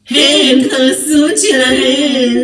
הן חרסות שלהן.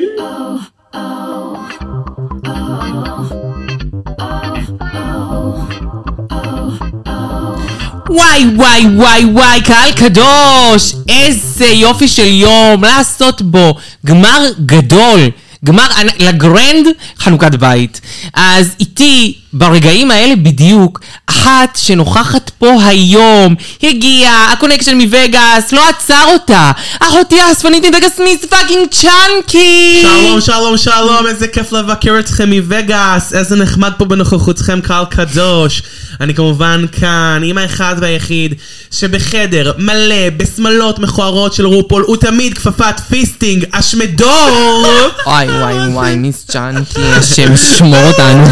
וואי וואי וואי וואי, קהל קדוש, איזה יופי של יום לעשות בו גמר גדול, גמר לגרנד חנוכת בית. אז איתי ברגעים האלה בדיוק אחת שנוכחת פה היום, הגיעה, הקונקשן מווגאס לא עצר אותה, אחותי האספנית מווגאס מיס פאקינג צ'אנקי. שלום שלום שלום, איזה כיף לבקר אתכם מווגאס, איזה נחמד פה בנוכחותכם קהל קדוש. אני כמובן כאן עם האחד והיחיד שבחדר מלא בסמלות מכוערות של רופול הוא תמיד כפפת פיסטינג אשמדור. וואי וואי וואי, מיס צ'אנקי, השם שמור אותנו.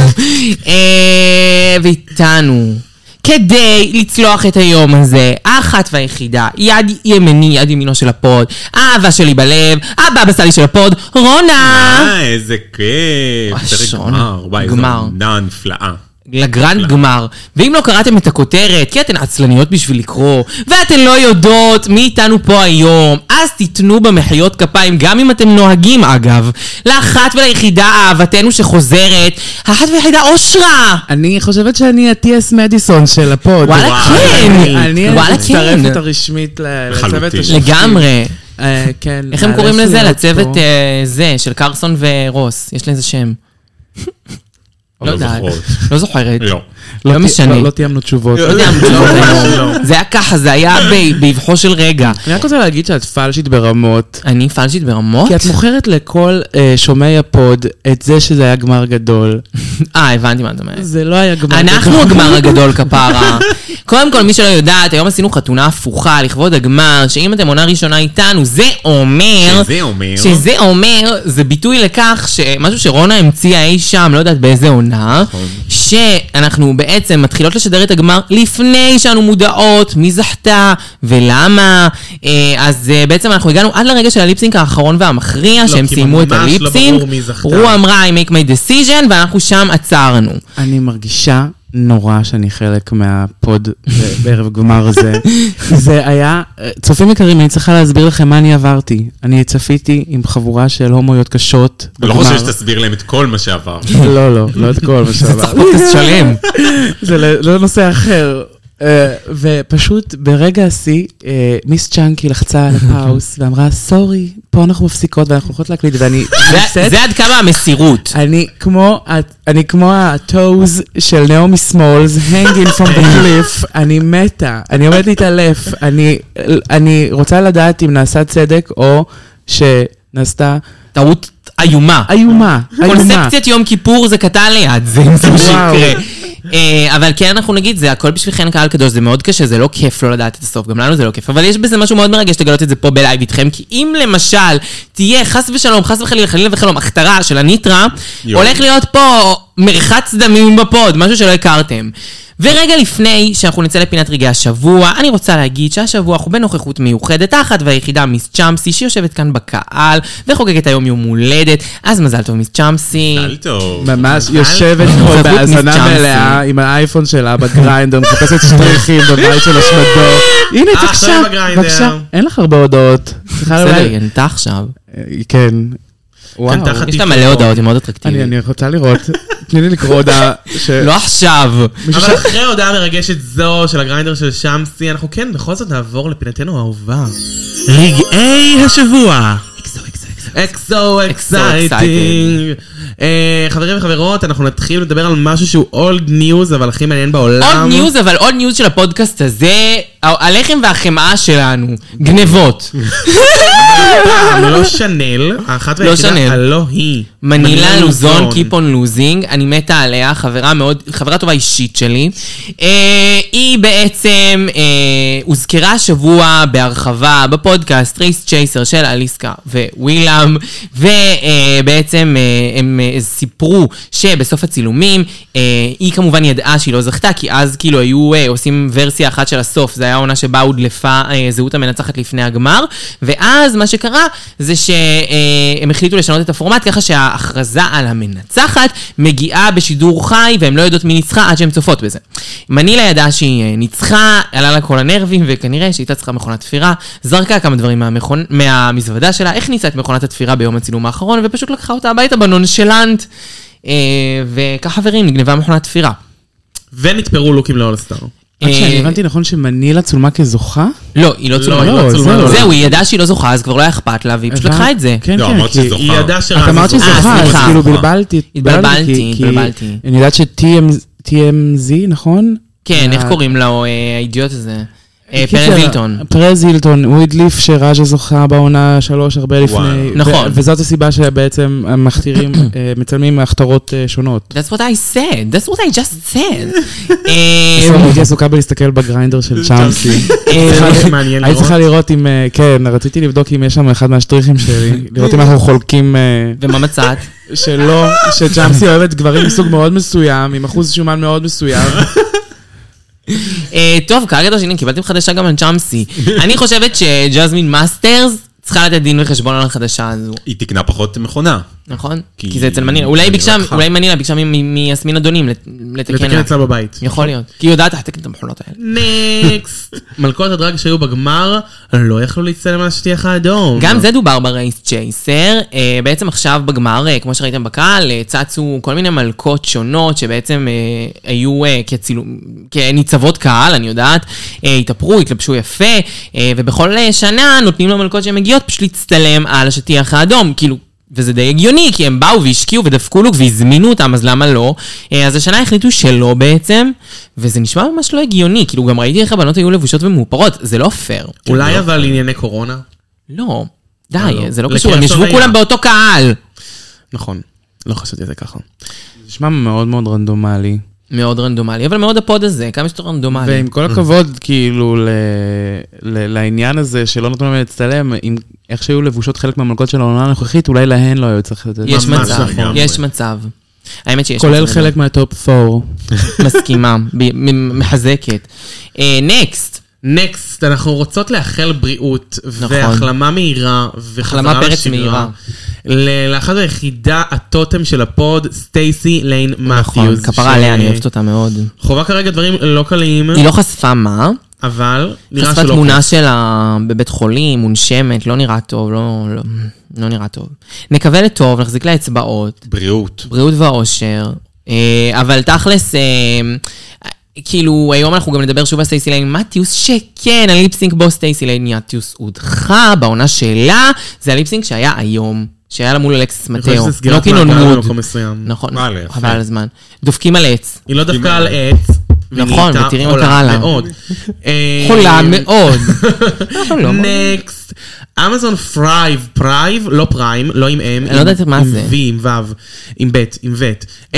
ואיתנו כדי לצלוח את היום הזה, האחת והיחידה, יד ימיני, יד ימינו של הפוד, האהבה שלי בלב, הבבא סאלי של הפוד, רונה. איזה כיף. וואי, זו עונה נפלאה. לגרנד גמר. ואם לא קראתם את הכותרת, כי אתן עצלניות בשביל לקרוא, ואתן לא יודעות מי איתנו פה היום, אז תיתנו במחיאות כפיים, גם אם אתם נוהגים אגב, לאחת וליחידה אהבתנו שחוזרת, האחת והיחידה אושרה. אני חושבת שאני הטי.אס מדיסון של הפוד. וואלה כן. אני מצטרפת הרשמית לצוות השופטים. לגמרי. כן. איך הם קוראים לזה? לצוות זה, של קרסון ורוס. יש לזה שם. לא יודעת, לא זוכרת. לא משנה. לא תיימנו תשובות. זה היה ככה, זה היה בהבחו של רגע. אני רק רוצה להגיד שאת פלשית ברמות. אני פלשית ברמות? כי את מוכרת לכל שומעי הפוד את זה שזה היה גמר גדול. הבנתי מה את אומרת. זה לא היה גמר גדול. אנחנו הגמר הגדול כפרה. קודם כל, מי שלא יודעת, היום עשינו חתונה הפוכה לכבוד הגמר, שאם אתם עונה ראשונה איתנו, זה אומר, זה ביטוי לכך שמשהו שרונה המציאה אי שם, לא יודעת באיזה עונה, שאנחנו בעצם מתחילות לשדר את הגמר לפני שאנו מודעות מי זכתה ולמה. אז בעצם אנחנו הגענו עד לרגע של הליפסינק האחרון והמכריע, שהם סיימו את הליפסינק. רו אמרה, I make my decision, ואנחנו שם עצרנו. אני מרגישה נורא שאני חלק מהפוד בערב גמר הזה. זה היה, צופים יקרים, אני צריכה להסביר לכם מה אני עברתי. אני צפיתי עם חבורה של הומואיות קשות. לא חושב שתסביר להם את כל מה שעבר. לא את כל מה שעבר. זה צריך פודקאסט שלם. זה לא נושא אחר. ופשוט ברגע השיא, מיס צ'אנקי לחצה על הפאוס ואמרה, סורי, פה אנחנו מפסיקות ואנחנו הולכות להקליט, ואני... זה עד כמה המסירות. אני כמו הטוז של נעמי סמולס, hanging from the cliff, אני מתה, אני עומדת להתעלף, אני רוצה לדעת אם נעשה צדק או שנעשתה... טעות איומה. קונספציית יום כיפור זה קטן ליד, זה מה שיקרה. אבל כן אנחנו נגיד, זה הכל בשבילכם קהל קדוש, זה מאוד קשה, זה לא כיף לא לדעת את הסוף, גם לנו זה לא כיף, אבל יש בזה משהו מאוד מרגש לגלות את זה פה בלייב איתכם, כי אם למשל תהיה חס ושלום, חס וחלילה וחלום, הכתרה של הניטרה, הולך להיות פה מרחץ דמים בפוד, משהו שלא הכרתם. ורגע לפני שאנחנו נצא לפינת רגעי השבוע, אני רוצה להגיד שהשבוע אנחנו בנוכחות מיוחדת, האחת והיחידה מיס צ'אמסי, שיושבת כאן בקהל וחוגגת היום יום הולדת. אז מזל טוב מיס צ'אמסי. מזל טוב. ממש יושבת פה בהזנה מלאה עם האייפון שלה בגריינדר, מחפשת שטריכים בבית של אשמדור. הנה, בבקשה. אין לך הרבה הודעות. בסדר, היא ענתה עכשיו. כן. יש לה מלא הודעות, היא מאוד אטרקטיבית. אני רוצה לראות, תני לי לקרוא הודעה לא עכשיו. אבל אחרי ההודעה מרגשת זו של הגריינדר של שמסי, אנחנו כן בכל זאת נעבור לפינתנו האהובה, רגעי השבוע. אקסו אקסייטינג. חברים וחברות, אנחנו נתחיל לדבר על משהו שהוא אולד ניוז, אבל הכי מעניין בעולם. אולד ניוז, אבל אולד ניוז של הפודקאסט הזה, הלחם והחמאה שלנו, גנבות. לא שנל, האחת והיחידה, הלא היא. מנילה לוזון, Keep on Losing, אני מתה עליה, חברה טובה אישית שלי. היא בעצם הוזכרה השבוע בהרחבה בפודקאסט רייס צ'ייסר של אליסקה ווילאם, ובעצם הם סיפרו שבסוף הצילומים, היא כמובן ידעה שהיא לא זכתה, כי אז כאילו היו עושים ורסיה אחת של הסוף, זה היה עונה שבה הודלפה זהות המנצחת לפני הגמר, ואז מה שקרה זה שהם החליטו לשנות את הפורמט, ככה שההכרזה על המנצחת מגיעה בשידור חי, והם לא יודעות מי ניצחה עד שהן צופות בזה. מנילה ידעה שהיא ניצחה, עלה לה כל הנרבים, וכנראה שהיא צריכה מכונת תפירה, זרקה כמה דברים מהמזוודה שלה, הכניסה את מכונת התפירה ביום הצילום האחרון, ופשוט לקחה אותה הביתה בנונשלנט, וכך חברים, נגנבה מכונת תפירה. ונתפרו לוקים לאולסטאר. רק שאני הבנתי נכון שמנילה צולמה כזוכה? לא, היא לא צולמה. זהו, היא ידעה שהיא לא זוכה, אז כבר לא היה אכפת לה, והיא פשוט לקחה את זה. כן, לא, אמרת היא שזוכה. ידעה שרז את אמרת שזוכה, אז כאילו בלבלתי. התבלבלתי. אני יודעת ש-TMZ, נכון? כן, איך קוראים לו, האידיוט הזה? פרז הילטון. פרז הילטון, הוא הדליף שראז'ה זוכה בעונה 3 הרבה לפני. נכון. וזאת הסיבה שבעצם מכתירים, מצלמים הכתרות שונות. That's what I said. That's what I just said. הייתי עסוקה בלהסתכל בגריינדר של צ'אמסי. הייתי צריכה לראות אם, כן, רציתי לבדוק אם יש שם אחד מהשטריכים שלי, לראות אם אנחנו חולקים... ומה מצאת? שלא, שצ'אמסי אוהבת גברים מסוג מאוד מסוים, עם אחוז שומן מאוד מסוים. טוב, כרגע דושינין, קיבלתם חדשה גם על צ'אמסי. אני חושבת שג'זמין מאסטרס צריכה לתת דין וחשבון על החדשה הזו. היא תקנה פחות מכונה. נכון? כי זה אצל מנילה. אולי מנילה ביקשה מיסמין אדונים לתקן אצלה בבית. יכול להיות. כי היא יודעת לתקן את המכונות האלה. נקסט. מלכות הדרג שהיו בגמר לא יכלו להצטלם על השטיח האדום. גם זה דובר ברייס צ'ייסר. בעצם עכשיו בגמר, כמו שראיתם בקהל, צצו כל מיני מלכות שונות שבעצם היו כניצבות קהל, אני יודעת, התאפרו, התלבשו יפה, ובכל שנה נותנים למלכות שהן מגיעות פשוט להצטלם על השטיח האדום. כאילו, וזה די הגיוני, כי הם באו והשקיעו ודפקו לו והזמינו אותם, אז למה לא? אז השנה החליטו שלא בעצם, וזה נשמע ממש לא הגיוני, כאילו גם ראיתי איך הבנות היו לבושות ומאופרות, זה לא פייר. אולי אבל ענייני קורונה? לא, די, זה לא קשור, הם ישבו כולם באותו קהל. נכון, לא חשבתי על זה ככה. זה נשמע מאוד מאוד רנדומלי. מאוד רנדומלי, אבל מאוד הפוד הזה, כמה שאתה רנדומלי. ועם כל הכבוד, כאילו, לעניין הזה שלא נתנו להם להצטלם, איך שהיו לבושות חלק מהמלכות של העונה הנוכחית, אולי להן לא היו צריך לתת. יש מצב. האמת שיש. כולל חלק מהטופ 4. מסכימה, מחזקת. נקסט, אנחנו רוצות לאחל בריאות והחלמה מהירה וחזרה לשגרה. לאחת היחידה הטוטם של הפוד, סטייסי ליין מתיוז. כפרה עליה, אני אוהבת אותה מאוד. חובה כרגע דברים לא קלים. היא לא חשפה מה? אבל נראה שלא. חשפה תמונה שלה בבית חולים, מונשמת, לא נראה טוב, לא נראה טוב. נקווה לטוב, נחזיק לה אצבעות. בריאות. בריאות ואושר. אבל תכלס, כאילו, היום אנחנו גם נדבר שוב על סטייסי ליין מתיוס, שכן, הליפסינק בו סטייסי ליין מתיוס הודחה בעונה שלה, זה הליפסינק שהיה היום, שהיה לה מול אלכסיס מטאו. לא כינון מוד. נכון, חבל על הזמן. דופקים על עץ. היא לא דפקה על עץ. נכון, ותראי מה קרה לה. חולה מאוד. נקסט. אמזון פרייב, לא פריים, לא עם M. אני לא יודעת מה זה. עם V, עם ו', עם ב', עם ו'.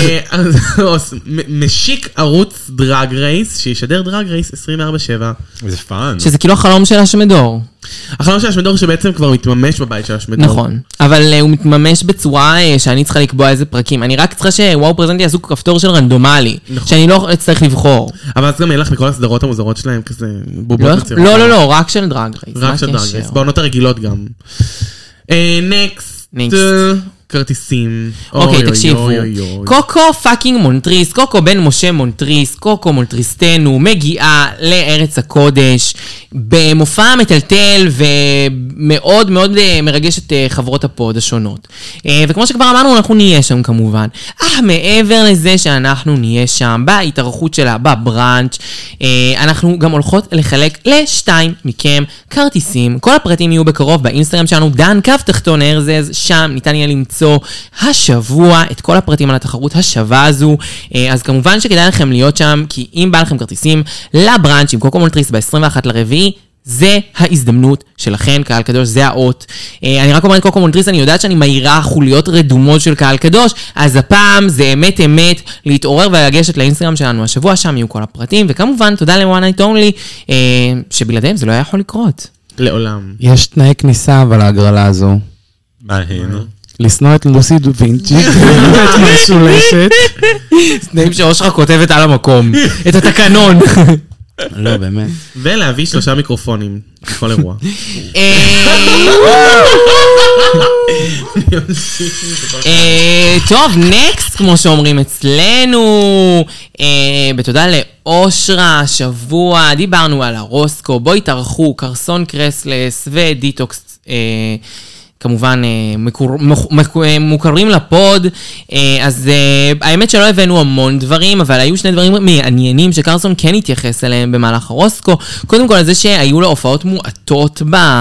משיק ערוץ דרג רייס, שישדר דרג רייס 24/7. זה פאן. שזה כאילו החלום של השמדור. החלום של השמדור שבעצם כבר מתממש בבית של השמדור. נכון, אבל הוא מתממש בצורה שאני צריכה לקבוע איזה פרקים. אני רק צריכה שוואו פרזנטי יעשו כפתור של רנדומלי, שאני לא אצטרך לבחור. אבל אז גם ילך מכל הסדרות המוזרות שלהם כזה בובות מצוות. לא, רק של דרג רייס. רק של דרג רייס, בעונות הרגילות גם. נקסט. כרטיסים. אוקיי, תקשיבו. קוקו פאקינג מונטריס, קוקו בן משה מונטריס, קוקו מונטריסטנו, מגיעה לארץ הקודש, במופע מטלטל ומאוד מאוד מרגש את חברות הפוד השונות. וכמו שכבר אמרנו, אנחנו נהיה שם כמובן. מעבר לזה שאנחנו נהיה שם, בהתארחות שלה, בברנץ', אנחנו גם הולכות לחלק לשתיים מכם כרטיסים. כל הפרטים יהיו בקרוב באינסטגרם שלנו, דן קו תחתון הרזז, שם ניתן יהיה למצוא השבוע את כל הפרטים על התחרות השווה הזו. אז כמובן שכדאי לכם להיות שם, כי אם בא לכם כרטיסים לברנץ' עם קוקו מונטריס ב-21 לרביעי, זה ההזדמנות שלכם, קהל קדוש, זה האות. אני רק אומרת קוקו מונטריס, אני יודעת שאני מהירה חוליות רדומות של קהל קדוש, אז הפעם זה אמת להתעורר ולגשת לאינסטגרם שלנו השבוע, שם יהיו כל הפרטים, וכמובן תודה ל-One Night Only, שבלעדיהם זה לא היה יכול לקרות. לעולם. יש תנאי כניסה אבל ההגרלה הזו. מה הן? לשנוא את לוסי דווינצ'י, את משולשת. תנאים שאושרה כותבת על המקום, את התקנון. לא, באמת. ולהביא 3 מיקרופונים לכל אירוע. טוב, נקסט, כמו שאומרים אצלנו. בתודה לאושרה, שבוע, דיברנו על הרוסקו, בואי תערכו, קרסון קרסלס ודיטוקס, כמובן מוכרים לפוד, אז האמת שלא הבאנו המון דברים, אבל היו 2 דברים מעניינים שקרסון כן התייחס אליהם במהלך הרוסקו. קודם כל, זה שהיו לו הופעות מועטות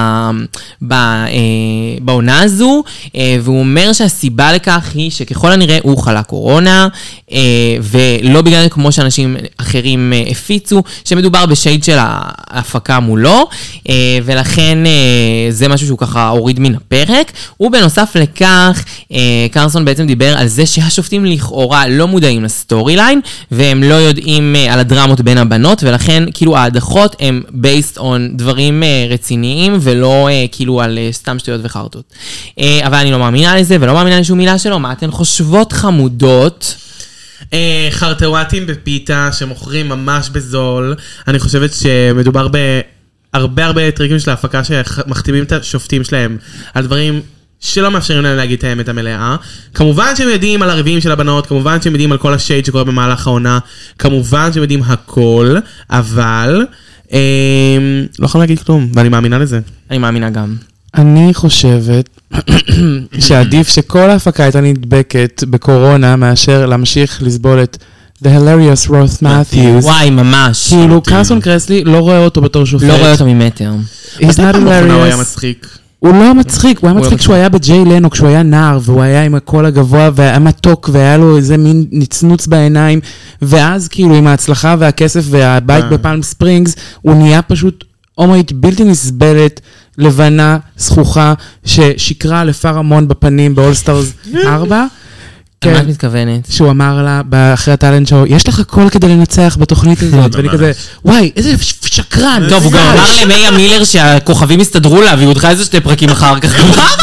בעונה הזו, והוא אומר שהסיבה לכך היא שככל הנראה הוא חלה קורונה, ולא בגלל כמו שאנשים אחרים הפיצו, שמדובר בשייד של ההפקה מולו, ולכן זה משהו שהוא ככה הוריד מן הפרק. ובנוסף לכך, קרסון בעצם דיבר על זה שהשופטים לכאורה לא מודעים לסטורי ליין, והם לא יודעים על הדרמות בין הבנות, ולכן כאילו ההדחות הם based on דברים רציניים, ולא כאילו על סתם שטויות וחרטות. אבל אני לא מאמינה לזה, ולא מאמינה לשום מילה שלו. מה אתן חושבות, חמודות? חרטוואטים בפיתה שמוכרים ממש בזול. אני חושבת שמדובר הרבה טריקים של ההפקה שמחתימים את השופטים שלהם על דברים שלא מאפשרים להם להגיד את האמת המלאה. כמובן שהם יודעים על הרביעים של הבנות, כמובן שהם יודעים על כל השייד שקורה במהלך העונה, כמובן שהם יודעים הכל, אבל לא יכול להגיד כלום, ואני מאמינה לזה. אני מאמינה גם. אני חושבת שעדיף שכל ההפקה הייתה נדבקת בקורונה, מאשר להמשיך לסבול את The Hilarious Ross Matthews. וואי, ממש. כאילו, קרסון קרסלי לא רואה אותו בתור שופט. לא רואה אותו ממטר. He's not הוא היה hilarious. מצחיק. הוא לא מצחיק, הוא היה מצחיק כשהוא היה בג'יי לנו, כשהוא היה נער, והוא היה עם הקול הגבוה, והיה מתוק, והיה לו איזה מין נצנוץ בעיניים, ואז כאילו עם ההצלחה והכסף והבית בפלם ספרינגס, הוא נהיה פשוט הומואית בלתי נסבלת, לבנה, זכוכה, ששיקרה לפרמון בפנים באולסטארס 4. מה את מתכוונת? שהוא אמר לה, אחרי הטלנט שואו, יש לך קול כדי לנצח בתוכנית הזאת, ואני כזה, וואי, איזה שקרן. טוב, הוא גם אמר למיה מילר שהכוכבים הסתדרו לה, והיא הודחה איזה 2 פרקים אחר כך.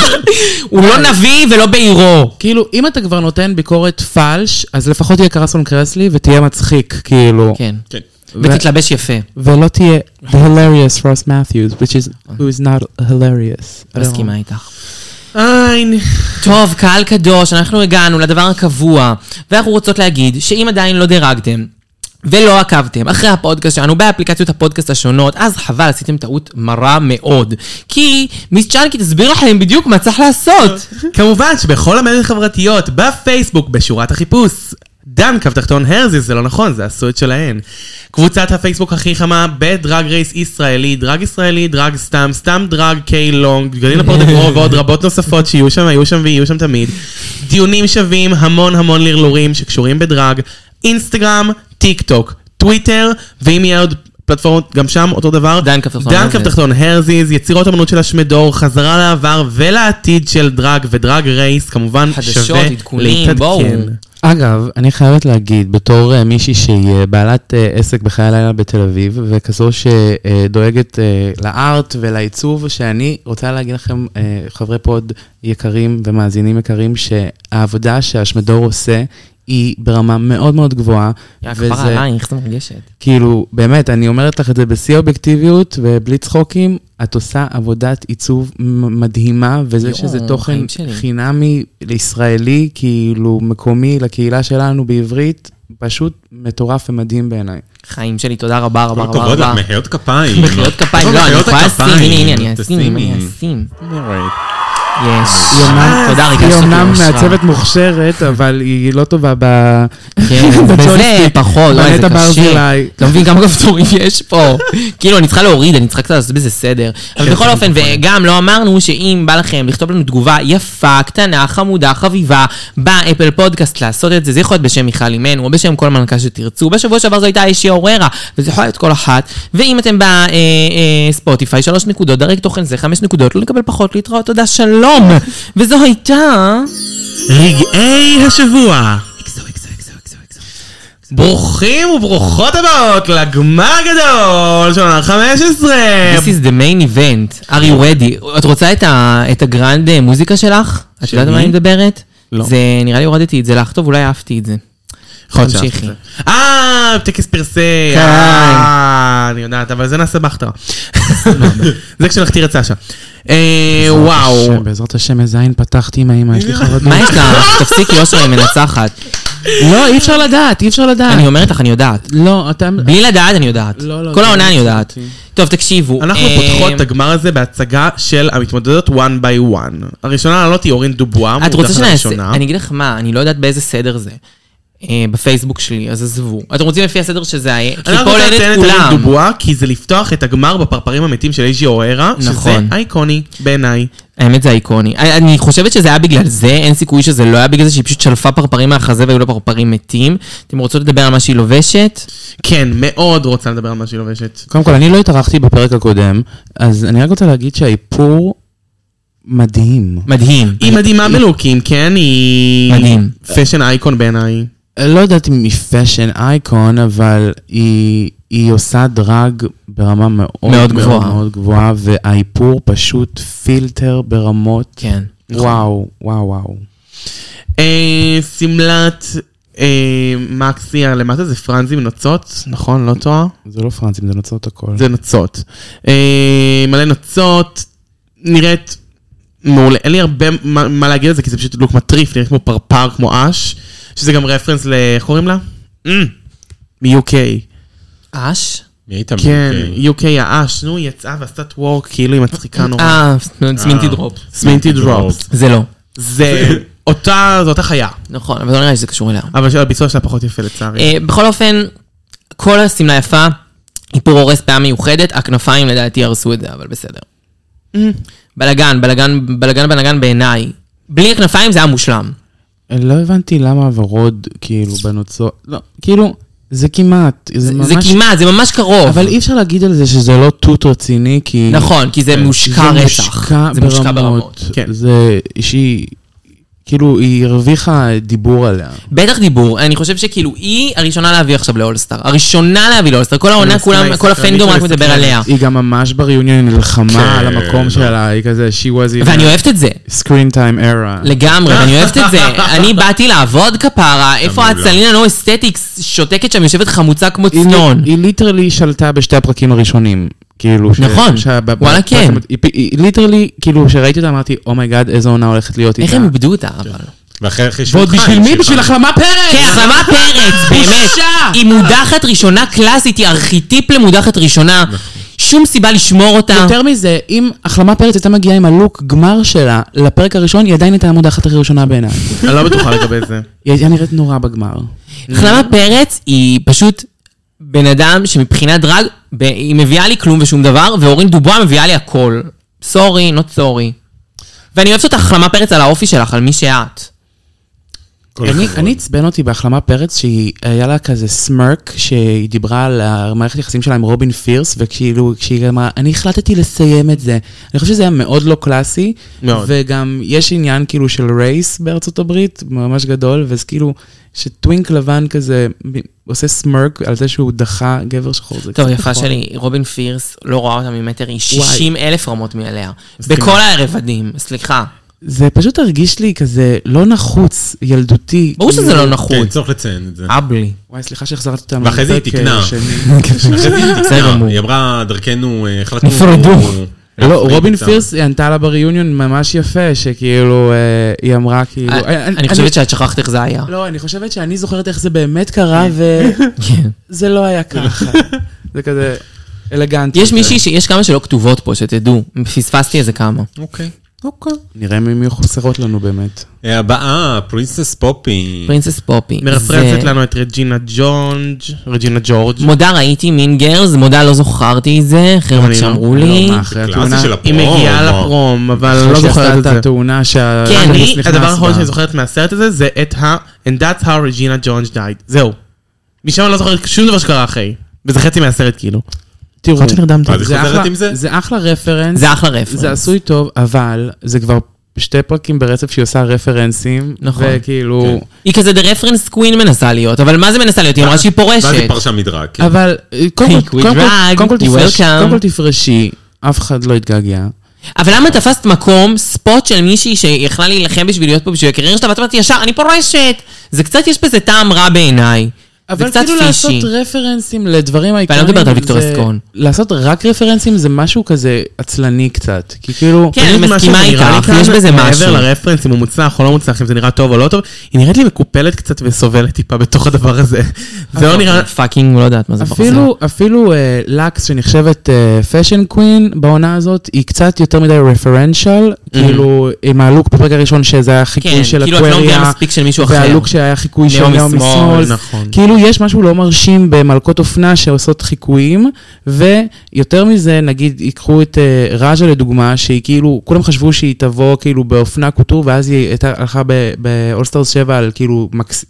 הוא לא נביא ולא בעירו. כאילו, אם אתה כבר נותן ביקורת פלש, אז לפחות תהיה קרסון קרסלי, ותהיה מצחיק, כאילו. כן. ותתלבש יפה. ולא תהיה the hilarious Ross Matthews, who is not hilarious. מסכימה איתך. איין. טוב, קהל קדוש, אנחנו הגענו לדבר הקבוע, ואנחנו רוצות להגיד שאם עדיין לא דירגתם, ולא עקבתם אחרי הפודקאסט שלנו באפליקציות הפודקאסט השונות, אז חבל, עשיתם טעות מרה מאוד. כי מיס צ'אנקי תסביר לכם בדיוק מה צריך לעשות. כמובן שבכל המדיות החברתיות, בפייסבוק, בשורת החיפוש, דן _ הרזיס, זה לא נכון, זה עשו את שלהן. קבוצת הפייסבוק הכי חמה בדרג רייס ישראלי, דרג ישראלי, דרג סתם, סתם דרג קיי לונג, גדלים לפורטגרו ועוד רבות נוספות שיהיו שם, היו שם ויהיו שם תמיד. דיונים שווים, המון לרלורים שקשורים בדרג, אינסטגרם, טיק טוק, טוויטר, ואם יהיה עוד פלטפורמות, גם שם אותו דבר. דן _ הרזיז, יצירות אמנות של השמדור, חזרה לעבר ולעתיד של דרג ודרג רייס, כמובן שווה להתעדכן. אגב, אני חייבת להגיד, בתור מישהי שהיא בעלת עסק בחיי הלילה בתל אביב, וכזו שדואגת לארט ולעיצוב, שאני רוצה להגיד לכם, חברי פוד יקרים ומאזינים יקרים, שהעבודה שהשמדור עושה, היא ברמה מאוד מאוד גבוהה. כבר עלייך, זה מרגשת. כאילו, באמת, אני אומרת לך את זה בשיא אובייקטיביות ובלי צחוקים, את עושה עבודת עיצוב מדהימה, וזה שזה תוכן חינמי לישראלי, כאילו מקומי לקהילה שלנו בעברית, פשוט מטורף ומדהים בעיניי. חיים שלי, תודה רבה. כבוד, מחיאות כפיים. מחיאות כפיים, לא, אני יכולה לשים, הנה, אני אשים. יש. היא אומנם מעצבת מוכשרת, אבל היא לא טובה בזה פחות, לא, איזה קשה. אתה מבין כמה כפתורים יש פה? כאילו, אני צריכה להוריד, אני צריכה קצת לעשות בזה סדר. אבל בכל אופן, וגם לא אמרנו שאם בא לכם לכתוב לנו תגובה יפה, קטנה, חמודה, חביבה, באפל פודקאסט לעשות את זה, זה יכול להיות בשם מיכל אימנו, או בשם כל מנכ"ל שתרצו. בשבוע שעבר זו הייתה אישי אוררה, וזה יכול להיות כל אחת. ואם אתם בספוטיפיי, 3 נקודות, דרג תוכן זה 5 נקודות, לא לקבל פחות, להתראות, תודה, שלום. וזו הייתה רגעי השבוע. ברוכים וברוכות הבאות לגמר הגדול של עונה 15. This is the main event. Are you ready? את רוצה את הגרנד מוזיקה שלך? את יודעת מה אני מדברת? לא. נראה לי הורדתי את זה לך, טוב, אולי אהבתי את זה. תמשיכי. טקס פרסי. אני יודעת, אבל זה נעשה בחתרה. זה כשנחתיר את סשה. וואו. בעזרת השם, איזה עין פתחתי עם האמא, יש לי חרדות. מה יש לך? תפסיקי, יושרה, היא מנצחת. לא, אי אפשר לדעת. אני אומרת לך, אני יודעת. לא, אתה... בלי לדעת, אני יודעת. כל העונה אני יודעת. טוב, תקשיבו. אנחנו פותחות את הגמר הזה בהצגה של המתמודדות one by one. הראשונה לעלות היא אורין דובואה. את רוצה שנעשה? אני אגיד לך מה, אני לא יודעת באיזה סדר זה. בפייסבוק שלי, אז עזבו. אתם רוצים לפי הסדר שזה היה? אני רוצה לציין את אורין דובואה, כי זה לפתוח את הגמר בפרפרים המתים של איג'י אוהרה, שזה אייקוני בעיניי. האמת זה אייקוני. אני חושבת שזה היה בגלל זה, אין סיכוי שזה לא היה בגלל זה, שהיא פשוט שלפה פרפרים מהחזה והיו לה פרפרים מתים. אתם רוצות לדבר על מה שהיא לובשת? כן, מאוד רוצה לדבר על מה שהיא לובשת. קודם כל, אני לא התארחתי בפרק הקודם, אז אני רק רוצה להגיד שהאיפור מדהים. מדהים. היא מדהימה בלוקים, כן? היא... מדהים. פשן אייקון בעיניי. לא יודעת אם היא פשן אייקון, אבל היא עושה דרג ברמה מאוד מאוד גבוהה, והאיפור פשוט פילטר ברמות. כן. וואו, וואו, וואו. סמלת מקסי למטה זה פרנזי מנוצות, נכון? לא טועה? זה לא פרנזי, זה נוצות הכל. זה נוצות. מלא נוצות, נראית מעולה. אין לי הרבה מה להגיד על זה, כי זה פשוט לוק מטריף, נראית כמו פרפר, כמו אש. שזה גם רפרנס איך קוראים לה? מ-UK. אש? מי הייתה מ-UK? כן, UK האש, נו, היא יצאה ועשתה טוורק, כאילו היא מצחיקה נורא. סמינטי דרופ. סמינטי דרופ. זה לא. זה אותה חיה. נכון, אבל לא נראה לי שזה קשור אליה. אבל הביצוע שלה פחות יפה לצערי. בכל אופן, כל הסמלה יפה, איפור הורס פעם מיוחדת, הכנפיים לדעתי הרסו את זה, אבל בסדר. בלגן בעיניי. בלי הכנפיים זה היה מושלם. לא הבנתי למה הוורוד, כאילו, בנוצות, לא, כאילו, זה כמעט, זה כמעט, זה ממש קרוב. אבל אי אפשר להגיד על זה שזה לא טוט רציני, כי... נכון, כי זה מושקע רצח. זה מושקע ברמות. זה שהיא, כאילו, היא הרוויחה דיבור עליה. בטח דיבור, אני חושב שכאילו, היא הראשונה להביא עכשיו לאולסטאר. הראשונה להביא לאולסטאר, כל העונה, כל הפנדום רק מדבר עליה. היא גם ממש בריאיון נלחמה על המקום שלה, היא כזה, she was... ואני אוהבת את זה. screen time era. לגמרי, ואני אוהבת את זה. אני באתי לעבוד כפרה, איפה הצלינה נו אסתטיקס שותקת שם, יושבת חמוצה כמו צנון. היא ליטרלי שלטה בשתי הפרקים הראשונים. כאילו, נכון, וואלה כן. ליטרלי, כאילו, שראיתי אותה, אמרתי, אומייגאד, איזו עונה הולכת להיות איתה. איך הם איבדו אותה, אבל? ואחרי חישוב ועוד בשביל מי? בשביל החלמה פרץ! כן, החלמה פרץ, באמת. היא מודחת ראשונה קלאסית, היא ארכיטיפ למודחת ראשונה. שום סיבה לשמור אותה. יותר מזה, אם החלמה פרץ הייתה מגיעה עם הלוק גמר שלה לפרק הראשון, היא עדיין הייתה המודחת הראשונה בעיניי. אני לא בטוחה לגבי זה. היא הייתה נראית נורא בגמר. החלמה פרץ היא פשוט בן אדם שמבחינת דרג, היא מביאה לי כלום ושום דבר, ואורין דובואה מביאה לי הכל. סורי, not sorry. ואני אוהבת אותך החלמה פרץ על האופי שלך, על מי שאת. אני עצבן אותי בהחלמה פרץ, שהיא היה לה כזה סמרק, שהיא דיברה על המערכת יחסים שלה עם רובין פירס, וכאילו, כשהיא אמרה, אני החלטתי לסיים את זה. אני חושב שזה היה מאוד לא קלאסי, וגם יש עניין כאילו של רייס בארצות הברית, ממש גדול, וזה כאילו, שטווינק לבן כזה עושה סמרק על זה שהוא דחה גבר שחור. טוב, יפה שלי, רובין פירס לא רואה אותה ממטר, היא 60,000 רמות מעליה. בכל הרבדים, סליחה. זה פשוט הרגיש לי כזה לא נחוץ, ילדותי. ברור שזה לא נחוץ. כן, צריך לציין את זה. אבלי. וואי, סליחה שהחזרת אותם. ואחרי זה היא תקנה. היא אמרה, דרכנו, החלטנו... נפרדו. לא, רובין פירס היא ענתה לה בריאיוניון ממש יפה, שכאילו, היא אמרה כאילו... אני חושבת שאת שכחת איך זה היה. לא, אני חושבת שאני זוכרת איך זה באמת קרה, וזה לא היה ככה. זה כזה אלגנטי. יש מישהי, יש כמה שלא כתובות פה, שתדעו. פספסתי איזה כמה. אוקיי. נראה מי חוסרות לנו באמת. הבאה, פרינסס פופי. פרינסס פופי. מרפרצת לנו את רג'ינה ג'ורג'. מודה ראיתי מין גרס, מודה לא זוכרתי את זה, אחרי מה שאמרו לי. היא מגיעה לפרום, אבל לא זוכרת את זה. התאונה כן, הדבר האחרון שאני זוכרת מהסרט הזה, זה את And that's how Regina George died. זהו. משם אני לא זוכרת שום דבר שקרה אחרי. וזה חצי מהסרט כאילו. תראו, זה אחלה רפרנס. זה אחלה רפרנס. זה עשוי טוב, אבל זה כבר שתי פרקים ברצף שהיא עושה רפרנסים. נכון. וכאילו... היא כזה דה רפרנס קווין מנסה להיות, אבל מה זה מנסה להיות? היא אמרה שהיא פורשת. ואז היא פרשה מדרג. אבל קודם כל תפרשי, אף אחד לא יתגעגע. אבל למה תפסת מקום, ספוט של מישהי שיכלה להילחם בשביל להיות פה בשביל הקריירה שלה, ואת אומרת ישר, אני פורשת. זה קצת, יש בזה טעם רע בעיניי. אבל כאילו לעשות רפרנסים לדברים העיקריים. ואני לא מדברת על ויקטור אסקון. לעשות רק רפרנסים זה משהו כזה עצלני קצת. כי כאילו... כן, אני מסכימה איתך, יש בזה משהו. מעבר לרפרנס, אם הוא מוצלח או לא מוצלח, אם זה נראה טוב או לא טוב, היא נראית לי מקופלת קצת וסובלת טיפה בתוך הדבר הזה. זה לא נראה... פאקינג, לא יודעת מה זה בחזר. אפילו לקס שנחשבת פשן קווין בעונה הזאת, היא קצת יותר מדי רפרנשל, כאילו עם הלוק בפרק הראשון שזה היה חיקוי של אקווריה, והלוק שהיה חיקוי של נעמי סמול. כאילו יש משהו לא מרשים במלכות אופנה שעושות חיקויים, ויותר מזה, נגיד, ייקחו את רג'ה לדוגמה, שהיא כאילו, כולם חשבו שהיא תבוא כאילו באופנה קוטור, ואז היא הלכה באולסטארס 7 על כאילו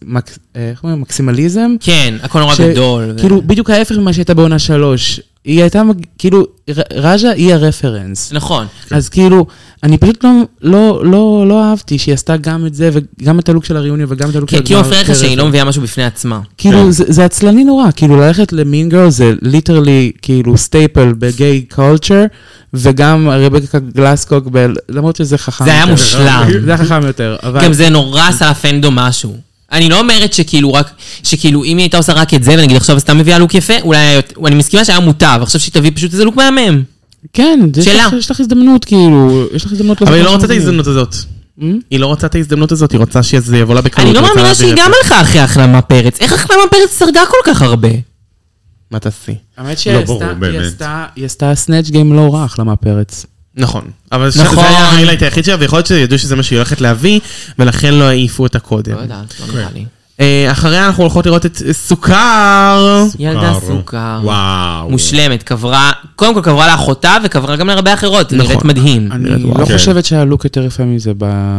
מקסימליזם. כן, הכל נורא גדול. כאילו, בדיוק ההפך ממה שהייתה בעונה 3. היא הייתה, כאילו, רג'ה היא הרפרנס. נכון. אז כאילו, אני פשוט לא אהבתי שהיא עשתה גם את זה, וגם את הלוק של הריוני, וגם את הלוק של הגמר. כי הוא מפריע לך שהיא לא מביאה משהו בפני עצמה. כאילו, זה עצלני נורא, כאילו, ללכת למין גרל זה ליטרלי, כאילו, סטייפל בגיי קולצ'ר, וגם רבקה גלסקוק, למרות שזה חכם. זה היה מושלם. זה היה חכם יותר. גם זה נורא עשה לפנדו משהו. אני לא אומרת שכאילו אם היא הייתה עושה רק את זה, ונגיד עכשיו סתם מביאה לוק יפה, אולי, אני מסכימה שהיה מוטב, עכשיו שהיא תביא פשוט איזה לוק מהמם. כן, יש לך הזדמנות, כאילו, יש לך הזדמנות. אבל היא לא רוצה את ההזדמנות הזאת. היא לא רוצה את ההזדמנות הזאת, היא רוצה שזה יבוא לה בקלות. אני לא מאמינה שהיא גם הלכה אחרי החלמה פרץ. איך החלמה פרץ שרדה כל כך הרבה? מה תעשי? האמת שהיא עשתה סנאצ' גיים לא רע, החלמה פרץ. נכון, אבל זה היה ההיילייט היחיד שלה, ויכול להיות שידעו שזה מה שהיא הולכת להביא, ולכן לא העיפו אותה קודם. לא יודעת, לא נראה לי. אחריה אנחנו הולכות לראות את סוכר. ילדה סוכר. וואו. מושלמת, קברה, קודם כל קברה לאחותה, וקברה גם להרבה אחרות, נראית מדהים. אני לא חושבת שהלוק יותר יפה מזה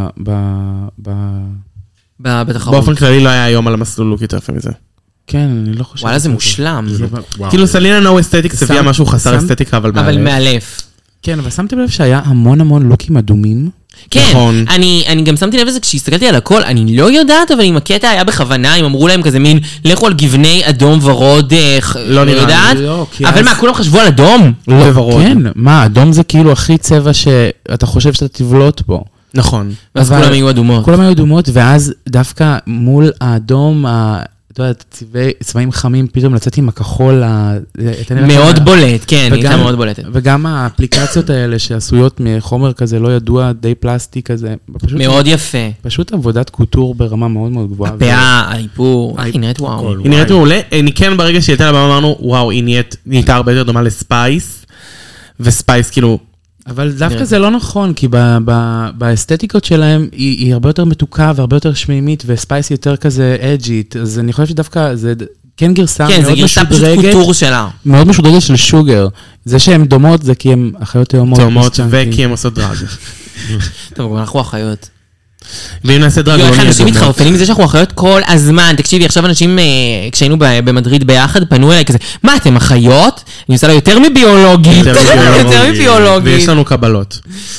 בתחרות. באופן כללי לא היה היום על המסלול לוק יותר יפה מזה. כן, אני לא חושבת. וואלה, זה מושלם. כאילו סלינה נו אסתטיקס הביאה משהו חסר אסתטיקה, אבל מאלף. כן, אבל שמתם לב שהיה המון לוקים אדומים. כן, אני גם שמתי לב לזה כשהסתכלתי על הכל, אני לא יודעת, אבל אם הקטע היה בכוונה, אם אמרו להם כזה מין, לכו על גבני אדום ורוד, לא יודעת, אבל מה, כולם חשבו על אדום? לא ורוד. כן, מה, אדום זה כאילו הכי צבע שאתה חושב שאתה תבלוט בו. נכון. ואז כולם היו אדומות. כולם היו אדומות, ואז דווקא מול האדום, אתה יודע, צבעים חמים, פתאום לצאת עם הכחול. מאוד בולט, כן, הייתה מאוד בולטת. וגם האפליקציות האלה שעשויות מחומר כזה לא ידוע, די פלסטי כזה. מאוד יפה. פשוט עבודת קוטור ברמה מאוד מאוד גבוהה. הפאה, האיפור, היא נראית וואו. היא נראית מעולה. אני כן ברגע שהיא הייתה לבמה אמרנו, וואו, היא נהייתה הרבה יותר דומה לספייס, וספייס כאילו... אבל דווקא זה לא נכון, כי באסתטיקות שלהם היא הרבה יותר מתוקה והרבה יותר שמימית, וספייס יותר כזה אג'ית, אז אני חושב שדווקא זה כן גרסה מאוד משודרגת. כן, זה גרסה פשוט קוטור שלה. מאוד משודרגת של שוגר. זה שהן דומות זה כי הן אחיות תאומות. תאומות וכי הן עושות דרג. טוב, אנחנו אחיות. ואם נעשה דרג, איך אנשים מתחרפנים מזה שאנחנו אחיות כל הזמן. תקשיבי, עכשיו אנשים, כשהיינו במדריד ביחד, פנו אליי כזה, מה, אתם אחיות? אני עושה לה יותר מביולוגית. יותר מביולוגית. ויש לנו קבלות.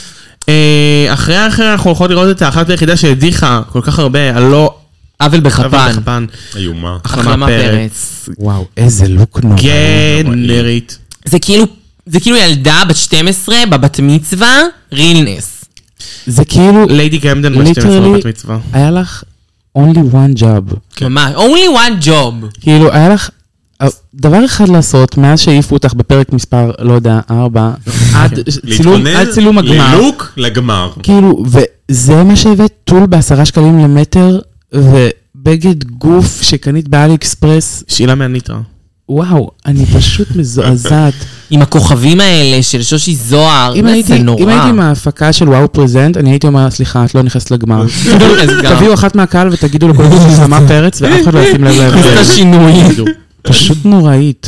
אחרי אנחנו הולכות לראות את האחת והיחידה שהדיחה כל כך הרבה, הלא... אבל בחפן. איומה. החלמה פרץ. וואו, איזה לוק נורא. גנרית. זה כאילו ילדה בת 12 בבת מצווה, רילנס. זה כאילו... ליידי קמדן ב-12 בת מצווה. היה לך only one job. ממש, only one job. כאילו, היה לך דבר אחד לעשות, מאז שהעיפו אותך בפרק מספר, לא יודע, 4, עד צילום הגמר. לוק לגמר. כאילו, וזה מה שהבאת טול ב10 שקלים למטר, ובגד גוף שקנית באלי אקספרס. שאלה מהניטרה. וואו, אני פשוט מזועזעת. עם הכוכבים האלה של שושי זוהר, זה נורא. אם הייתי עם ההפקה של וואו פרזנט, אני הייתי אומר, סליחה, את לא נכנסת לגמר. תביאו אחת מהקהל ותגידו לכל אחד חלמה פרץ, ואף אחד לא ישים לב לב. זה השינוי. פשוט נוראית.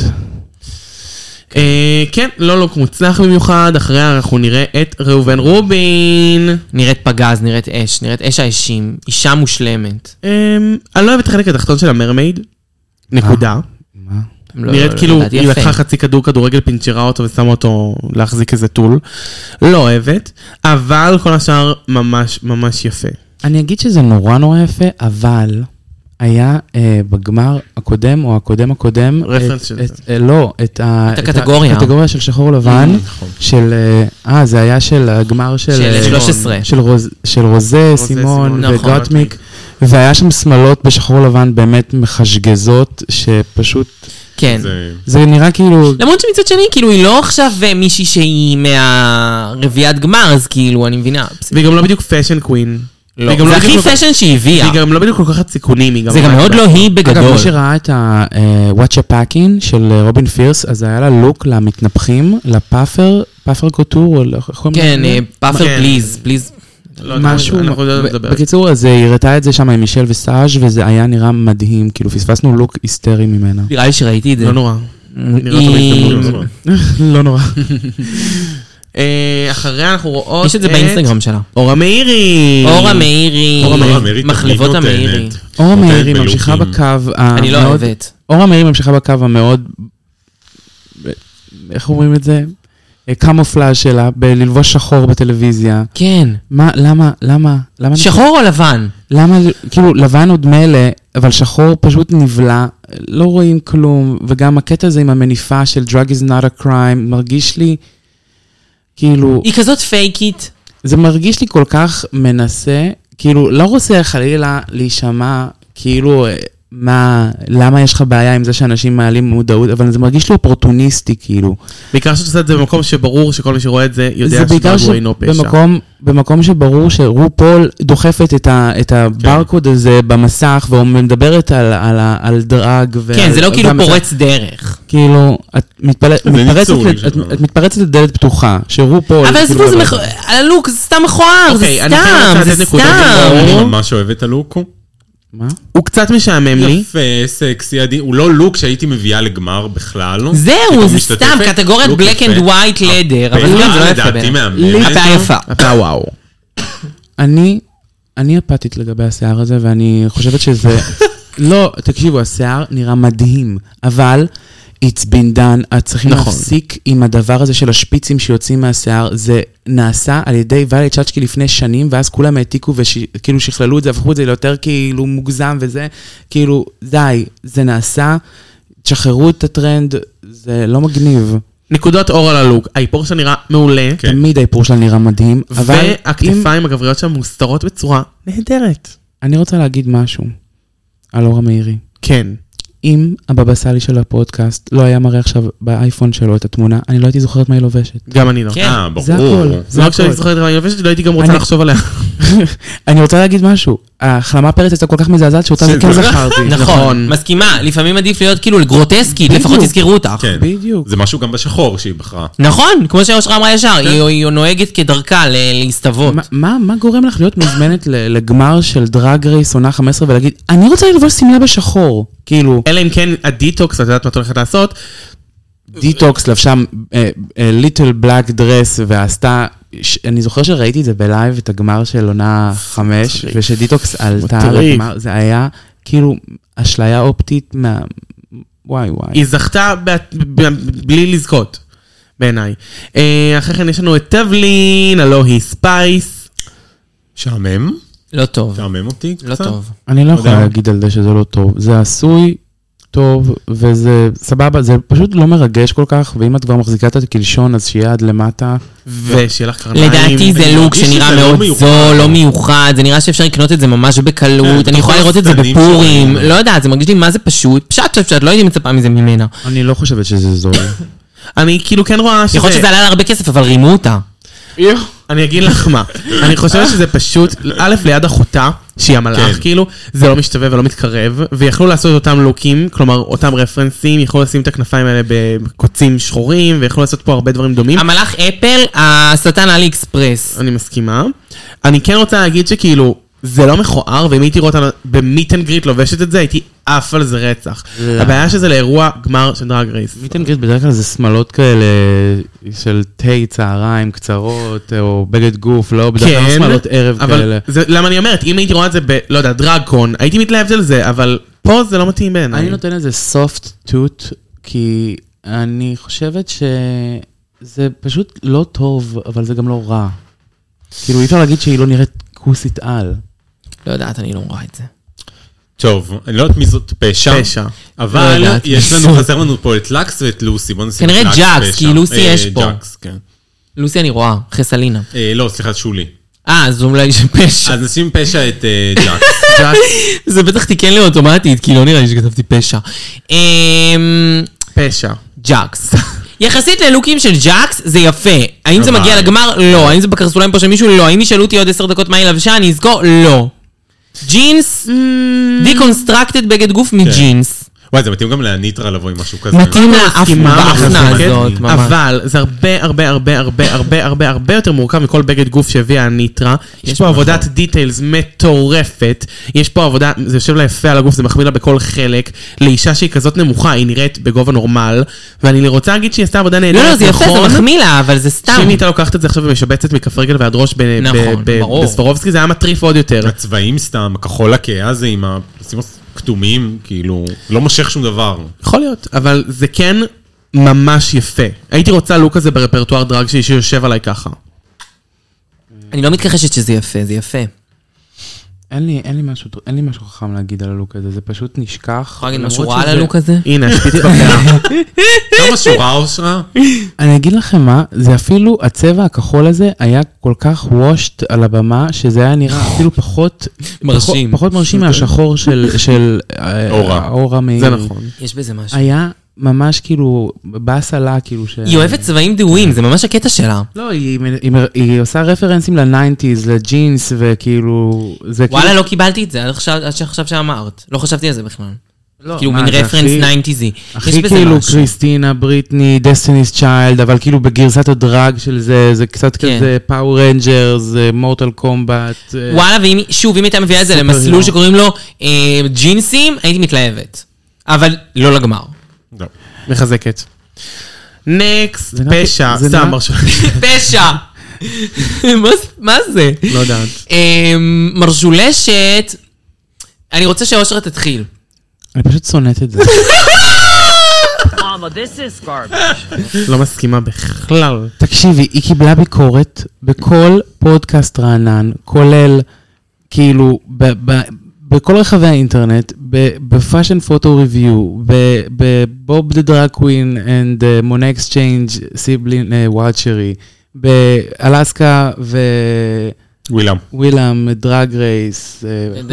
כן, לא מוצלח במיוחד, אחריה אנחנו נראה את ראובן רובין. נראית פגז, נראית אש האשים, אישה מושלמת. אני לא אוהב את החלק התחתון של המרמייד, נקודה. מה? נראית כאילו היא לקחה חצי כדורגל, פינצ'רה אותו ושמה אותו להחזיק איזה טול. לא אוהבת, אבל כל השאר ממש ממש יפה. אני אגיד שזה נורא יפה, אבל היה בגמר הקודם, או הקודם, רפרנס של זה. לא, את הקטגוריה. הקטגוריה של שחור לבן, זה היה של הגמר של 13. של רוזה, סימון וגוטמיק, והיה שם שמלות בשחור לבן באמת מחשגזות, שפשוט... כן. זה נראה כאילו... למרות שמצד שני, כאילו, היא לא עכשיו מישהי שהיא מהרביעת גמר, אז כאילו, אני מבינה. והיא גם לא בדיוק פשן קווין. זה הכי פשן שהיא הביאה. והיא גם לא בדיוק כל כך סיכונים. זה גם מאוד לא היא בגדול. אגב, מי שראה את ה-Watch a Packing של רובין פירס, אז היה לה לוק למתנפחים, לפאפר קוטור, כן, פאפר פליז. משהו, בקיצור, אז היא הראתה את זה שם עם מישל וסאז' וזה היה נראה מדהים, כאילו פספסנו לוק היסטרי ממנה. נראה לי שראיתי את זה. לא נורא. לא נורא. אחריה אנחנו רואות יש את זה באינסטגרם שלה. אורה מאירי. מחלבות המאירי. אורה מאירי ממשיכה בקו. אני לא אוהבת. אורה מאירי ממשיכה בקו המאוד, איך אומרים את זה? קמופלאז' שלה, בללבוש שחור בטלוויזיה. כן. למה? שחור או לבן? למה, כאילו, לבן עוד מלא, אבל שחור פשוט נבלע, לא רואים כלום, וגם הקטע הזה עם המניפה של drug is not a crime, מרגיש לי, כאילו... היא כזאת פייקית. זה מרגיש לי כל כך מנסה, כאילו, לא רוצה חלילה להישמע, כאילו... למה יש לך בעיה עם זה שאנשים מעלים מודעות, אבל זה מרגיש לי אופורטוניסטי, כאילו. בעיקר שאתה עושה את זה במקום שברור שכל מי שרואה את זה יודע שדרג הוא אינו פשע. במקום שברור שרופול דוחפת את הברקוד הזה במסך, ומדברת על דרג. כן, זה לא כאילו פורץ דרך. כאילו, את מתפרצת לדלת פתוחה, שרופול... אבל הסיפור זה הלוק, זה סתם מכוער, זה סתם. אני ממש אוהב את הלוק. מה? הוא קצת משעמם לי. יפה, סקסי, הוא לא לוק שהייתי מביאה לגמר בכלל. זהו, זה סתם, קטגוריית black and white leather, אבל זה לא יפה בין. הפעה יפה. הפעה וואו. אני אפתית לגבי השיער הזה, ואני חושבת שזה... לא, תקשיבו, השיער נראה מדהים, אבל... It's been done, את צריכים להפסיק עם הדבר הזה של השפיצים שיוצאים מהשיער, זה נעשה על ידי ואלי צ'אצ'קי לפני שנים, ואז כולם העתיקו וכאילו שכללו את זה, הפכו את זה ליותר כאילו מוגזם וזה, כאילו די, זה נעשה, תשחררו את הטרנד, זה לא מגניב. נקודות אור על הלוק, האיפור שלה נראה מעולה. תמיד האיפור שלה נראה מדהים, והכתפיים הגבריות שם מוסתרות בצורה נהדרת. אני רוצה להגיד משהו על אורה מאירי. כן. אם הבבא סאלי של הפודקאסט לא היה מראה עכשיו באייפון שלו את התמונה, אני לא הייתי זוכרת מה היא לובשת. גם אני לא. ברור. זה הכל. לא רק שאני זוכרת מה היא לובשת, לא הייתי גם רוצה לחשוב עליה. אני רוצה להגיד משהו. ההחלמה פרץ הייתה כל כך מזעזעת שאותה זה כן זכרתי. נכון. מסכימה. לפעמים עדיף להיות כאילו גרוטסקית, לפחות תזכרו אותך. כן. בדיוק. זה משהו גם בשחור שהיא בחרה. נכון, כמו שאושרה אמרה ישר, היא נוהגת כדרכה להסתוות. מה גורם לך להיות מוזמנת לגמר של דרג רייס עונה 15 ולהגיד, אני רוצה ללבוש סמלה בשחור, כאילו. אלא אם כן הדיטוקס, את יודעת מה את הולכת לעשות? דיטוקס לבשה ליטל בלק דרס ועשתה, אני זוכר שראיתי את זה בלייב, את הגמר של עונה 5, ושדיטוקס עלתה לגמר, זה היה כאילו אשליה אופטית וואי. היא זכתה בלי לזכות, בעיניי. אחרי כן יש לנו את טבלין, הלא היא ספייס. שעמם? לא טוב. שעמם אותי? לא טוב. אני לא יכולה להגיד על זה שזה לא טוב. זה עשוי טוב, וזה סבבה, זה פשוט לא מרגש כל כך, ואם את כבר מחזיקה את הקלשון, אז שיהיה עד למטה. ושיהיה לך קרניים. לדעתי זה לוק שנראה מאוד זול, לא מיוחד, זה נראה שאפשר לקנות את זה ממש בקלות, אני יכולה לראות את זה בפורים, לא יודעת, זה מרגיש לי מה זה פשוט, פשט, לא הייתי מצפה מזה ממנה. אני לא חושבת שזה זול. אני כאילו כן רואה שזה... יכול להיות שזה עלה לה הרבה כסף, אבל רימו אותה. אני אגיד לך מה, אני חושבת שזה פשוט, א' ליד אחותה, שהיא המלאך, כאילו, זה לא משתווה ולא מתקרב, ויכלו לעשות אותם לוקים, כלומר, אותם רפרנסים, יכלו לשים את הכנפיים האלה בקוצים שחורים, ויכלו לעשות פה הרבה דברים דומים. המלאך אפל, השטן אלי אקספרס. אני מסכימה. אני כן רוצה להגיד שכאילו, זה לא מכוער, ואם הייתי רואה אותנו במיט אנד גריט לובשת את זה, הייתי אף על זה רצח. הבעיה שזה לאירוע גמר של דרג רייס. מיט אנד גריט בדרך כלל זה שמלות כאלה של תי, צהריים, קצרות, או בגד גוף, לא בדרך כלל שמלות ערב כאלה. למה אני אומרת, אם הייתי רואה את זה ב, לא יודע, דרגקון, הייתי מתלהבת על זה, אבל פה זה לא מתאים בעיניי. אני נותן לזה soft tooth, כי אני חושבת שזה פשוט לא טוב, אבל זה גם לא רע. כאילו אי אפשר להגיד שהיא לא נראית כוסית על. לא יודעת, אני לא רואה את זה. טוב, אני לא יודעת מי זאת פשע. אבל חסר לנו פה את לקס ואת לוסי. בוא נשים את לקס פשע. כנראה ג'קס, כי לוסי יש פה. ג'קס, כן. לוסי אני רואה, אחרי סלינה. לא, סליחה, שולי. אז אולי פשע. אז נשים פשע את ג'קס. זה בטח תיקן לי אוטומטית, כי לא נראה לי שכתבתי פשע. פשע. ג'קס. יחסית ללוקים של ג'קס, זה יפה. האם זה מגיע לגמר? לא. האם זה בקרסוליים פה של מישהו? לא. האם ישאלו אותי עוד 10 דקות מה היא לבשה? אני אזכור? לא. ג'ינס, דיקונסטרקטד בגד גוף מג'ינס. וואי, זה מתאים גם להניטרה לבוא עם משהו כזה. מתאים לאפנה הזאת, ממש. אבל זה הרבה יותר מורכב מכל בגד גוף שהביאה הניטרה. יש פה עבודת דיטיילס מטורפת. יש פה עבודה, זה יושב לה יפה על הגוף, זה מחמיא לה בכל חלק. לאישה שהיא כזאת נמוכה, היא נראית בגובה נורמל. ואני רוצה להגיד שהיא עשתה עבודה נהדרת. לא, זה יפה, זה מחמיא לה, אבל זה סתם. שאם הייתה לוקחת את זה עכשיו ומשבצת מכף רגל ועד ראש בסברובסקי, זה היה מטריף עוד יותר. הצבעים סתם, הכחול הכהה זה עם כתומים, כאילו, לא מושך שום דבר. יכול להיות, אבל זה כן ממש יפה. הייתי רוצה לוק הזה ברפרטואר דרג שיושב עליי ככה. אני לא מתכחשת שזה יפה, זה יפה. אין לי משהו חכם להגיד על הלוק הזה, זה פשוט נשכח. יכול להגיד משהו רע על הלוק הזה? הנה, שפיץ בפעה. לא משהו רע או שרע? אני אגיד לכם מה, זה אפילו הצבע הכחול הזה היה כל כך וושט על הבמה, שזה היה נראה אפילו פחות מרשים מהשחור של אורה מאיר. זה נכון. יש בזה משהו. היה ממש כאילו, בס עלה כאילו ש... היא אוהבת צבעים דהויים, זה ממש הקטע שלה. לא, היא עושה רפרנסים ל-90s, לג'ינס, וכאילו... וואלה, לא קיבלתי את זה, עד שעכשיו שאמרת. לא חשבתי על זה בכלל. כאילו מין רפרנס 90s. הכי כאילו קריסטינה, בריטני, דסטיניס צ'יילד, אבל כאילו בגרסת הדרג של זה, זה קצת כזה פאור רנג'רס, מורטל קומבט. וואלה, שוב, אם הייתה מביאה את זה למסלול שקוראים לו ג'ינסים, הייתי מתלהבת. אבל לא לגמר. מחזקת. נקסט, פשע, סתם מרשולשת. פשע! מה זה? לא יודעת. מרשולשת, אני רוצה שאושר תתחיל. אני פשוט שונאת את זה. לא מסכימה בכלל. תקשיבי, היא קיבלה ביקורת בכל פודקאסט רענן, כולל כאילו בכל רחבי האינטרנט, בפאשן פוטו ריוויו, בבוב דה דרג קווין and מונה אקסצ'יינג' סיבלין וואצ'רי, באלסקה ווילאם, דרג רייס,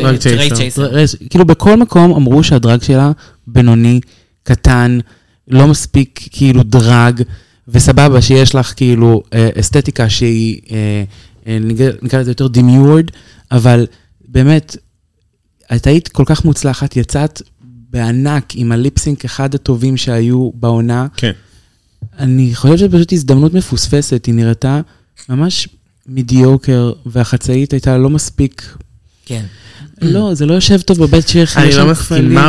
כאילו בכל מקום אמרו שהדרג שלה בינוני, קטן, לא מספיק כאילו דרג, וסבבה שיש לך כאילו אסתטיקה שהיא, נקרא לזה יותר דמיורד, אבל באמת, את היית כל כך מוצלחת, יצאת בענק עם הליפסינק אחד הטובים שהיו בעונה. כן. אני חושב שפשוט הזדמנות מפוספסת, היא נראתה ממש מדיוקר, והחצאית הייתה לא מספיק. כן. לא, זה לא יושב טוב בבית שייך. אני לא מסכימה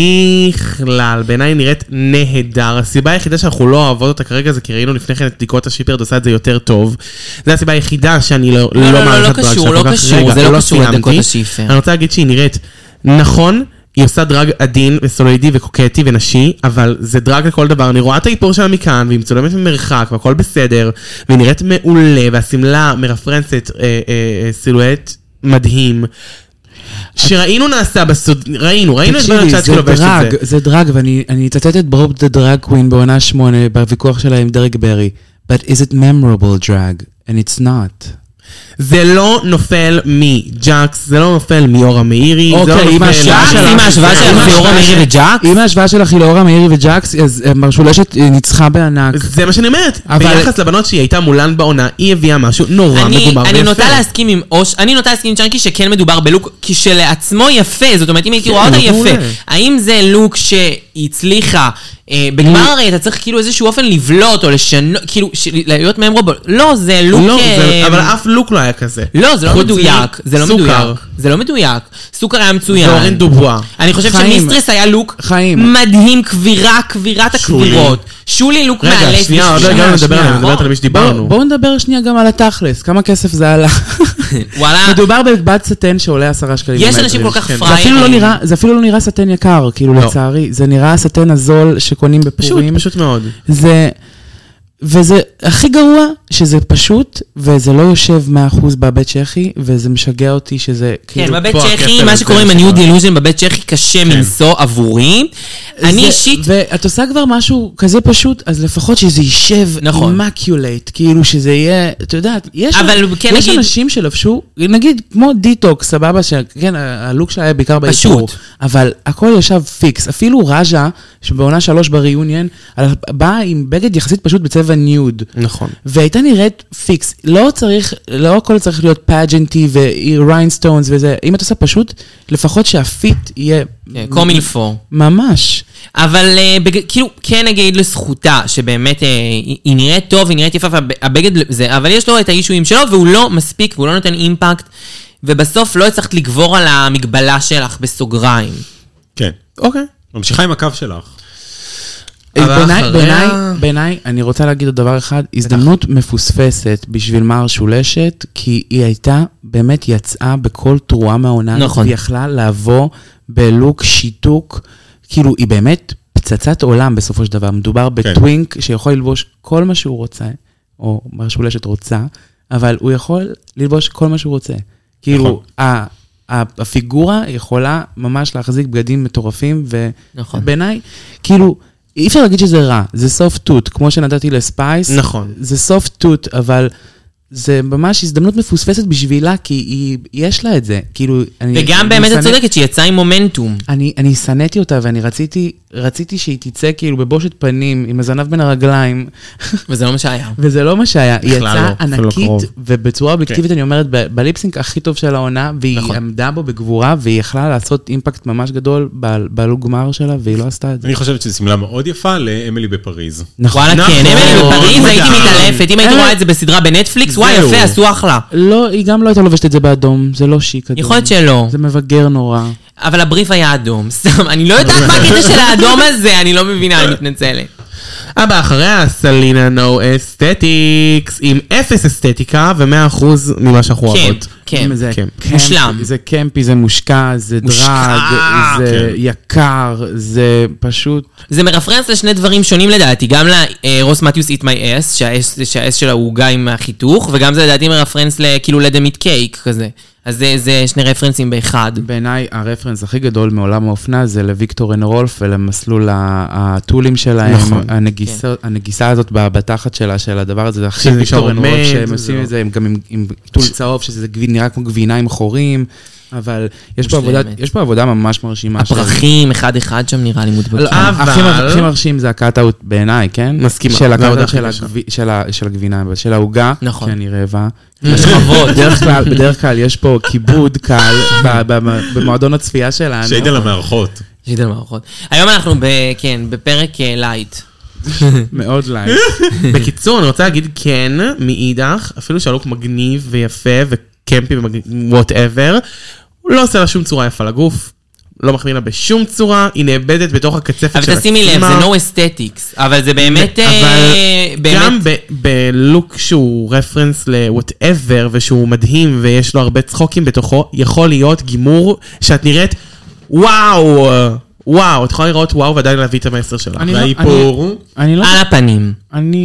בכלל, בעיניי נראית נהדר. הסיבה היחידה שאנחנו לא אוהבות אותה כרגע זה כי ראינו לפני כן את בדיקות השיפרד עושה את זה יותר טוב. זו הסיבה היחידה שאני לא מערכת דרג שלה כל כך רגע. זה לא קשור לדקות השיפרד. אני רוצה להגיד שהיא נראית נכון, היא עושה דרג עדין וסולידי וקוקטי ונשי, אבל זה דרג לכל דבר. אני רואה את האיפור שלה מכאן, והיא מצולמת ממרחק, והכל בסדר, והיא נראית מעולה, והסמלה מרפרנסת סילואט מדהים. שראינו נעשה בסוד, ראינו את דברים שאת לובשת את זה. זה דרג, ואני אצטט את ברוב דה דרג קווין בעונה 8, בוויכוח שלה עם דרג ברי. But is it memorable drag? And it's not. זה לא נופל מג'קס, זה לא נופל מאורה מאירי. אוקיי, אם ההשוואה שלך לאורה מאירי וג'קס? אם ההשוואה שלך היא לאורה מאירי וג'קס, אז מרשולשת ניצחה בענק. זה מה שאני אומרת. ביחס לבנות שהיא הייתה מולן בעונה, היא הביאה משהו נורא מדובר ויפה. אני נוטה להסכים עם צ'אנקי שכן מדובר בלוק כשלעצמו יפה, זאת אומרת, אם הייתי רואה אותה יפה, האם זה לוק שהיא הצליחה, בגמר הרי אתה צריך כאילו איזשהו אופן לבלוט או לשנות, כאילו להיות ממרובול, לא, זה לוק... אבל אף לוק לא היה כזה. לא, זה לא מדויק, זה לא מדויק. סוכר היה מצוין. ואורן דובואה. אני חושב שמיסטרס היה לוק מדהים, קבירת הקבירות. שולי לוק מעלה. רגע, שנייה, עוד לא הגענו לדבר עליהם, מדברת על מי שדיברנו. בואו נדבר שנייה גם על התכלס, כמה כסף זה עלה. וואלה. מדובר בבד סטן שעולה 10 שקלים. יש אנשים כל כך פריירים. זה אפילו לא נראה סטן יקר, כאילו לצערי. זה נראה סטן הזול שקונים בפורים. פשוט מאוד. זה... וזה הכי גרוע שזה פשוט, וזה לא יושב 100% בבית צ'כי, וזה משגע אותי שזה כן, בבית צ'כי, מה שקורה עם ה-New Delusion בבית צ'כי קשה מנסוע עבורי. אני אישית... ואת עושה כבר משהו כזה פשוט, אז לפחות שזה יישב אימקיולייט, כאילו שזה יהיה, אתה יודעת, יש אנשים שלבשו, נגיד כמו דיטוקס, סבבה, שכן, הלוק שלה היה בעיקר באיפור, אבל הכל ישב פיקס, אפילו רג'ה, שבעונה 3 בריאוניון, באה עם בגד יחסית פשוט בצבע ניוד. נכון. והייתה נראית פיקס. לא הכל צריך להיות פאג'נטי וריינסטונס וזה. אם אתה עושה פשוט, לפחות שהפיט יהיה... קומילפור. ממש. אבל כאילו, כן נגיד לזכותה, שבאמת היא נראית טוב, היא נראית יפה, והבגד זה, אבל יש לו את האישויים שלו, והוא לא מספיק, והוא לא נותן אימפקט, ובסוף לא הצלחת לגבור על המגבלה שלך בסוגריים. כן. אוקיי. ממשיכה עם הקו שלך. בעיניי, אני רוצה להגיד עוד דבר אחד, הזדמנות מפוספסת בשביל מר שולשת, כי היא הייתה, באמת יצאה בכל תרועה מהעונה, נכון. והיא יכלה לבוא בלוק שיתוק, כאילו היא באמת פצצת עולם בסופו של דבר, מדובר בטווינק שיכול ללבוש כל מה שהוא רוצה, או מר שולשת רוצה, אבל הוא יכול ללבוש כל מה שהוא רוצה. כאילו, הפיגורה יכולה ממש להחזיק בגדים מטורפים, ובעיניי, כאילו, אי אפשר להגיד שזה רע, זה סוף טוט, כמו שנתתי לספייס. נכון. זה סוף טוט, אבל זה ממש הזדמנות מפוספסת בשבילה, כי יש לה את זה. כאילו, וגם באמת את צודקת שהיא יצאה עם מומנטום. אני סניתי אותה, ואני רציתי שהיא תצא כאילו בבושת פנים, עם הזנב בין הרגליים. וזה לא מה שהיה. וזה לא מה שהיה. היא יצאה ענקית, ובצורה אובייקטיבית אני אומרת, בליפסינק הכי טוב של העונה, והיא עמדה בו בגבורה, והיא יכלה לעשות אימפקט ממש גדול בלוג גמר שלה, והיא לא עשתה את זה. אני חושבת שזו סמלה מאוד יפה לאמילי בפריז. וואלה, כן, אמילי בפריז, הייתי מתעלפת. אם הייתי רואה את זה בסדרה בנטפליקס, וואי, יפה, עשו אחלה. לא, היא גם לא הייתה לובשת את זה באדום, זה לא שיק אדום. יכול להיות שלא. זה מבגר נורא. אבל הבריף היה אדום, סתם, אני לא יודעת מה הקטע של האדום הזה, אני לא מבינה, אני מתנצלת. הבא אחריה, סלינה נו אסתטיקס, עם 0 אסתטיקה ו100% ממה שאנחנו אוהבות. כן, מושלם. זה קמפי, זה מושקע, זה דרג, זה יקר, זה פשוט... זה מרפרנס לשני דברים שונים לדעתי, גם לרוס מתיוס Eat My Ass, שהאס שלה הוא גיא עם החיתוך, וגם זה לדעתי מרפרנס לכאילו לדמיט קייק כזה. אז זה שני רפרנסים באחד. בעיניי הרפרנס הכי גדול מעולם האופנה זה לוויקטור אנד רולף ולמסלול הטולים שלהם, הנגיסה הזאת בתחת שלה, של הדבר הזה, זה הכי ויקטור אנד רולף שהם עושים את זה, גם עם טול צהוב, שזה נראה כמו גבינה עם חורים, אבל יש פה עבודה ממש מרשימה. הפרחים, אחד שם נראה לי מודבקים. הכי מרשים זה הקאט-אוט בעיניי, כן? מסכימה. של הקאט-אוט של הגבינה, של ההוגה, נכון. שאני רעבה. לשכבות. בדרך כלל יש פה כיבוד קל במועדון הצפייה שלנו. שעיד על המערכות. שעיד על המערכות. היום אנחנו בפרק לייט. מאוד לייט. בקיצור, אני רוצה להגיד כן, מאידך, אפילו שהלוק מגניב ויפה וקמפי whatever, הוא לא עושה לה שום צורה יפה לגוף. לא מחמיא לה בשום צורה, היא נאבדת בתוך הקצפת של עצמה. אבל תשימי לב, זה no aesthetics, אבל זה באמת... גם בלוק שהוא רפרנס ל-whatever, ושהוא מדהים, ויש לו הרבה צחוקים בתוכו, יכול להיות גימור שאת נראית, וואו, את יכולה לראות וואו, ועדיין להביא את המסר שלך. והאיפור? על הפנים.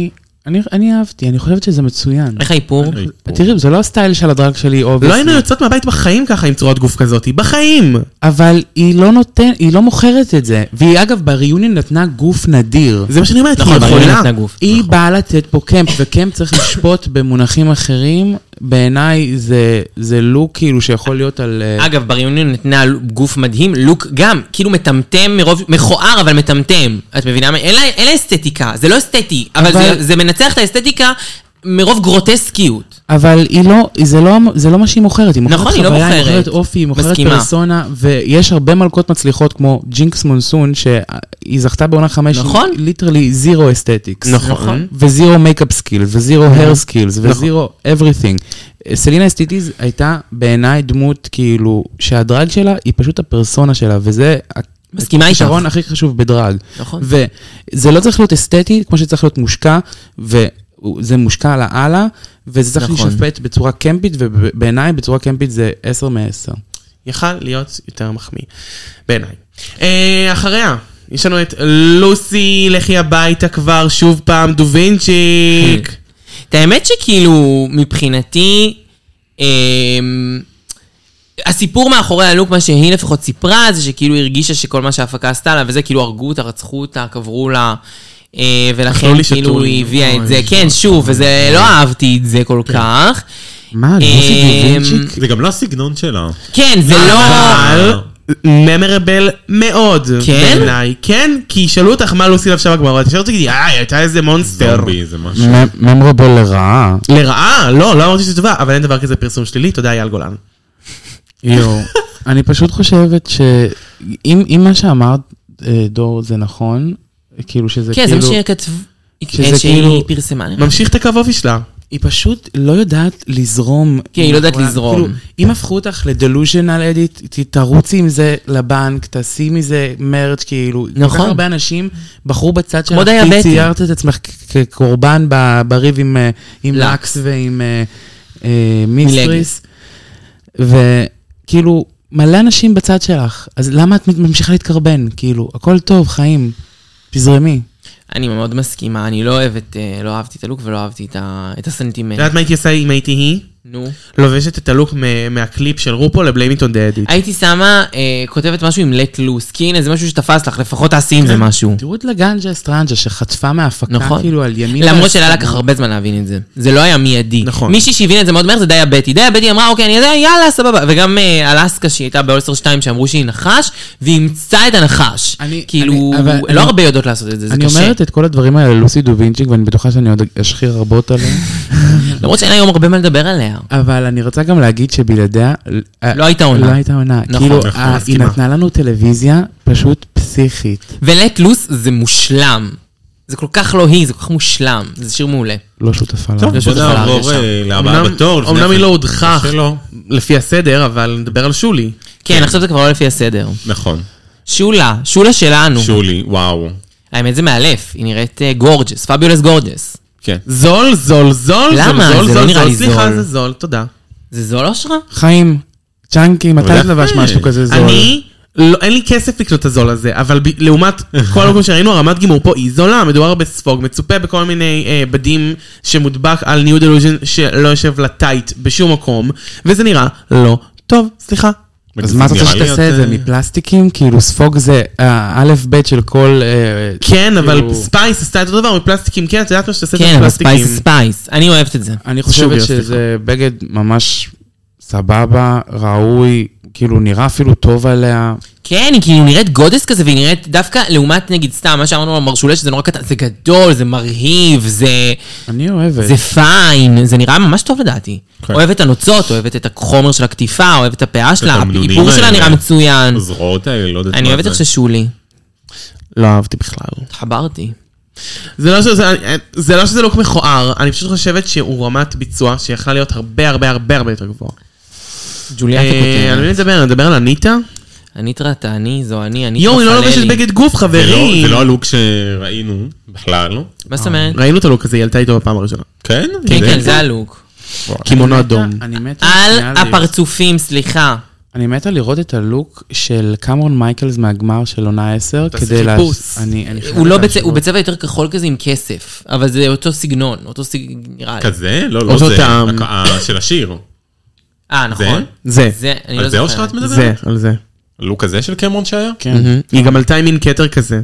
אני אהבתי, אני חושבת שזה מצוין. איך האיפור? תראי, זה לא הסטייל של הדרג שלי, לא היינו יוצאות מהבית בחיים ככה עם צורת גוף כזאת, בחיים. אבל היא לא מוכרת את זה. והיא אגב בריאיון נתנה גוף נדיר. זה מה שאני אומרת, היא באה לתת פה קמפ, וקמפ צריך לשפוט במונחים אחרים. בעיניי זה לוק כאילו שיכול להיות על... אגב, בריאיון נתנה גוף מדהים, לוק גם כאילו מטמטם, מכוער אבל מטמטם. את מבינה? אין לה אסתטיקה, זה לא אסתטי, אבל זה מנצח את האסתטיקה מרוב גרוטסקיות. אבל זה לא מה שהיא מוכרת, היא מוכרת חוויה, היא מוכרת אופי, היא מוכרת פרסונה, ויש הרבה מלכות מצליחות כמו ג'ינקס מונסון, שהיא זכתה בעונה 5, ליטרלי זירו אסתטיקס, וזירו מייקאפ סקילס, וזירו הר סקילס, וזירו everything. סלינה אסתטיז הייתה בעיניי דמות כאילו, שהדרג שלה היא פשוט הפרסונה שלה, וזה השרון הכי חשוב בדרג. וזה לא צריך להיות אסתטי, כמו שצריך להיות מושקע, זה מושקע על העלה, וזה צריך להישפט בצורה קמפית, ובעיניי בצורה קמפית זה 10 מ-10. יכל להיות יותר מחמיא, בעיניי. אחריה, יש לנו את לוסי, לכי הביתה כבר, שוב פעם, דווינצ'יק. את האמת שכאילו, מבחינתי, הסיפור מאחורי הלוק, מה שהיא לפחות סיפרה, זה שכאילו הרגישה שכל מה שההפקה עשתה לה, וזה כאילו הרגו אותה, רצחו אותה, קברו לה, ולכן כאילו היא הביאה את זה. כן, שוב, וזה לא אהבתי את זה כל כך. מה, לוסי דווינצ'יק? זה גם לא הסגנון שלה. כן, זה לא... אבל ממרבל מאוד. כן? בעיניי. כן, כי שאלו אותך מה לוסי לבשה בגמרות. תשאר אותי, הייתה איזה מונסטר. זומבי, זה משהו. ממרבל לרעה. לרעה? לא אמרתי שזה טובה, אבל אין דבר כזה פרסום שלילי. תודה, אייל גולן. יו, אני פשוט חושבת שאם מה שאמרת, דור, זה נכון, כאילו שזה כאילו... כן, זה מה שהיא כתב... שהיא פרסמה. ממשיך את הקו אופי שלה. היא פשוט לא יודעת לזרום. כן, היא לא יודעת לזרום. כאילו, אם הפכו אותך לדלוז'נל אדיט, תרוצי עם זה לבנק, תעשי מזה מרץ' כאילו. נכון. כל כך הרבה אנשים בחרו בצד שלך, דיאבטי. ציירת את עצמך כקורבן בריב עם לקס ועם מיסטריס. וכאילו, מלא אנשים בצד שלך, אז למה את ממשיכה להתקרבן? כאילו, הכל טוב, חיים, תזרמי. אני מאוד מסכימה, אני לא אהבתי את הלוק ולא אהבתי את הסנטימנט. יודעת מה הייתי עושה אם הייתי היא? נו. לובשת את הלוק מהקליפ של רופו לבליימיטון דה אדיט. הייתי שמה, כותבת משהו עם let loose, כי הנה זה משהו שתפס לך, לפחות תעשי עם זה משהו. תראו את לגנג'ה סטרנג'ה שחטפה מההפקה כאילו על ימין. למרות שלה לקח הרבה זמן להבין את זה. זה לא היה מיידי. נכון. מישהי שהבין את זה מאוד מהר זה דיאבטי. דיאבטי אמרה, אוקיי, אני יודע, יאללה, סבבה. וגם אלסקה שהיא הייתה באולסטר 2 שאמרו שהיא נחש, והיא אימצה את הנחש. כאילו, לא הרבה יודעות לעשות את זה, זה קשה. אני אומרת את כל הדברים האלה ללוסי דווינצ'יק, ואני בטוחה שאני עוד אשחיר רבות עליה. למרות שאין היום הרבה מה לדבר עליה. אבל אני רוצה גם להגיד שבלעדיה... לא הייתה עונה. לא הייתה עונה. כאילו, היא נתנה לנו טלוויזיה פשוט פסיכית. ולט לוס זה מושלם. זה כל כך לא היא, זה כל כך מושלם. זה שיר מעולה. לא שותפה לה. טוב, בוא נעבור להבאה בתור. אמנם היא לא הודחה לפי הסדר, אבל נדבר על שולי. כן, עכשיו זה כבר לא לפי הסדר. נכון. שולה שלנו. שולי, וואו. האמת זה מאלף, היא נראית גורג'ס, פאביולס גורג'ס. כן. זול. למה? זה לא נראה לי זול. סליחה, זה זול, תודה. זה זול אושרה? חיים, צ'אנקי, מתי את לבש משהו כזה זול? אין לי כסף לקנות את הזול הזה, אבל לעומת כל המקום שראינו, הרמת גימור פה היא זולה, מדובר בספוג, מצופה בכל מיני בדים שמודבק על ניו דלוז'ן שלא יושב לטייט בשום מקום, וזה נראה לא טוב, סליחה. אז מה אתה רוצה שתעשה את זה? מפלסטיקים? כאילו ספוג זה א' ב' של כל... כן, אבל ספייס עשתה את אותו דבר, מפלסטיקים, כן, אתה יודעת מה שתעשה את כן, מפלסטיקים. ספייס, אני אוהבת את זה. אני חושבת שזה בגד ממש סבבה, ראוי, כאילו נראה אפילו טוב עליה. כן, היא כאילו נראית גודס כזה, והיא נראית דווקא לעומת נגיד סתם, מה שאמרנו על מרשולה, שזה נורא קטן, זה גדול, זה מרהיב, זה... אני אוהבת. זה פיין, זה נראה ממש טוב לדעתי. אוהבת את הנוצות, אוהבת את החומר של הכתיפה, אוהבת את הפאה שלה, האיפור שלה נראה מצוין. הזרועות האלה, לא יודעת מה זה. אני אוהבת איך ששולי. לא אהבתי בכלל. התחברתי. זה לא שזה לוק מכוער, אני פשוט חושבת שהוא רמת ביצוע, שיכולה להיות הרבה יותר גבוהה. ג'וליה תקוטר. אני מדבר על אניטה? אניטרה, תעני, זו אני היא לא לובשת בגד גוף, חברים. זה לא הלוק שראינו בכלל, לא? מה זאת אומרת? ראינו את הלוק הזה, היא עלתה איתו בפעם הראשונה. כן? כן, זה הלוק. כימונו אדום. על הפרצופים, סליחה. אני מתה לראות את הלוק של קמרון מייקלס מהגמר של עונה 10, כדי הוא בצבע יותר כחול כזה עם כסף, אבל זה אותו סגנון, נראה לי. כזה? לא זה, של השיר. נכון. זה. על זה או שאת מדברת? זה, על זה. הלוק הזה של קמרון שהיה? כן. היא גם עלתה עם מין קטר כזה.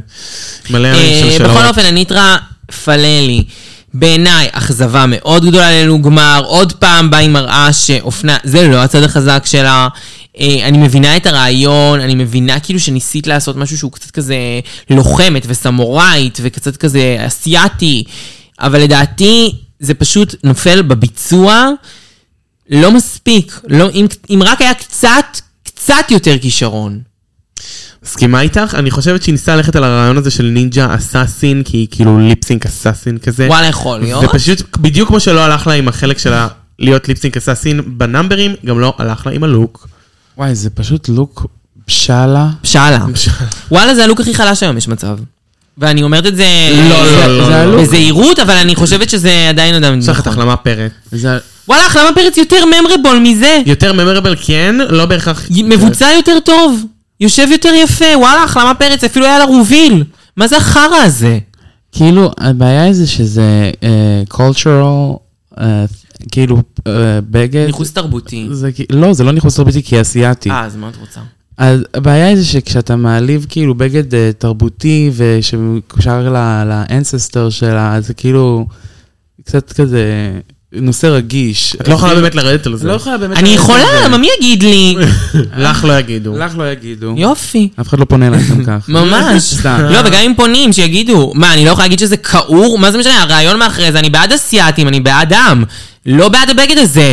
בכל אופן, אניטרה פללי. בעיניי, אכזבה מאוד גדולה לנו גמר, עוד פעם באה עם מראה שאופנה, זה לא הצד החזק שלה, אני מבינה את הרעיון, אני מבינה כאילו שניסית לעשות משהו שהוא קצת כזה לוחמת וסמוראית, וקצת כזה אסיאטי, אבל לדעתי זה פשוט נופל בביצוע, לא מספיק, אם רק היה קצת יותר כישרון. מסכימה איתך? אני חושבת שהיא ניסה ללכת על הרעיון הזה של נינג'ה אסאסין, כי היא כאילו ליפסינק אסאסין כזה. וואלה, יכול להיות. זה פשוט בדיוק כמו שלא הלך לה עם החלק שלה להיות ליפסינק אסאסין בנאמברים, גם לא הלך לה עם הלוק. וואי, זה פשוט לוק בשאלה. וואלה, זה הלוק הכי חלש היום, יש מצב. ואני אומרת את זה בזהירות, אבל אני חושבת שזה עדיין אדם. שחת החלמה פרץ. וואלה, החלמה פרץ יותר ממרבול מזה. יותר ממרבל, כן, לא בהכרח. מבוצע יותר טוב. יושב יותר יפה, וואלה, החלמה פרץ, אפילו היה לה רוביל. מה זה החרא הזה? כאילו, הבעיה היא זה שזה cultural, כאילו, בגד. ניחוס תרבותי. לא, זה לא ניחוס תרבותי, כי אסיאתי. זה מה את רוצה? אז הבעיה היא זה שכשאתה מעליב כאילו בגד תרבותי ושקושר לאנססטר שלה, זה כאילו קצת כזה נושא רגיש. את לא יכולה באמת לרדת על זה. לא יכולה באמת אני יכולה, מה מי יגיד לי? לך לא יגידו. לך לא יגידו. יופי. אף אחד לא פונה אליי גם כך. ממש. לא, וגם אם פונים, שיגידו, מה, אני לא יכולה להגיד שזה קעור? מה זה משנה? הרעיון מאחרי זה, אני בעד אסיאטים, אני בעד עם. לא בעד הבגד הזה.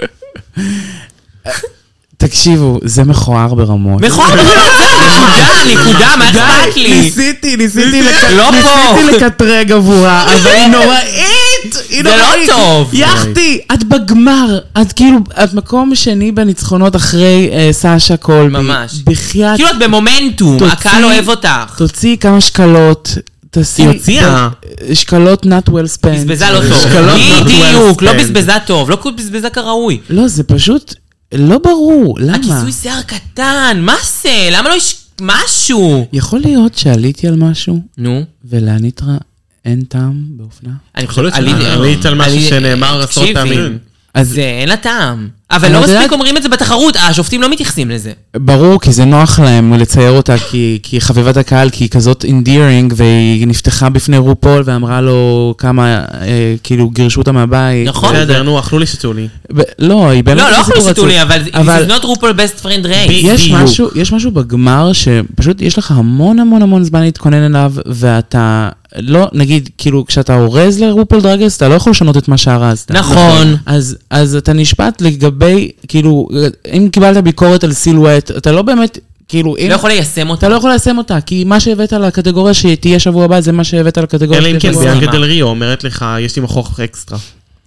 תקשיבו, זה מכוער ברמות. מכוער ברמות, נקודה, מה אכפת לי? ניסיתי לא פה. לקטרג עבורה, אבל היא נוראית. זה לא טוב. יחתי, את בגמר, את כאילו, את מקום שני בניצחונות אחרי סאשה קולבי. ממש. בחייאת. כאילו את במומנטום, הקהל אוהב אותך. תוציאי כמה שקלות. היא הוציאה. שקלות not well spent. בזבזה לא טוב. בדיוק, לא בזבזה טוב, לא בזבזה כראוי. לא, זה פשוט לא ברור. למה? הכיסוי שיער קטן, מה זה? למה לא יש משהו? יכול להיות שעליתי על משהו, נו. ולאניטרה אין טעם באופנה? אני חושבת עלית על משהו שנאמר עשרות פעמים. זה אין לה טעם. אבל לא מספיק אומרים את זה בתחרות, השופטים לא מתייחסים לזה. ברור, כי זה נוח להם לצייר אותה, כי חביבת הקהל, כי היא כזאת endearing, והיא נפתחה בפני רופול, ואמרה לו כמה, כאילו, גירשו אותה מהבית. נכון. בסדר, נו, אכלו לי שתו לי. לא, היא באמת... לא אכלו שתו לי, אבל זה not רופול best friend race. יש משהו בגמר, שפשוט יש לך המון המון המון זמן להתכונן אליו, ואתה... לא, נגיד, כאילו, כשאתה אורז לרופול דרגס, אתה לא יכול לשנות את מה שהרזת. נכון. אז אתה נשפט לגבי, כאילו, אם קיבלת ביקורת על סילואט, אתה לא באמת, כאילו, לא יכול ליישם אותה. אתה לא יכול ליישם אותה, כי מה שהבאת על הקטגוריה שתהיה שבוע הבא, זה מה שהבאת על הקטגוריה אלא אם כן, ביאנקה דל ריו אומרת לך, יש לי מכוך אקסטרה.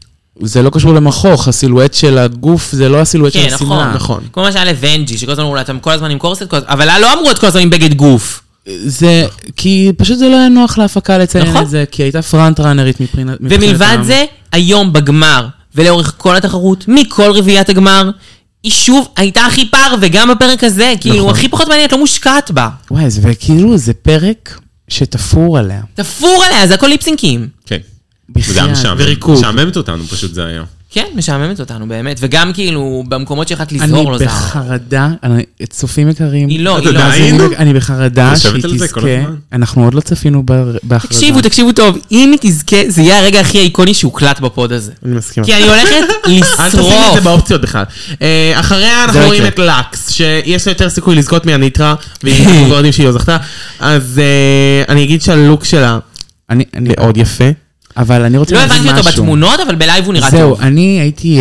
זה לא קשור למכוך, הסילואט של הגוף, זה לא הסילואט של השמלה. נכון. כמו מה שהיה לוונג'י, שכל הזמן אמרו לה, אתם כל הזמן עם קורסט, אבל לא אמרו את כל הזמן עם בגד גוף. זה, כי פשוט זה לא היה נוח להפקה לציין את זה, כי הייתה פרנט ראנרית מבחינתם. ומלבד זה, היום בגמר, ולאורך כל התחרות, מכל רביעיית הגמר, היא שוב הייתה הכי פר, וגם בפרק הזה, כאילו, הכי פחות מעניינת, לא מושקעת בה. וואי, וכאילו זה פרק שתפור עליה. תפור עליה, זה הכל ליפסינקים. כן. וגם משעממת אותנו, פשוט זה היה. כן, משעממת אותנו, באמת. וגם כאילו, במקומות שיכולת לזהור לא זהר. אני בחרדה, צופים יקרים. היא לא. אני בחרדה שהיא תזכה. אנחנו עוד לא צפינו בהכרזה. תקשיבו טוב. אם היא תזכה, זה יהיה הרגע הכי איקוני שהוקלט בפוד הזה. אני מסכים. כי אני הולכת לשרוף. אל תשים את זה באופציות בכלל. אחריה אנחנו רואים את לקס, שיש לה יותר סיכוי לזכות מהניטרה, ואנחנו כבר יודעים שהיא לא זכתה. אז אני אגיד שהלוק שלה מאוד יפה. אבל אני רוצה להגיד משהו. לא הבנתי אותו בתמונות, אבל בלייב הוא נראה טוב. זהו, אני הייתי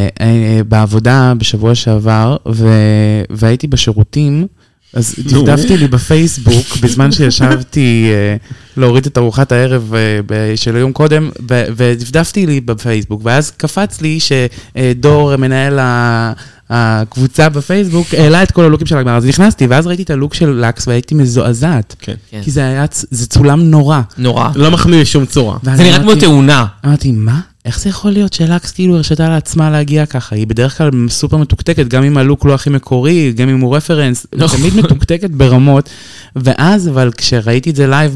בעבודה בשבוע שעבר, והייתי בשירותים, אז דפדפתי לי בפייסבוק, בזמן שישבתי להוריד את ארוחת הערב של היום קודם, ודפדפתי לי בפייסבוק, ואז קפץ לי שדור מנהל הקבוצה בפייסבוק העלה את כל הלוקים של הגמר, אז נכנסתי, ואז ראיתי את הלוק של לקס, והייתי מזועזעת. כי זה צולם נורא. נורא. לא מחמיא שום צורה. זה נראה כמו תאונה. אמרתי, מה? איך זה יכול להיות שלקס כאילו הרשתה לעצמה להגיע ככה? היא בדרך כלל סופר מתוקתקת, גם אם הלוק לא הכי מקורי, גם אם הוא רפרנס, תמיד מתוקתקת ברמות. ואז, אבל כשראיתי את זה לייב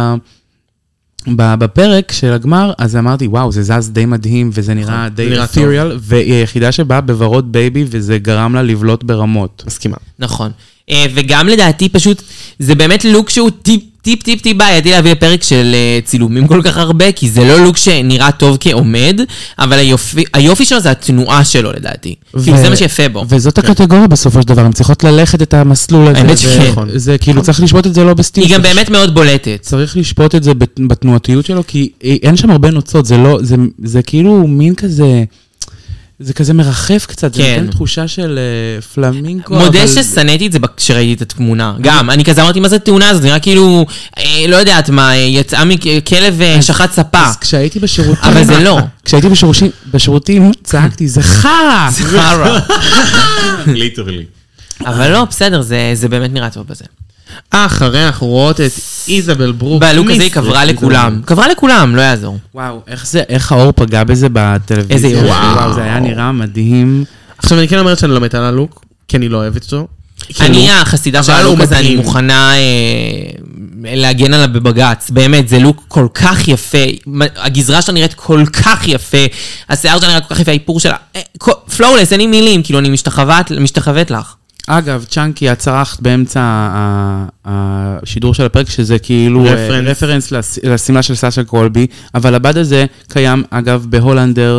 בפרק של הגמר, אז אמרתי, וואו, זה זז די מדהים, וזה נראה די את'ריאל, והיא היחידה שבאה בוורוד בייבי, וזה גרם לה לבלוט ברמות. מסכימה. נכון. וגם לדעתי פשוט, זה באמת לוק שהוא טיפ בעייתי להביא לפרק של צילומים כל כך הרבה, כי זה לא לוק שנראה טוב כעומד, אבל היופי שלו זה התנועה שלו לדעתי. כאילו זה מה שיפה בו. וזאת הקטגוריה בסופו של דבר, הם צריכות ללכת את המסלול הזה. האמת שכן. זה כאילו צריך לשפוט את זה לא בסטיל. היא גם באמת מאוד בולטת. צריך לשפוט את זה בתנועתיות שלו, כי אין שם הרבה נוצות, זה כאילו מין כזה... זה כזה מרחף קצת, זה נותן תחושה של פלמינקו. מודה שסניתי את זה כשראיתי את התמונה. גם, אני כזה אמרתי, מה זה תאונה הזאת? זה נראה כאילו, לא יודעת מה, יצאה מכלב שחט ספה. אז כשהייתי בשירותים... אבל זה לא. כשהייתי בשירותים, צעקתי, זה חרא! זה חרא. ליטרלי. אבל לא, בסדר, זה באמת נראה טוב בזה. אחריה אנחנו רואות את איזבל ברוק. והלוק הזה היא קברה לכולם. קברה לכולם, לא יעזור. וואו, איך האור פגע בזה בטלוויזיה. איזה יופי. וואו, זה היה נראה מדהים. עכשיו אני כן אומרת שאני לא מתה על הלוק, כי אני לא אוהבת אותו. אני החסידה של הלוק הזה, אני מוכנה להגן עליו בבגץ. באמת, זה לוק כל כך יפה. הגזרה שלה נראית כל כך יפה. השיער שלה נראית כל כך יפה, האיפור שלה. פלורלס, אין לי מילים, כאילו אני משתחוות לך. אגב, צ'אנקי, את צרחת באמצע השידור של הפרק, שזה כאילו רפרנס לסמלה של סאשה קולבי, אבל הבד הזה קיים, אגב, בהולנדר,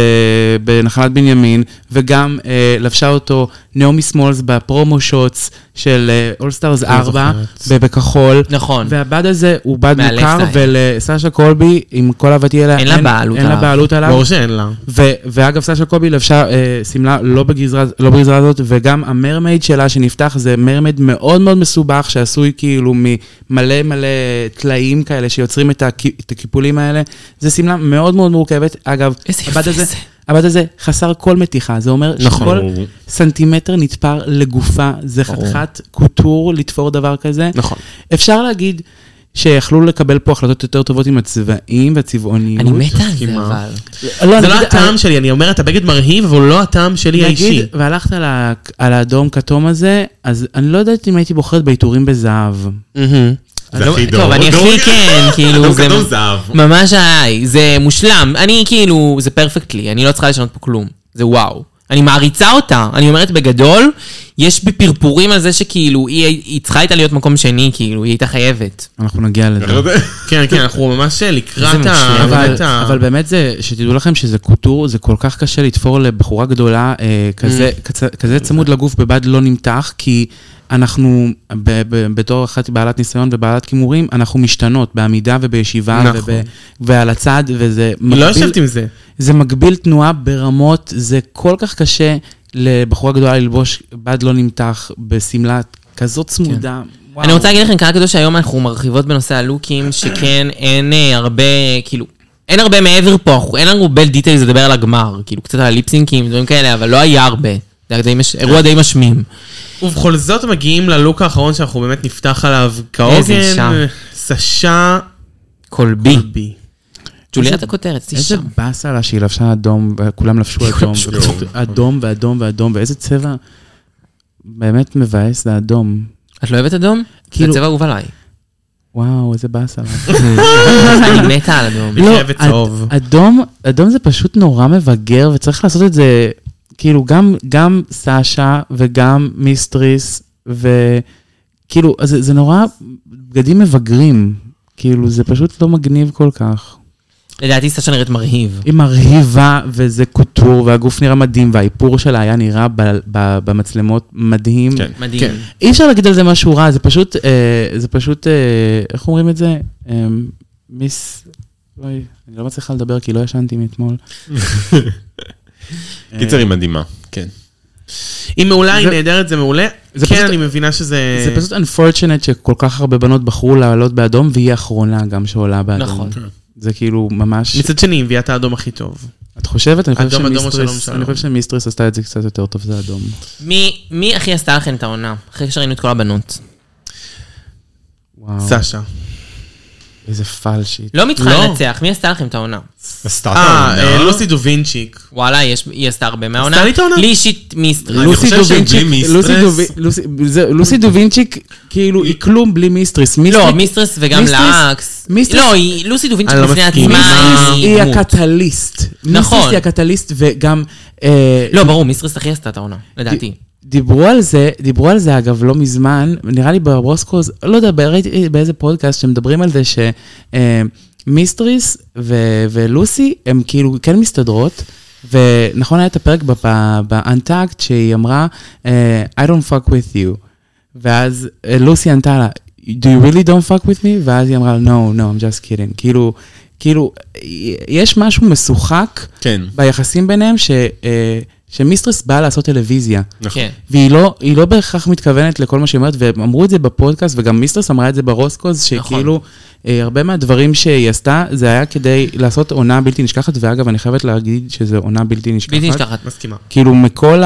בנחלת בנימין, וגם לבשה אותו נעמי סמולס בפרומו שוטס של All Stars 4, בכחול. נכון. והבד הזה הוא בד מוכר, ולסאשה קולבי, עם כל הבתי אלה, אין לה בעלות עליו. ברור שאין לה. ואגב, סאשה קולבי לבשה סמלה לא בגזרה הזאת, וגם המרמייד שלה שנפתח, זה מרמייד מאוד מאוד מסובך, שעשוי כאילו ממלא מלא תלאים כאלה, שיוצרים את הקיפולים האלה. זה סמלה מאוד מאוד מורכבת. אגב, הבד הזה חסר כל מתיחה, זה אומר שכל סנטימטר נתפר לגופה, זה חתיכת קוטור לתפור דבר כזה. נכון. אפשר להגיד שיכלו לקבל פה החלטות יותר טובות עם הצבעים והצבעוניות. אני מתה על זה, אבל. זה לא הטעם שלי, אני אומרת, הבגד מרהיב, אבל לא הטעם שלי האישי. והלכת על האדום כתום הזה, אז אני לא יודעת אם הייתי בוחרת בעיטורים בזהב. זה הכי דור. טוב, אני הכי כן, כאילו, זה ממש זה מושלם. אני כאילו, זה פרפקטלי, אני לא צריכה לשנות פה כלום. זה וואו. אני מעריצה אותה, אני אומרת בגדול, יש בפרפורים על זה שכאילו, היא צריכה הייתה להיות מקום שני, כאילו, היא הייתה חייבת. אנחנו נגיע לזה. כן, כן, אנחנו ממש לקראת אבל באמת זה, שתדעו לכם שזה קוטור, זה כל כך קשה לתפור לבחורה גדולה, כזה צמוד לגוף בבד לא נמתח, כי אנחנו, בתור אחת בעלת ניסיון ובעלת כימורים, אנחנו משתנות בעמידה ובישיבה ועל הצד, וזה לא יושבת עם זה. זה מגביל תנועה ברמות, זה כל כך קשה לבחורה גדולה ללבוש בד לא נמתח בסמלה כזאת צמודה. אני רוצה להגיד לכם, קרה כדו שהיום אנחנו מרחיבות בנושא הלוקים, שכן אין הרבה, כאילו, אין הרבה מעבר פה, אין לנו בל דיטייז לדבר על הגמר, כאילו קצת על הליפסינקים, דברים כאלה, אבל לא היה הרבה. זה אירוע די משמים. ובכל זאת מגיעים ללוק האחרון שאנחנו באמת נפתח עליו כהוגן, סשה קולבי. ג'וליית הכותרת, איזה באסה לה שהיא לבשה אדום, וכולם לבשו אדום ואדום ואדום, ואיזה צבע באמת מבאס, זה אדום. את לא אוהבת אדום? זה צבע אהוב עליי. וואו, איזה באסה לה. אני מתה על אדום. לא, אדום זה פשוט נורא מבגר, וצריך לעשות את זה, כאילו גם סשה וגם מיסטריס, וכאילו, זה נורא בגדים מבגרים, כאילו, זה פשוט לא מגניב כל כך. לדעתי סשה נראית מרהיב. היא מרהיבה, וזה קוטור, והגוף נראה מדהים, והאיפור שלה היה נראה במצלמות מדהים. כן, מדהים. אי אפשר להגיד על זה משהו רע, זה פשוט, איך אומרים את זה? אני לא מצליחה לדבר, כי לא ישנתי מאתמול. קיצר היא מדהימה, כן. היא מעולה, היא נהדרת, זה מעולה. כן, אני מבינה שזה... זה פשוט unfortunate שכל כך הרבה בנות בחרו לעלות באדום, והיא האחרונה גם שעולה באדום. נכון. זה כאילו ממש... מצד שני, היא הביאה את האדום הכי טוב. את חושבת? אני חושב שמיסטריס עשתה את זה קצת יותר טוב, זה אדום. מי הכי עשתה לכם את העונה? אחרי שראינו את כל הבנות. וואו. סשה. איזה פלשית. לא מתחילה לנצח, מי עשתה לכם את העונה? עשתה את העונה? לוסי דובינצ'יק. וואלה, היא עשתה הרבה מהעונה. עשתה לי את העונה? לי אישית מיסטריס. אני חושב שבלי מיסטריס... לוסי דובינצ'יק, כאילו, היא כלום בלי מיסטריס. לא, מיסטריס וגם לאקס. לא, לוסי דובינצ'יק לפני עצמה. היא הקטליסט. נכון. מיסטריס היא הקטליסט וגם... לא, ברור, מיסטריס הכי עשתה את העונה, לדעתי. דיברו על זה אגב לא מזמן, נראה לי בברוסקוז, לא יודע, ראיתי באיזה פודקאסט שמדברים על זה שמיסטריס ולוסי הם כאילו כן מסתדרות, ונכון היה את הפרק באנטאקט שהיא אמרה, I don't fuck with you, ואז לוסי ענתה לה, do you really don't fuck with me? ואז היא אמרה, no, I'm just kidding, כאילו, יש משהו משוחק ביחסים ביניהם שמיסטריס באה לעשות טלוויזיה. כן. והיא לא בהכרח מתכוונת לכל מה שהיא אומרת, והם אמרו את זה בפודקאסט, וגם מיסטריס אמרה את זה ברוסקוז, שכאילו, הרבה מהדברים שהיא עשתה, זה היה כדי לעשות עונה בלתי נשכחת, ואגב, אני חייבת להגיד שזו עונה בלתי נשכחת. בלתי נשכחת, מסכימה. כאילו, מכל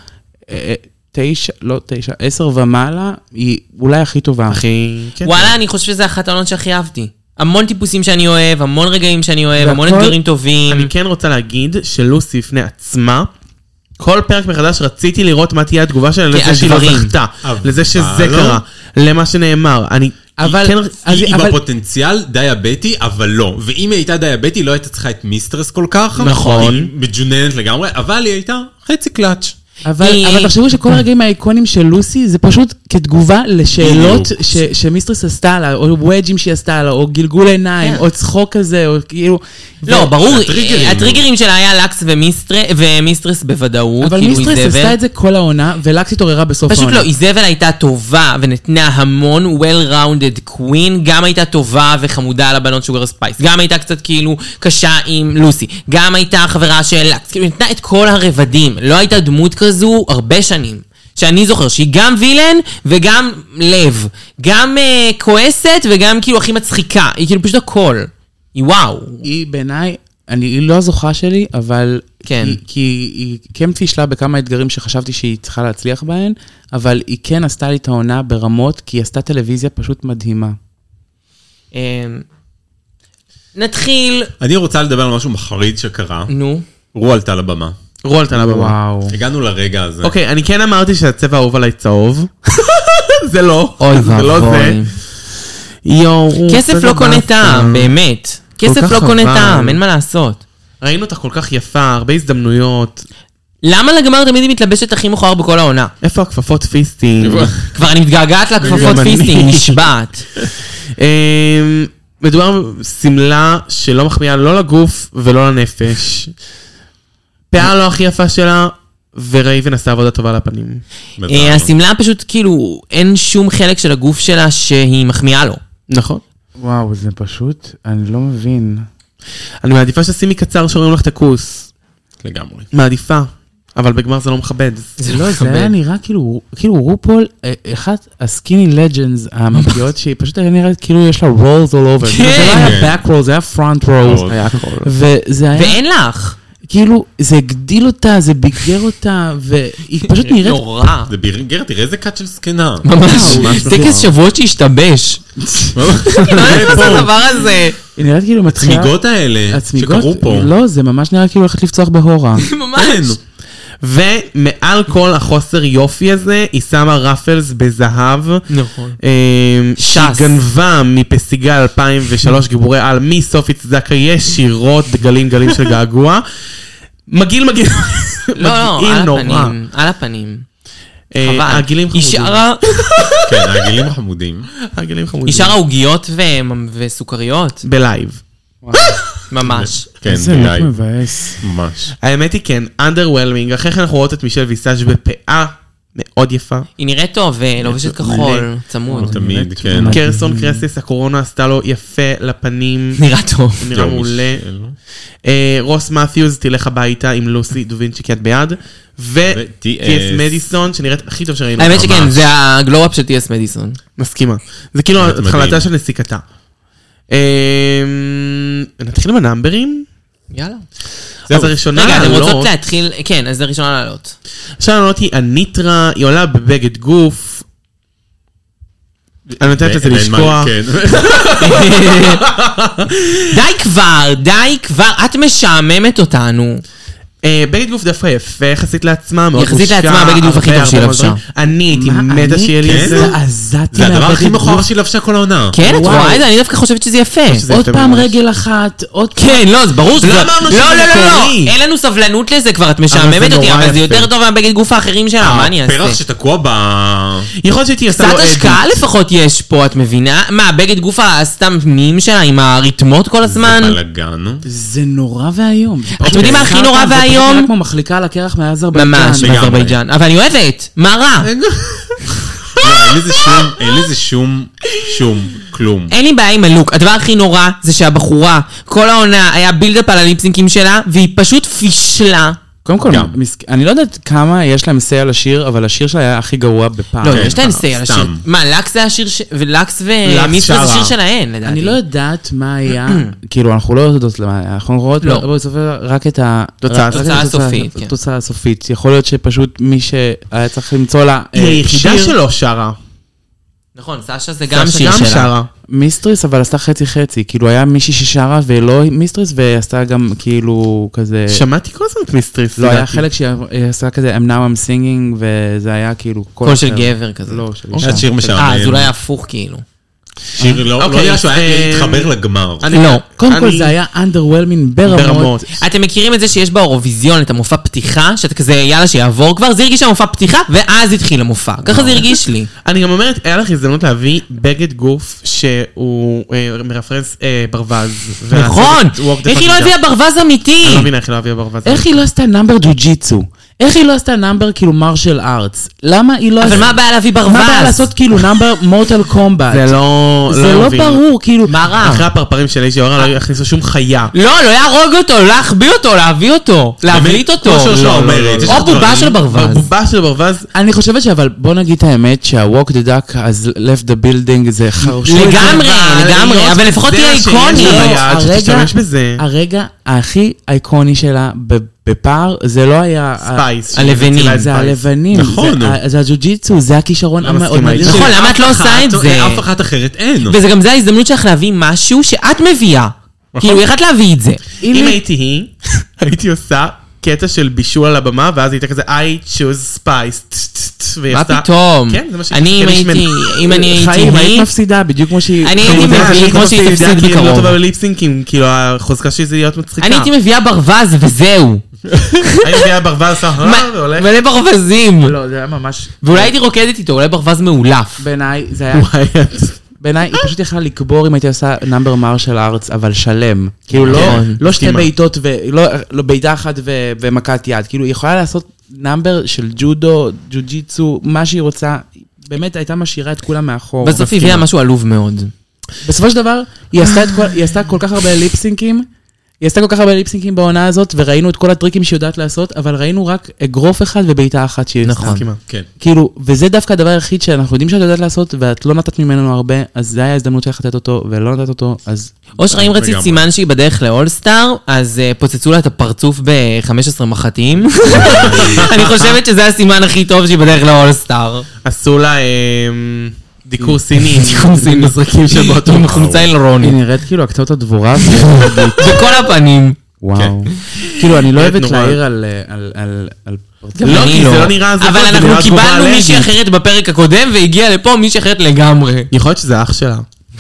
10 ומעלה, היא אולי הכי טובה. וואלה, אני חושב שזה אחת העונות שהכי אהבתי. המון טיפוסים שאני אוהב, המון רגעים שאני אוהב, המון אתגרים טובים. אני כן רוצה להגיד שלוסי לפני עצמה, כל פרק מחדש רציתי לראות מה תהיה התגובה שלה לזה שהיא לא זכתה, לזה שזה קרה, למה שנאמר. היא בפוטנציאל דיאבטי, אבל לא. ואם היא הייתה דיאבטי, לא הייתה צריכה את מיסטרס כל כך. נכון. היא מג'וננת לגמרי, אבל היא הייתה חצי קלאץ'. אבל תחשבו שכל הרגעים האיקונים של לוסי, זה פשוט כתגובה לשאלות שמיסטרס עשתה לה, או וג'ים שהיא עשתה לה, או גלגול עיניים, או צחוק כזה, או כאילו... לא, ברור, הטריגרים שלה היה לקס ומיסטרס בוודאות. אבל מיסטרס עשתה את זה כל העונה, ולקס התעוררה בסוף העונה. פשוט לא, איזבל הייתה טובה, ונתנה המון well-rounded queen, גם הייתה טובה וחמודה על הבנות שוגר ספייס, גם הייתה קצת כאילו קשה עם לוסי, גם הייתה חברה של לקס, כאילו נתנה את כל הרבדים, לא הייתה דמות כזו הרבה שנים. שאני זוכר שהיא גם וילן וגם לב, גם כועסת וגם כאילו הכי מצחיקה, היא כאילו פשוט הכל. היא וואו. היא בעיניי, היא לא הזוכה שלי, אבל כן. כי היא כן פישלה בכמה אתגרים שחשבתי שהיא צריכה להצליח בהן, אבל היא כן עשתה לי את העונה ברמות, כי היא עשתה טלוויזיה פשוט מדהימה. נתחיל. אני רוצה לדבר על משהו מחריד שקרה. נו. רו עלתה לבמה. רולת על הבמה. וואו. הגענו לרגע הזה. אוקיי, אני כן אמרתי שהצבע האהוב עליי צהוב. זה לא. אוי זה לא זה. יואו. כסף לא קונה טעם, באמת. כסף לא קונה טעם, אין מה לעשות. ראינו אותך כל כך יפה, הרבה הזדמנויות. למה לגמר תמיד היא מתלבשת הכי מכוער בכל העונה? איפה הכפפות פיסטינג? כבר אני מתגעגעת לכפפות פיסטינג, נשבעת. מדובר בסמלה שלא מחמיאה לא לגוף ולא לנפש. פאה לא הכי יפה שלה, ורייבן עשה עבודה טובה לפנים. הסמלה פשוט כאילו, אין שום חלק של הגוף שלה שהיא מחמיאה לו. נכון. וואו, זה פשוט, אני לא מבין. אני מעדיפה ששימי קצר שרואים לך את הכוס. לגמרי. מעדיפה, אבל בגמר זה לא מכבד. זה היה נראה כאילו רופול, אחת הסקיני לג'נדס האמיתיות, שהיא פשוט היה נראית כאילו יש לה רולס all over. זה לא היה back rolls, זה היה front rolls. וזה היה... ואין לך. כאילו, זה הגדיל אותה, זה ביגר אותה, והיא פשוט נראית... נורא. זה ביגר, תראה איזה קאט של סקנה. ממש. טקס שבועות שהשתבש. מה זה הדבר הזה? היא נראית כאילו מתחילה... הצמיגות האלה שקרו פה. לא, זה ממש נראה כאילו הולכת לפצוח בהורה. ממש. ומעל כל החוסר יופי הזה, היא שמה רפלס בזהב. נכון. שהיא גנבה מפסטיגל 2003 גיבורי על מסופי צדקה ישירות גלים של געגוע. מגעיל לא, על הפנים. הגילים חמודים. היא שרה... כן, הגילים חמודים. היא שרה עוגיות וסוכריות. בלייב. ממש. כן, זה לא מבאס. ממש. האמת היא כן, underwhelming. אחרי כן אנחנו רואות את מישל ויסאז' בפאה מאוד יפה. היא נראית טוב, לובשת כחול, צמוד. תמיד, כן. קרסון קרסיס, הקורונה עשתה לו יפה לפנים. נראה טוב. נראה מעולה. רוס מת'יוז תלך הביתה עם לוסי דווינצ'י יד ביד. וטי.אס מדיסון, שנראית הכי טוב שראינו. האמת שכן, זה הגלו-אפ של טי.אס מדיסון. מסכימה. זה כאילו התחלתה של נסיקתה. נתחיל עם הנאמברים? יאללה. אז הראשונה רגע, אתם לעלות. רוצות להתחיל, כן, אז הראשונה לעלות. עכשיו לעלות היא הניטרה, היא עולה בבגד גוף. אני נותנת לזה לשקוע. די כבר, את משעממת אותנו. בגד גוף דווקא יפה, יחסית לעצמה, מאוד יחסית לעצמה, בגד גוף הכי טוב שהיא לבשה. אני הייתי מתה שיהיה לי את זה. זה הדבר הכי מכוער שהיא לבשה כל העונה. כן, את רואה את זה? אני דווקא חושבת שזה יפה. עוד פעם רגל אחת, עוד פעם. כן, לא, זה ברור שזה... לא אמרנו שזה מקורי. אין לנו סבלנות לזה כבר, את משעממת אותי, אבל זה יותר טוב מהבגד גוף האחרים שלה, מה אני אעשה? הפרח שתקוע ב... יכול להיות שהייתי עושה לו קצת השקעה לפחות יש פה, את מבינה? מה, בגד גוף הסתם פנים שלה עם הריתמות כל הזמן? זה בלגן. זה נורא והיום. אתם יודעים מה הכי נורא והיום? זה פשוט נראה כמו מחליקה על הקרח מאזרבייג'אן. ממש, מאזרבייג'אן. אבל אני אוהבת, מה רע? אין לזה שום כלום. אין לי בעיה עם הלוק. הדבר הכי נורא זה שהבחורה, כל העונה היה בילדאפ על הליפסינקים שלה, והיא פשוט פישלה. קודם כל, אני לא יודעת כמה יש להם סי על השיר, אבל השיר שלה היה הכי גרוע בפעם. לא, יש להם סי על השיר. מה, לקס זה השיר, ולקס ומיסטר זה השיר שלהן, לדעתי. אני לא יודעת מה היה, כאילו, אנחנו לא יודעות למה היה, אנחנו רואות רק את התוצאה הסופית. התוצאה הסופית. יכול להיות שפשוט מי שהיה צריך למצוא לה... היא היחידה שלו שרה. נכון, סשה זה גם שיר גם שלה. שרה. מיסטריס, אבל עשתה חצי-חצי. כאילו, היה מישהי ששרה ולא מיסטריס, ועשתה גם כאילו כזה... שמעתי כל הזמן את מיסטריס. לא, היה חלק שהיא עשתה כזה, I'm now I'm singing, וזה היה כאילו... קול של גבר כזה. לא, של היה אישה. שיר משעמם. אז אולי הפוך כאילו. שיר לא היה שהוא היה להתחבר לגמר. לא. קודם כל זה היה underwhelming ברמות. אתם מכירים את זה שיש באירוויזיון את המופע פתיחה, שאתה כזה, יאללה שיעבור כבר, זה הרגיש המופע פתיחה, ואז התחיל המופע. ככה זה הרגיש לי. אני גם אומרת, היה לך הזדמנות להביא בגד גוף שהוא מרפרנס ברווז. נכון! איך היא לא הביאה ברווז אמיתי? אני לא מבינה איך היא לא הביאה ברווז. איך היא לא עשתה נאמבר ג'ו-ג'יצו? איך היא לא עשתה נאמבר כאילו מרשל ארטס? למה היא לא עשתה... אבל מה הבעיה להביא ברווז? מה הבעיה לעשות כאילו נאמבר מורטל קומבט? זה לא... זה לא ברור, כאילו... מה רע? אחרי הפרפרים של איז'י אורה לא יכניסו שום חיה. לא יהרוג אותו, לא להחביא אותו, להביא אותו, להבליט אותו. כמו שאושרה אומרת. או בובה של ברווז. בובה של ברווז. אני חושבת אבל בוא נגיד את האמת שה-Walk the Duck has left the building זה חרשו. לגמרי, אבל לפחות תהיה איקוני. שתשתמש בזה. הרגע הכי איקוני שלה בפער, זה לא היה... ספייס. הלבנים. זה הלבנים. נכון. זה הג'ו-ג'יצו, זה הכישרון המאוד מדהים. נכון, למה את לא עושה את זה? אף אחת אחרת אין. וזה גם זה ההזדמנות שלך להביא משהו שאת מביאה. כאילו, יכולת להביא את זה. אם הייתי היא, הייתי עושה קטע של בישול על הבמה, ואז הייתה כזה, I choose spice. מה פתאום? כן, זה מה אם אני הייתי חיים, היית היא... מפסידה, בדיוק כמו שהיא... אני הייתי מביא, כמו שהיא תפסיד כי היא לא בקרוב. טובה בליפסינקים, כאילו החוזקה שלי זה להיות מצחיקה. אני הייתי מביאה ברווז וזהו. אני מביאה ברווז סחר והולך. מלא ברווזים. לא, זה היה ממש... ואולי הייתי רוקדת איתו, אולי ברווז מאולף. בעיניי, זה היה... בעיניי, היא פשוט יכולה לקבור אם הייתי עושה נאמבר מרשל ארץ, אבל שלם. כאילו, לא שתי בעיטות, לא בעיטה אחת ומכת יד. כאילו, היא יכולה לעשות נאמבר של ג'ודו, ג'ו-ג'יצו, מה שהיא רוצה. באמת הייתה משאירה את כולם מאחור. בסוף היא הביאה משהו עלוב מאוד. בסופו של דבר, היא עשתה כל כך הרבה ליפסינקים, בעונה הזאת, וראינו את כל הטריקים שהיא יודעת לעשות, אבל ראינו רק אגרוף אחד ובעיטה אחת שהיא עשתה. נכון. כן. כאילו, וזה דווקא הדבר היחיד שאנחנו יודעים שאת יודעת לעשות, ואת לא נתת ממנו הרבה, אז זה היה הזדמנות שלך לתת אותו, ולא נתת אותו, אז... או שראים רצית סימן שהיא בדרך לאולסטאר, אז פוצצו לה את הפרצוף ב-15 מחטים. אני חושבת שזה הסימן הכי טוב שהיא בדרך לאולסטאר. עשו לה דיקור סיני. דיקור סיני. מזרקים של באותו עם חומצה אלרוני. היא נראית כאילו הקצות הדבורה. בכל הפנים. וואו. כאילו, אני לא אוהבת להעיר על... לא, כי זה לא נראה... אבל אנחנו קיבלנו מישהי אחרת בפרק הקודם, והגיע לפה מישהי אחרת לגמרי. יכול להיות שזה אח שלה.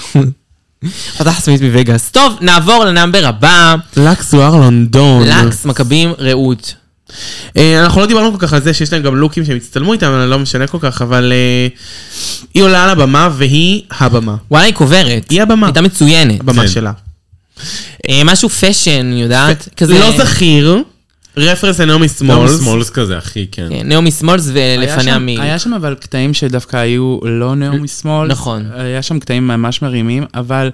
פתח סמית מווגאס. טוב, נעבור לנאמבר הבא. לקס זוהר לונדון. לקס, מכבים, רעות. אנחנו לא דיברנו כל כך על זה שיש להם גם לוקים שהם הצטלמו איתם, אני לא משנה כל כך, אבל היא עולה על הבמה והיא הבמה. וואלה, היא קוברת. היא הבמה. הייתה מצוינת. הבמה שלה. משהו פשן, יודעת? לא זכיר, רפרנס לנעמי סמולס. נעמי סמולס כזה, אחי, כן. נעמי סמולס ולפניה מי... היה שם אבל קטעים שדווקא היו לא נעמי סמולס. נכון. היה שם קטעים ממש מרימים, אבל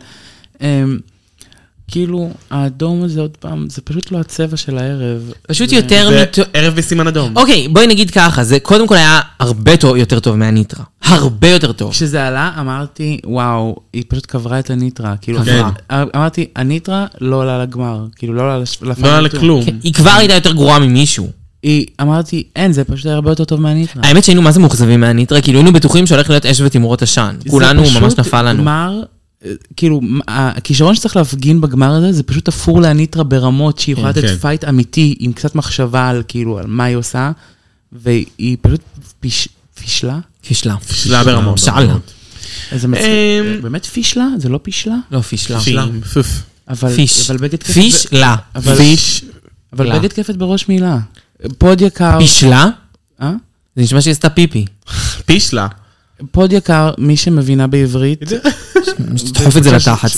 כאילו, האדום הזה עוד פעם, זה פשוט לא הצבע של הערב. פשוט יותר... זה ערב בסימן אדום. אוקיי, בואי נגיד ככה, זה קודם כל היה הרבה יותר טוב מהניטרה. הרבה יותר טוב. כשזה עלה, אמרתי, וואו, היא פשוט קברה את הניטרה. כאילו, אמרתי, הניטרה לא עולה לגמר. כאילו, לא עולה לא עולה לכלום. היא כבר הייתה יותר גרועה ממישהו. אמרתי, אין, זה פשוט היה הרבה יותר טוב מהניטרה. האמת שהיינו מה זה מאוכזבים מהניטרה, כאילו היינו בטוחים שהולך להיות אש ותמרות עשן. כולנו ממש נפל לנו. כאילו, הכישרון שצריך להפגין בגמר הזה, זה פשוט אפור להניטרה ברמות שהיא יכולה לתת פייט אמיתי, עם קצת מחשבה על כאילו, על מה היא עושה, והיא פשוט פישלה. פישלה ברמות. שאלה. זה באמת פישלה? זה לא פישלה? לא, פישלה. אבל בגד כפת... פישלה. אבל בגד כפת בראש מילה. פוד יקר... פישלה? זה נשמע שהיא עשתה פיפי. פישלה. פוד יקר, מי שמבינה בעברית... שתחוף את זה לתחת.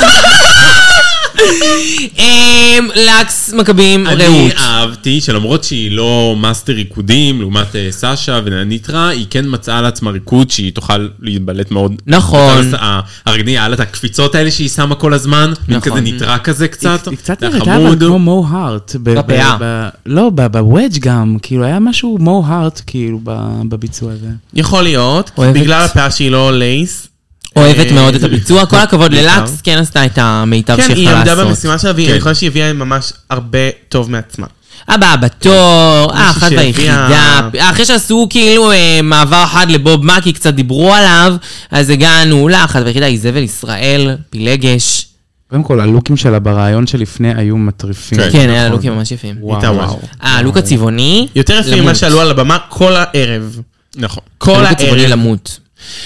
לקס, מכבים, רעות. אני אהבתי שלמרות שהיא לא מאסטר ריקודים, לעומת סשה וניטרה, היא כן מצאה לעצמה ריקוד שהיא תוכל להתבלט מאוד. נכון. הרקדנית, היה לה את הקפיצות האלה שהיא שמה כל הזמן, מין כזה ניטרה כזה קצת. היא קצת נראתה כמו מו הארט. בפאה. לא, בוודג' גם, כאילו היה משהו מו הארט, כאילו, בביצוע הזה. יכול להיות, בגלל הפאה שהיא לא לייס. אוהבת מאוד את הביצוע, כל הכבוד ללקס, כן עשתה את המיטב כן, שיכולה היא לעשות. עמדה במשימה שלה, ואני חושב שהיא הביאה ממש הרבה טוב מעצמה. הבאה בתור, האחת והיחידה, אחרי שעשו כאילו מעבר אחד לבוב מקי, קצת דיברו עליו, אז הגענו לאחת והיחידה, איזבל ישראל, פילגש. קודם כל, הלוקים שלה ברעיון שלפני היו מטריפים. כן, היה לוקים ממש יפים. וואו. הלוק הצבעוני, יותר יפים ממה שעלו על הבמה כל הערב. נכון. כל הלוק הצבעוני הערב. למות.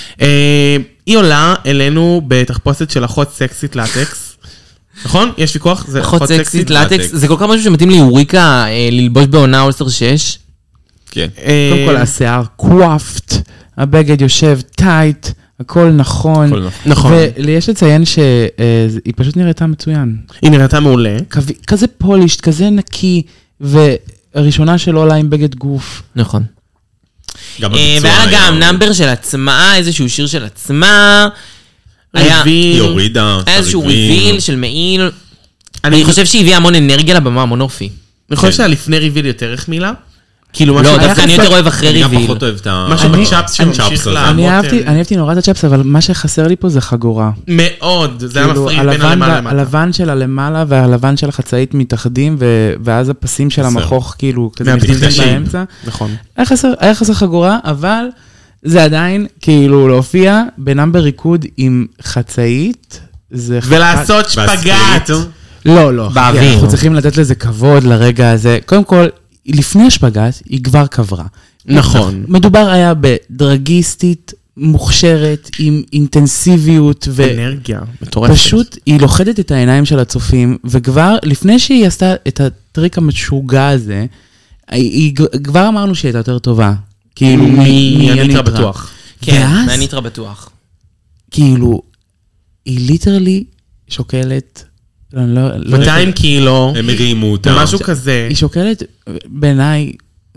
היא עולה אלינו בתחפושת של אחות סקסית לטקס. נכון? יש ויכוח? זה אחות סקסית לטקס, זה כל כך משהו שמתאים ליוריקה ללבוש בעונה אולסטר 6. כן. קודם כל, השיער קוואפט, הבגד יושב טייט, הכל נכון. נכון. ויש לציין שהיא פשוט נראתה מצוין. היא נראתה מעולה. כזה פולישט, כזה נקי, והראשונה שלא עולה עם בגד גוף. נכון. גם הביצוע והיה היה... גם נאמבר של עצמה, איזשהו שיר של עצמה. היא הורידה. היה איזשהו ריביל של מעיל. אני חושב שהיא הביאה המון אנרגיה לבמה, המון אורפי. אני חושב שהלפני ריביל יותר החמילה. כאילו לא, דווקא אני יותר אוהב אחרי אני גם ריביל. פחות אוהב את ה... משהו בצ'אפס שממשיך הזה. לעמוד. אני אהבתי נורא את הצ'אפס, אבל מה שחסר לי פה זה חגורה. מאוד. זה היה כאילו, מפריד בין הלמעלה למטה. הלבן של הלמעלה והלבן של החצאית מתאחדים, ואז הפסים של המכוך כאילו כזה מהבדיחים. מתאחדים באמצע. נכון. היה חסר חגורה, אבל זה עדיין כאילו להופיע בנאמבר ריקוד עם חצאית. ולעשות שפגאט. לא. באוויר. אנחנו צריכים לתת לזה כבוד לרגע הזה. קודם כל, לפני השפגאט, היא כבר קברה. נכון. מדובר היה בדרגיסטית, מוכשרת, עם אינטנסיביות, אנרגיה מטורפת. פשוט היא לוחדת את העיניים של הצופים, וכבר לפני שהיא עשתה את הטריק המשוגע הזה, היא כבר אמרנו שהיא הייתה יותר טובה. כאילו, מהניטרה בטוח. כן, מהניטרה בטוח. כאילו, היא ליטרלי שוקלת... 200 קילו. הם הרימו אותה. משהו כזה. היא שוקלת, בעיניי,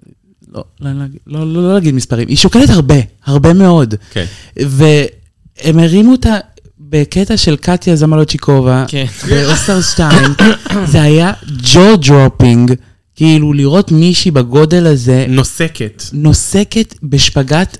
לא להגיד מספרים, היא שוקלת הרבה מאוד. כן. והם הרימו אותה בקטע של קטיה זמלוצ'יקובה, באוסטר 2, זה היה ג'ו דרופינג, כאילו לראות מישהי בגודל הזה, נוסקת בשפגת,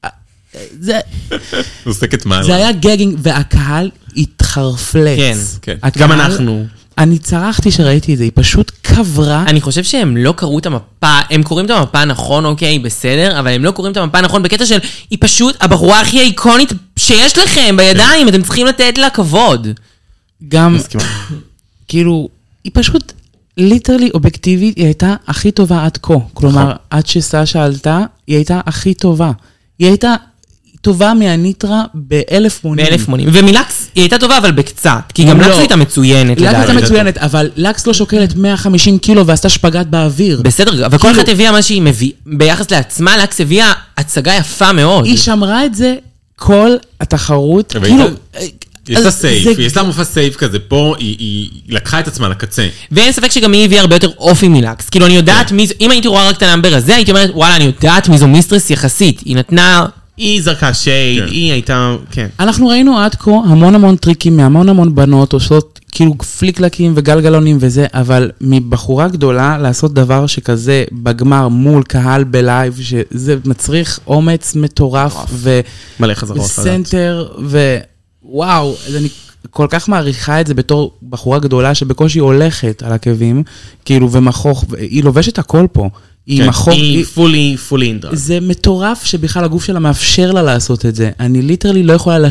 נוסקת מעלה. זה היה גגינג, והקהל התחרפלץ. כן. גם אנחנו. אני צרחתי שראיתי את זה, היא פשוט קברה. אני חושב שהם לא קראו את המפה, הם קוראים את המפה נכון, אוקיי, בסדר, אבל הם לא קוראים את המפה נכון בקטע של, היא פשוט הבחורה הכי איקונית שיש לכם בידיים, אתם צריכים לתת לה כבוד. גם, כאילו, היא פשוט ליטרלי אובייקטיבית, היא הייתה הכי טובה עד כה. כלומר, עד שסשה עלתה, היא הייתה הכי טובה. היא הייתה טובה מהניטרה ב-1000 מונים. ב-1000 מונים. ומלקס היא הייתה טובה, אבל בקצת. כי גם לקס הייתה מצוינת. לקס הייתה מצוינת, אבל לקס לא שוקלת 150 קילו ועשתה שפגת באוויר. בסדר, אבל כל אחת הביאה מה שהיא מביאה. ביחס לעצמה, לקס הביאה הצגה יפה מאוד. היא שמרה את זה כל התחרות. כאילו... יש לה סייף, יש לה מופע סייף כזה, פה היא לקחה את עצמה לקצה. ואין ספק שגם היא הביאה הרבה יותר אופי מלקס. כאילו אני יודעת מי זו, אם הייתי רואה רק את הנאמבר הזה, הייתי אומרת, וואלה, אני יודעת מי זו מיסטרס יחסית. היא נתנה... היא זרקה שייד, היא הייתה, כן. אנחנו ראינו עד כה המון טריקים מהמון בנות, עושות כאילו פליקלקים וגלגלונים וזה, אבל מבחורה גדולה לעשות דבר שכזה בגמר מול קהל בלייב, שזה מצריך אומץ מטורף מלא חזרות. וסנטר, ווואו, אני כל כך מעריכה את זה בתור בחורה גדולה שבקושי הולכת על עקבים, כאילו ומחוך, היא לובשת הכל פה. היא fully אינדרה. זה מטורף שבכלל הגוף שלה מאפשר לה לעשות את זה. אני ליטרלי לא יכולה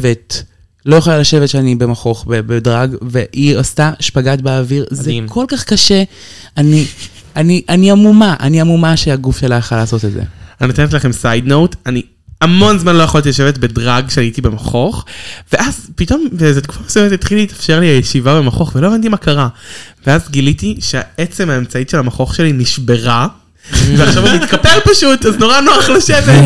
לשבת שאני במחוך, בדרג, והיא עשתה שפגת באוויר. זה כל כך קשה. אני עמומה שהגוף שלה יכולה לעשות את זה. אני נותנת לכם סייד נוט, אני המון זמן לא יכולתי לשבת בדרג שהייתי במחוך, ואז פתאום באיזו תקופה מסוימת התחיל להתאפשר לי הישיבה במחוך, ולא הבנתי מה קרה. ואז גיליתי שהעצם האמצעית של המחוך שלי נשברה, ועכשיו הוא מתקפל פשוט, אז נורא נוח לשבת.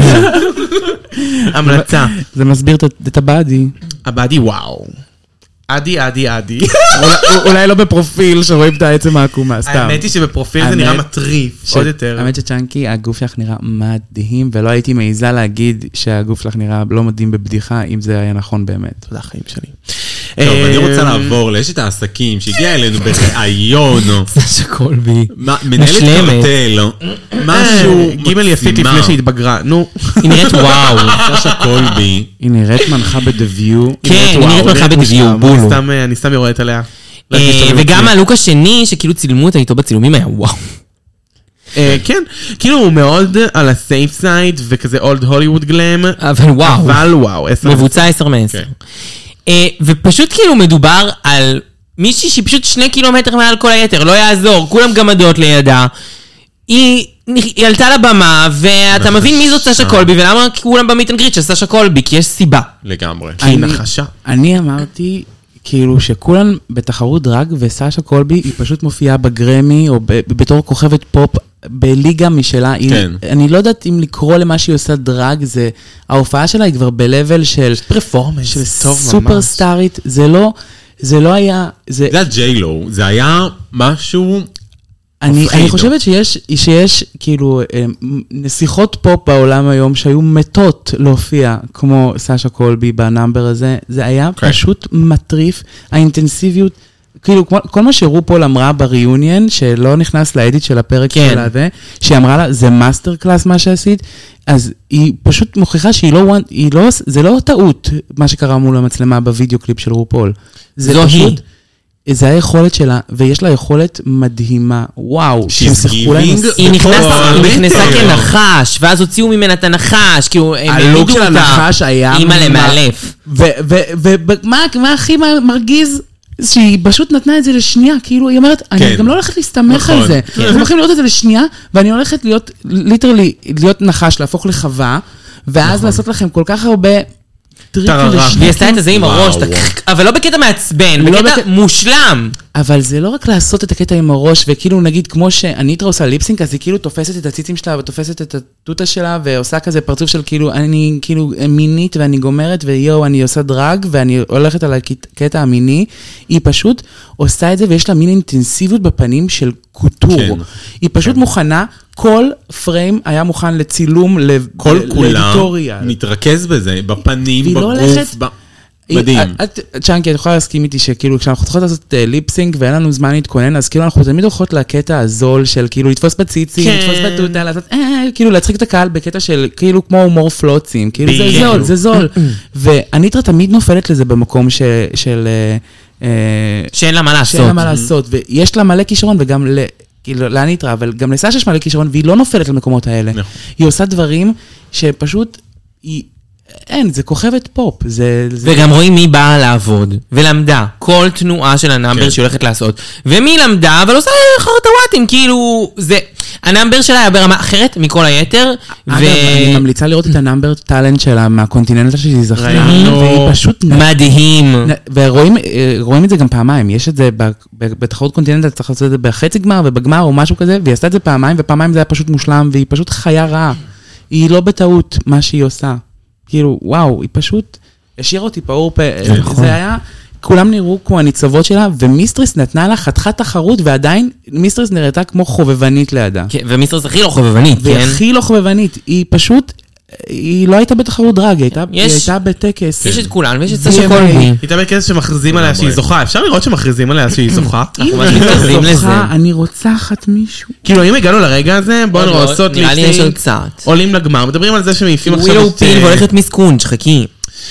המלצה. זה מסביר את הבאדי. הבאדי וואו. עדי. אולי לא בפרופיל שרואים את העצם העקומה, סתם. האמת היא שבפרופיל זה נראה מטריף, עוד יותר. האמת שצ'אנקי, הגוף שלך נראה מדהים, ולא הייתי מעיזה להגיד שהגוף שלך נראה לא מדהים בבדיחה, אם זה היה נכון באמת. תודה החיים שלי. טוב, אני רוצה לעבור לאשת העסקים שהגיעה אלינו ברעיון. סשה קולבי. מנהלת קרטל. משהו גימל יפית לפני שהתבגרה. נו. היא נראית וואו. סשה קולבי. היא נראית מנחה בדביו. כן, היא נראית מנחה בדביו. בולו. אני סתם יורדת עליה. וגם הלוק השני, שכאילו צילמו אותה איתו בצילומים, היה וואו. כן, כאילו הוא מאוד על הסייף סייד, וכזה אולד הוליווד גלם. אבל וואו. אבל וואו, 10. מבוצע 10 מ-10. ופשוט כאילו מדובר על מישהי שהיא פשוט 2 קילומטר מעל כל היתר, לא יעזור, כולם גמדות לידה. היא עלתה לבמה, ואתה מבין מי זאת סשה קולבי, ולמה כולם במיט אנד גריט של סשה קולבי, כי יש סיבה. לגמרי. כי היא נחשה. אני אמרתי, כאילו שכולן בתחרות דרג, וסשה קולבי היא פשוט מופיעה בגרמי, או בתור כוכבת פופ, בליגה משלה. אני לא יודעת אם לקרוא למה שהיא עושה דרג, ההופעה שלה היא כבר בלבל של פרפורמנס, של סופר סטארית, זה לא היה... זה ג'יילו, זה היה משהו... אני חושבת שיש כאילו נסיכות פופ בעולם היום שהיו מתות להופיע כמו סשה קולבי בנאמבר הזה, זה היה פשוט מטריף, האינטנסיביות, כאילו כל מה שרופול אמרה בריאוניון, שלא נכנס לאדיט של הפרק שלה, שהיא אמרה לה, זה מאסטר קלאס מה שעשית, אז היא פשוט מוכיחה זה לא טעות מה שקרה מול המצלמה בווידאו קליפ של רופול, זה פשוט... זה היכולת שלה, ויש לה יכולת מדהימה, וואו. היא נכנסה כנחש, ואז הוציאו ממנה את הנחש, כי הם הלוק של הנחש היה... אימא למאלף. ומה הכי מרגיז? שהיא פשוט נתנה את זה לשנייה, כאילו היא אומרת, אני גם לא הולכת להסתמך על זה. אתם הולכים לראות את זה לשנייה, ואני הולכת להיות, ליטרלי, להיות נחש, להפוך לחווה, ואז לעשות לכם כל כך הרבה... והיא עשתה את זה עם הראש, אבל לא בקטע מעצבן, בקטע מושלם. אבל זה לא רק לעשות את הקטע עם הראש, וכאילו נגיד כמו שהניטרה עושה ליפסינק, אז היא כאילו תופסת את הציצים שלה, ותופסת את הטוטה שלה, ועושה כזה פרצוף של כאילו, אני כאילו מינית ואני גומרת, ויו, אני עושה דרג, ואני הולכת על הקטע המיני, היא פשוט עושה את זה, ויש לה מין אינטנסיביות בפנים של קוטור. היא פשוט מוכנה, כל פריים היה מוכן לצילום לאדיטוריה. מתרכז בזה, בפנים, בגוף, מדהים. צ'אנקי, את יכולה להסכים איתי שכאילו, כשאנחנו צריכות לעשות ליפסינג ואין לנו זמן להתכונן, אז כאילו אנחנו תמיד הולכות לקטע הזול של כאילו לתפוס בציצים, לתפוס בטוטה, לעשות, כאילו להצחיק את הקהל בקטע של כאילו כמו הומור פלוצים, כאילו זה זול, זה זול. והניטרה תמיד נופלת לזה במקום של... שאין לה מה לעשות. שאין לה מה לעשות, ויש לה מלא כישרון וגם כאילו, לאניטרה, אבל גם לסשה יש מלא כישרון, והיא לא נופלת למקומות האלה. היא עושה דברים שפשוט, אין, זה כוכבת פופ. וגם רואים מי באה לעבוד, ולמדה כל תנועה של הנאמבר שהיא הולכת לעשות. ומי למדה, אבל עושה חרטוואטים, כאילו, זה... הנאמבר שלה היה ברמה אחרת מכל היתר. אגב, אני ממליצה לראות את הנאמבר טלנט שלה, מהקונטיננטה שהיא זכתה, והיא פשוט... מדהים. ורואים את זה גם פעמיים, יש את זה בתחרות קונטיננטה, צריך לעשות את זה בחצי גמר ובגמר או משהו כזה, והיא עשתה את זה פעמיים, ופעמיים זה היה פשוט מושלם, והיא פשוט חיה רעה. היא לא בטעות מה שהיא עושה. כאילו, וואו, היא פשוט השאירה אותי פעור פה. זה היה... כולם נראו כמו הניצבות שלה, ומיסטרס נתנה לה חתיכת תחרות, ועדיין מיסטרס נראתה כמו חובבנית לידה. כן, ומיסטרס הכי לא חובבנית, כן? והכי לא חובבנית. היא פשוט, היא לא הייתה בתחרות דרג, היא הייתה בטקס. יש את כולן, ויש את סשה קולבי. היא הייתה בכנס שמכריזים עליה שהיא זוכה. אפשר לראות שמכריזים עליה שהיא זוכה? אנחנו מתכריזים לזה. אני רוצחת מישהו. כאילו, אם הגענו לרגע הזה, בואו נראות נראה לי יש עוד קצת. עולים לגמר, מדברים על זה שמעיפים עכשיו ווילו פיל והולכת מיסקונג' חכי.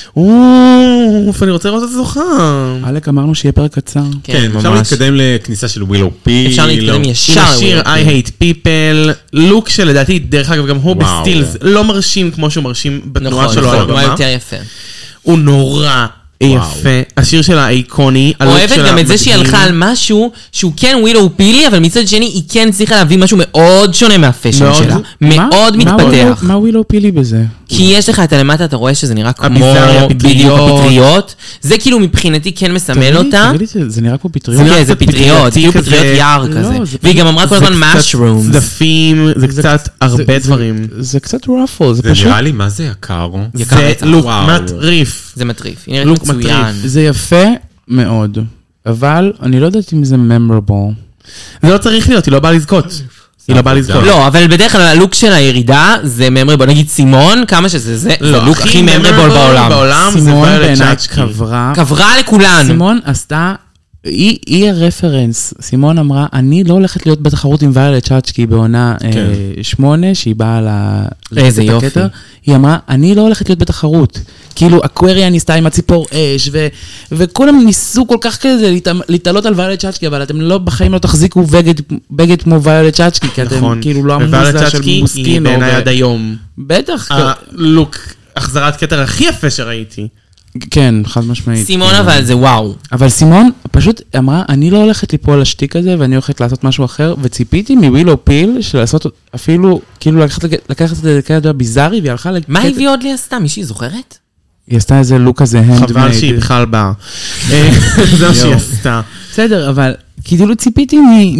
אני רוצה לראות את הזוכה. אלק, אמרנו שיהיה פרק קצר. כן, אפשר להתקדם לכניסה של ווילו פיל. אפשר להתקדם ישר. השיר I hate people, לוק שלדעתי, דרך אגב, גם הוא בסטילס, לא מרשים כמו שהוא מרשים בתנועה שלו על הבמה. הוא יותר יפה. הוא נורא יפה. השיר שלה איקוני. אוהבת גם את זה שהיא הלכה על משהו שהוא כן ווילו פילי, אבל מצד שני היא כן צריכה להביא משהו מאוד שונה מהפשן שלה. מאוד מתפתח. מה ווילו פילי בזה? כי יש לך את הלמטה, אתה רואה שזה נראה כמו בדיוק הפטריות. זה כאילו מבחינתי כן מסמל אותה. תגידי, זה נראה כמו פטריות. כן, זה פטריות, כאילו פטריות יער כזה. והיא גם אמרה כל הזמן משרומס. צדפים, זה קצת הרבה דברים. זה קצת רופל, זה זה פשוט... נראה לי, מה זה יקר? זה לוק מטריף. זה מטריף. היא נראית מצוין. זה יפה מאוד, אבל אני לא יודעת אם זה memorable. זה לא צריך להיות, היא לא באה לזכות. היא לא באה לזכות. לא, אבל בדרך כלל הלוק של הירידה זה ממרבול. נגיד סימון, כמה שזה זה הלוק הכי ממרבול בעולם. סימון בעיניי קברה לכולן. סימון עשתה היא הרפרנס. סימון אמרה, אני לא הולכת להיות בתחרות עם ויולט צ'אצ'קי בעונה 8, שהיא באה איזה יופי. היא אמרה, אני לא הולכת להיות בתחרות. כאילו, אקווריה ניסתה עם הציפור אש, וכולם ניסו כל כך כזה להתעלות על ויולט צ'אצ'קי, אבל אתם לא, בחיים לא תחזיקו בגד כמו ויולט צ'אצ'קי, כי אתם כאילו לא המוזה של מוסקינו. היא בעיניי עד היום. בטח. הלוק, החזרת כתר הכי יפה שראיתי. כן, חד משמעית. סימון אבל זה וואו. אבל סימון פשוט אמרה, אני לא הולכת ליפול לשטיק הזה, ואני הולכת לעשות משהו אחר, וציפיתי מווילו פיל, של לעשות אפילו, כאילו לקחת את זה לקטע ביזארי, והיא הלכה מה הביא עוד לי עשתה? מישהי זוכרת? היא עשתה איזה לוק הזה, הנדמייד. חבל שהיא בכלל באה. זה מה שהיא עשתה. בסדר, אבל כאילו ציפיתי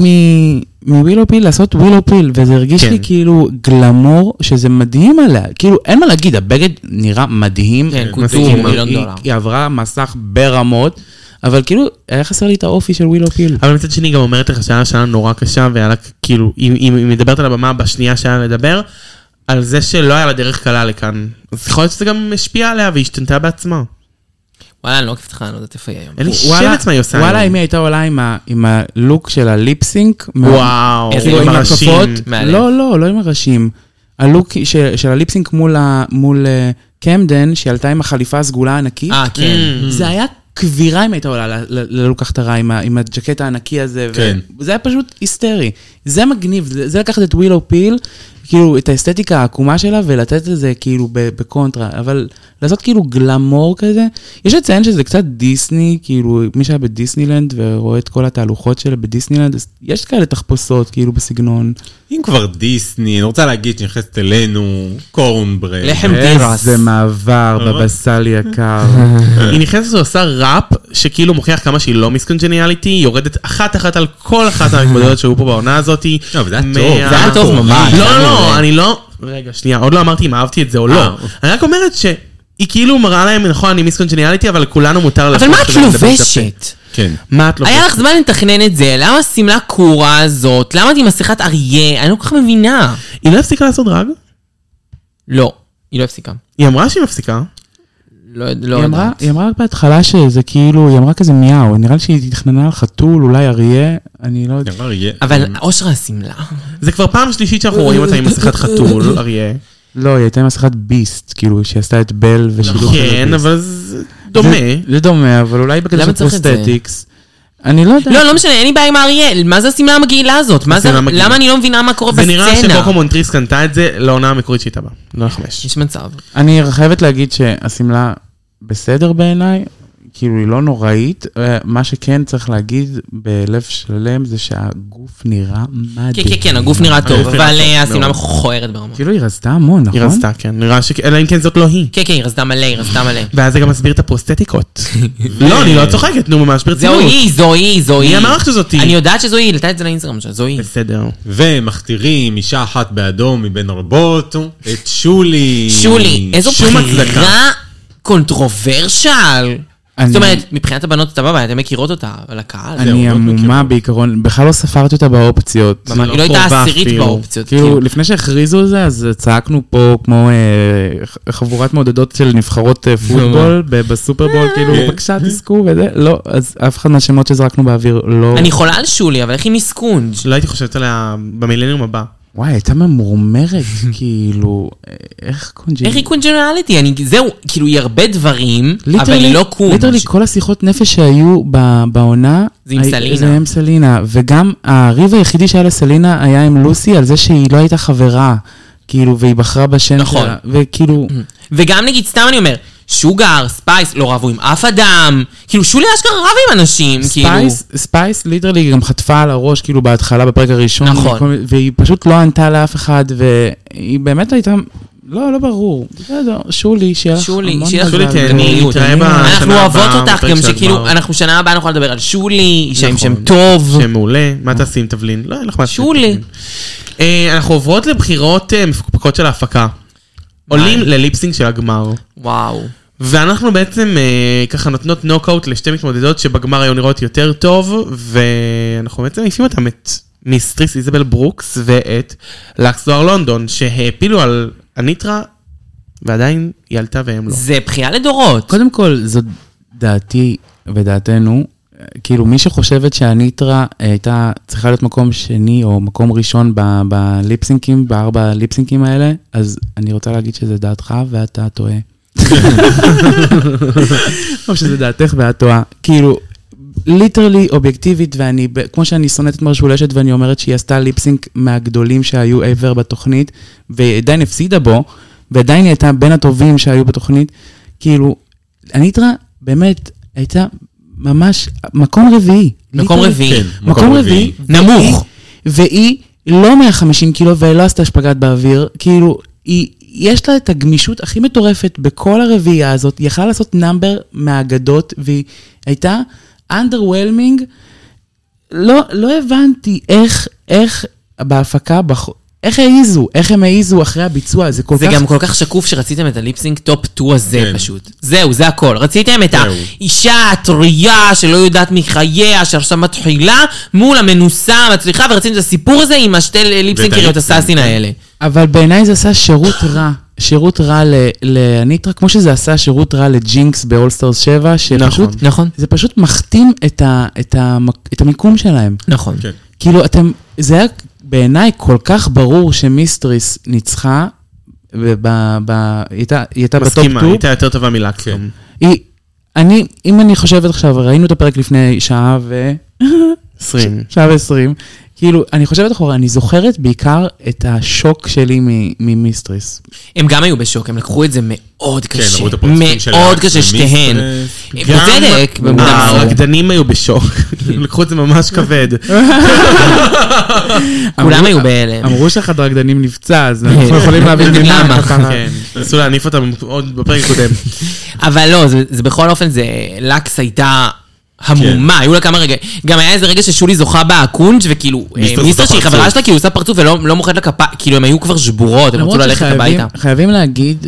מווילו פיל לעשות ווילו פיל, וזה הרגיש לי כאילו גלמור, שזה מדהים עליה. כאילו, אין מה להגיד, הבגד נראה מדהים. כן, קוטור, $1,000,000. היא עברה מסך ברמות, אבל כאילו, היה חסר לי את האופי של ווילו פיל. אבל מצד שני גם אומרת לך שהיה שנה נורא קשה, והיה לה כאילו, היא מדברת על הבמה בשנייה שהיה לדבר, על זה שלא היה לה דרך קלה לכאן. אז יכול להיות שזה גם משפיע עליה, והיא השתנתה בעצמה. וואלה, אני לא עוקבת לך, אני לא יודעת איפה היא היום. אין לי שמץ מה היא עושה היום. וואלה, אם היא הייתה עולה עם הלוק של הליפסינק, וואו, כאילו עם הכפות, מעלה. לא עם הראשים. הלוק של הליפסינק מול קמדן, שהיא עלתה עם החליפה הסגולה הענקית. כן. זה היה קבירה אם הייתה עולה ללוק החתרה עם הג'קט הענקי הזה. זה היה פשוט היסטרי. זה מגניב, זה לקחת את ווילו פיל, כאילו את האסתטיקה העקומה שלה, ולתת את זה כאילו בקונטרה, אבל לעשות כאילו גלמור כזה, יש לציין שזה קצת דיסני, כאילו מי שהיה בדיסנילנד ורואה את כל התהלוכות שלה בדיסנילנד, יש כאלה תחפושות כאילו בסגנון. אם כבר דיסני, אני רוצה להגיד שנכנסת אלינו קורנברד. לחם תירס. זה מעבר בבסל יקר. היא נכנסת ועושה ראפ, שכאילו מוכיח כמה שהיא לא מיסקונג'ניאליטי, היא יורדת אחת על כל אחת מהמתמודדות שהיו פה בעונה הזאת. לא, אבל זה היה טוב. זה היה טוב ממש. לא, אני לא... רגע, שנייה, עוד לא אמרתי אם אהבתי את זה או לא. אני רק אומרת שהיא כאילו מראה להם, נכון, אני מיסקונג'ניאליטי, אבל לכולנו מותר... אבל מה את לובשת? כן. מה את לובשת? היה לך זמן לתכנן את זה, למה הסמלה קורה הזאת? למה את עם מסכת אריה? אני לא כל כך מבינה. היא לא הפסיקה לעשות דרג? לא, היא לא הפסיקה. היא אמרה שהיא מפסיקה. לא יודעת. היא אמרה רק בהתחלה שזה כאילו, היא אמרה כזה מיהו, נראה לי שהיא תכננה על חתול, אולי אריה, אני לא יודע. אבל אושרה הסמלה. זה כבר פעם שלישית שאנחנו רואים אותה עם מסכת חתול, אריה. לא, היא הייתה עם מסכת ביסט, כאילו, שהיא עשתה את בל ושילוב. כן, אבל זה דומה. זה דומה, אבל אולי בגלל של פרוסטטיקס. אני לא יודע. לא משנה, אין לי בעיה עם האריאל. מה זה הסמלה המגעילה הזאת? למה אני לא מבינה מה קורה בסצנה? זה נראה שקוקו מונטריס קנתה את זה לעונה המקורית שהייתה בה. לא 5. יש מצב. אני חייבת להגיד שהסמלה בסדר בעיניי, כאילו היא לא נוראית, מה שכן צריך להגיד בלב שלם זה שהגוף נראה מדהים. כן, הגוף נראה טוב, אבל הסמלה מכוערת ברמה. כאילו היא רזתה המון, נכון? היא רזתה, כן. נראה אלא אם כן זאת לא היא. כן, היא רזתה מלא. ואז זה גם מסביר את הפרוסטטיקות. לא, אני לא צוחקת, נו, ממש ברצינות. זוהי. מי אמר לך שזאת היא? אני יודעת שזוהי, היא העלתה את זה לאינסטגרם שלה, זוהי. בסדר. ומכתירים אישה אחת באדום מבין רבות, את שולי. איזו בחירה קונטרוברשל. זאת אומרת, מבחינת הבנות אתה בא, אתם מכירות אותה, אבל הקהל... אני עמומה בעיקרון, בכלל לא ספרתי אותה באופציות. היא לא הייתה עשירית באופציות. כאילו, לפני שהכריזו על זה, אז צעקנו פה כמו חבורת מעודדות של נבחרות פוטבול, בסופרבול, כאילו, בבקשה, תזכו וזה. לא, אז אף אחד מהשמות שזרקנו באוויר לא... אני חולה על שולי, אבל איך היא מסקונג'? לא הייתי חושבת עליה במילניום הבא. וואי, הייתה ממורמרת, כאילו, איך קונג'נליטי? איך היא קונג'נליטי? זהו, כאילו, היא הרבה דברים, אבל היא לא קונג'. ליטרלי, כל השיחות נפש שהיו בעונה, זה עם סלינה. זה עם סלינה, וגם הריב היחידי שהיה לסלינה היה עם לוסי, על זה שהיא לא הייתה חברה, כאילו, והיא בחרה בשם שלה, וכאילו... וגם נגיד, סתם אני אומר, שוגר, ספייס, לא רבו עם אף אדם, כאילו שולי אשכרה רב עם אנשים, כאילו. ספייס ליטרלי גם חטפה על הראש, כאילו בהתחלה בפרק הראשון. נכון. והיא פשוט לא ענתה לאף אחד, והיא באמת הייתה, לא ברור. שולי, שיהיה לך המון מזל. שולי, נתראה בשנה אנחנו אוהבות אותך, גם שכאילו, אנחנו שנה הבאה נוכל לדבר על שולי, אישה עם שם טוב. שם מעולה, מה תעשי עם תבלין? לא, אין לך מה. שולי. אנחנו עוברות לבחירות מפוקפקות של ההפקה. עולים לליפסינג של הגמר. וואו. ואנחנו בעצם ככה נותנות נוקאוט לשתי מתמודדות שבגמר היו נראות יותר טוב, ואנחנו בעצם מעיפים אותם את מיסטריס איזבל ברוקס ואת לקסדואר לונדון, שהפילו על הניטרה, ועדיין היא עלתה והם לא. זה בחייה לדורות. קודם כל, זו דעתי ודעתנו, כאילו, מי שחושבת שהניטרה הייתה צריכה להיות מקום שני או מקום ראשון בליפסינקים, בארבע ליפסינקים האלה, אז אני רוצה להגיד שזה דעתך ואתה טועה. או שזה דעתך ואת טועה. כאילו, ליטרלי אובייקטיבית, ואני, כמו שאני שונאת את מרשולשת, ואני אומרת שהיא עשתה ליפסינק מהגדולים שהיו ever בתוכנית, ועדיין הפסידה בו, ועדיין היא הייתה בין הטובים שהיו בתוכנית, כאילו, הניטרה באמת הייתה ממש מקום רביעי. מקום רביעי. מקום רביעי. נמוך. והיא לא 150 קילו, והיא לא עשתה שפגת באוויר, כאילו, יש לה את הגמישות הכי מטורפת בכל הרביעייה הזאת, היא יכלה לעשות נאמבר מהאגדות, והיא הייתה underwhelming, לא הבנתי איך בהפקה, איך הם העיזו אחרי הביצוע, זה כל כך... זה גם כל כך שקוף שרציתם את הליפסינג טופ 2 הזה פשוט. זהו, זה הכל. רציתם את האישה הטריה שלא יודעת מחייה, שעכשיו מתחילה מול המנוסה המצליחה, ורציתם את הסיפור הזה עם השתי ליפסינגריות הסאסין האלה. אבל בעיניי זה עשה שירות רע לניטרה, כמו שזה עשה שירות רע לג'ינקס באולסטרס 7, שפשוט, זה פשוט מכתים את המיקום שלהם. נכון. כאילו, זה היה בעיניי כל כך ברור שמיסטריס ניצחה, היא הייתה בטופ 2. מסכימה, הייתה יותר טובה מלקסום. אם אני חושבת עכשיו, ראינו את הפרק לפני שעה 20. כאילו, אני חושבת אחורה, אני זוכרת בעיקר את השוק שלי ממיסטריס. הם גם היו בשוק, הם לקחו את זה מאוד קשה. מאוד קשה שתיהן. בצדק. הרקדנים היו בשוק. לקחו את זה ממש כבד. כולם היו בהלם. אמרו שהחדרקדנים נפצע, אז אנחנו יכולים להבין למה. ניסו להניף אותם עוד בפרק קודם. אבל לא, זה בכל אופן, לקס הייתה... המומה, היו לה כמה רגע, גם היה איזה רגע ששולי זוכה באקונג' וכאילו, מיסטר שהיא חברה שלה, כאילו עושה פרצוף ולא מוחד לכפה, כאילו הם היו כבר שבורות, הם רצו ללכת הביתה. חייבים להגיד